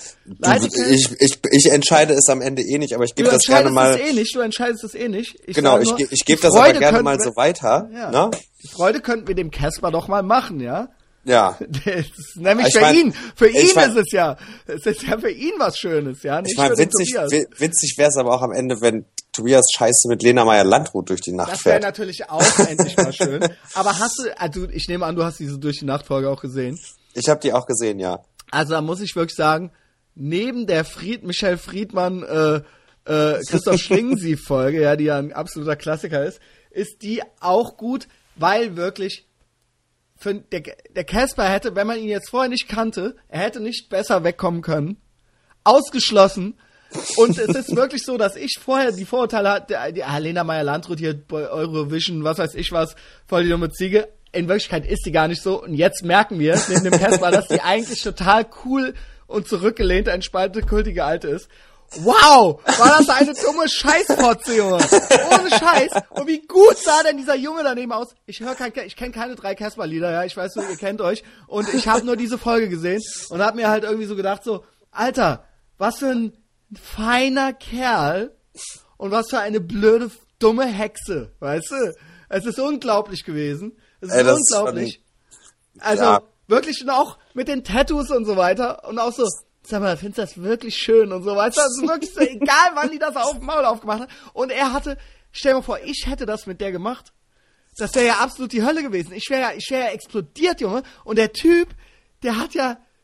Ich entscheide es am Ende eh nicht, aber ich gebe das gerne mal. Du entscheidest es eh nicht. Ich gebe das aber gerne mal so weiter. Ja. Ne? Die Freude könnten wir dem Casper doch mal machen, ja? Ja. Das ist nämlich ihn. Für ihn ist es ja für ihn was Schönes, ja? Nicht für den Tobias. Witzig wäre es aber auch am Ende, wenn Tobias Scheiße mit Lena Meyer-Landrut durch die Nacht fährt. Das wäre natürlich auch endlich mal schön. Aber ich nehme an, du hast diese Durch die Nacht-Folge auch gesehen. Ich habe die auch gesehen, ja. Also da muss ich wirklich sagen, neben der Michel Friedmann, Christoph Schlingensief-Folge, ja, die ja ein absoluter Klassiker ist die auch gut, weil wirklich der Casper hätte, wenn man ihn jetzt vorher nicht kannte, er hätte nicht besser wegkommen können. Ausgeschlossen. Und es ist wirklich so, dass ich vorher die Vorurteile hatte, Lena Meyer-Landrut hier bei Eurovision, was weiß ich was, voll die dumme Ziege. In Wirklichkeit ist die gar nicht so. Und jetzt merken wir, neben dem Casper, dass die eigentlich total cool und zurückgelehnt, entspannte, kultige Alte ist. Wow, war das eine dumme Scheißfotze, Junge. Ohne Scheiß. Und wie gut sah denn dieser Junge daneben aus? Ich kenne keine 3 Casper-Lieder, ja. Ich weiß nur, ihr kennt euch. Und ich habe nur diese Folge gesehen und habe mir halt irgendwie so gedacht, so, Alter, was für ein feiner Kerl und was für eine blöde, dumme Hexe, weißt du? Es ist unglaublich gewesen. Es ist unglaublich. Wirklich, und auch mit den Tattoos und so weiter. Und auch so, sag mal, findest du das wirklich schön und so, weißt du? Das ist wirklich so, egal wann die das Maul aufgemacht hat. Und er hatte, stell dir mal vor, ich hätte das mit der gemacht. Das wäre ja absolut die Hölle gewesen. Ich wäre ja explodiert, Junge. Und der Typ, der hat ja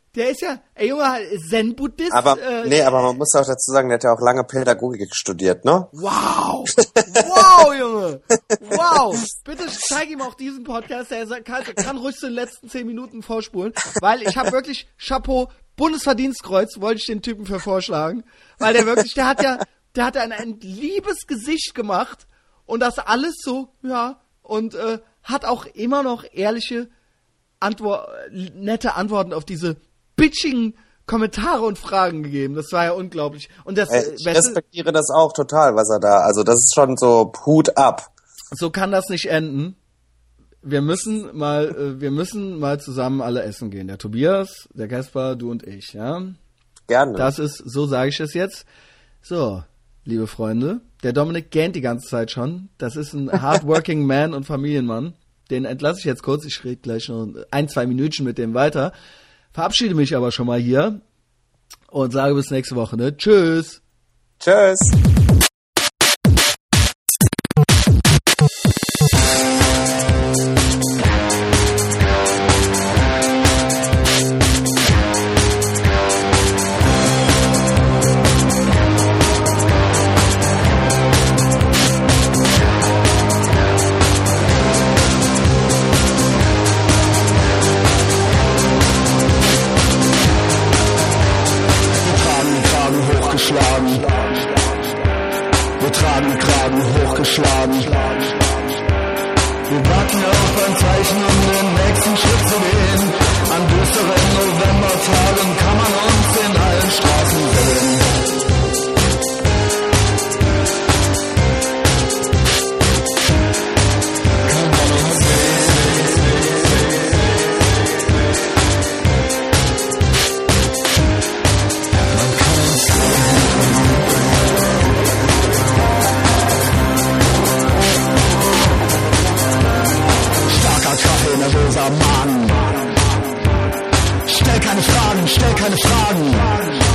Der ist ja, ey Junge, Zen-Buddhist. Aber man muss auch dazu sagen, der hat ja auch lange Pädagogik studiert, ne? Wow! Wow, Junge! Wow! Bitte zeig ihm auch diesen Podcast, der kann ruhig zu den letzten 10 Minuten vorspulen, weil ich habe wirklich, Chapeau, Bundesverdienstkreuz wollte ich den Typen für vorschlagen, weil der hat ein liebes Gesicht gemacht und das alles so, ja, und hat auch immer noch ehrliche nette Antworten auf diese bitchigen Kommentare und Fragen gegeben. Das war ja unglaublich. Und das, ich respektiere das auch total, was er da, also das ist schon so Hut ab. So kann das nicht enden. Wir müssen mal zusammen alle essen gehen. Der Tobias, der Kaspar, du und ich, ja? Gerne. Das ist, so sage ich es jetzt. So, liebe Freunde, der Dominik gähnt die ganze Zeit schon. Das ist ein hardworking Man und Familienmann. Den entlasse ich jetzt kurz. Ich rede gleich noch 1-2 Minütchen mit dem weiter. Verabschiede mich aber schon mal hier und sage bis nächste Woche, ne? Tschüss. Tschüss. Wir tragen Kragen hochgeschlagen. Wir warten auf ein Zeichen, um den nächsten Schritt zu gehen. An düsteren Novembertagen kann man uns in allen Straßen sehen. Nervöser Mann. Stell keine Fragen, stell keine Fragen.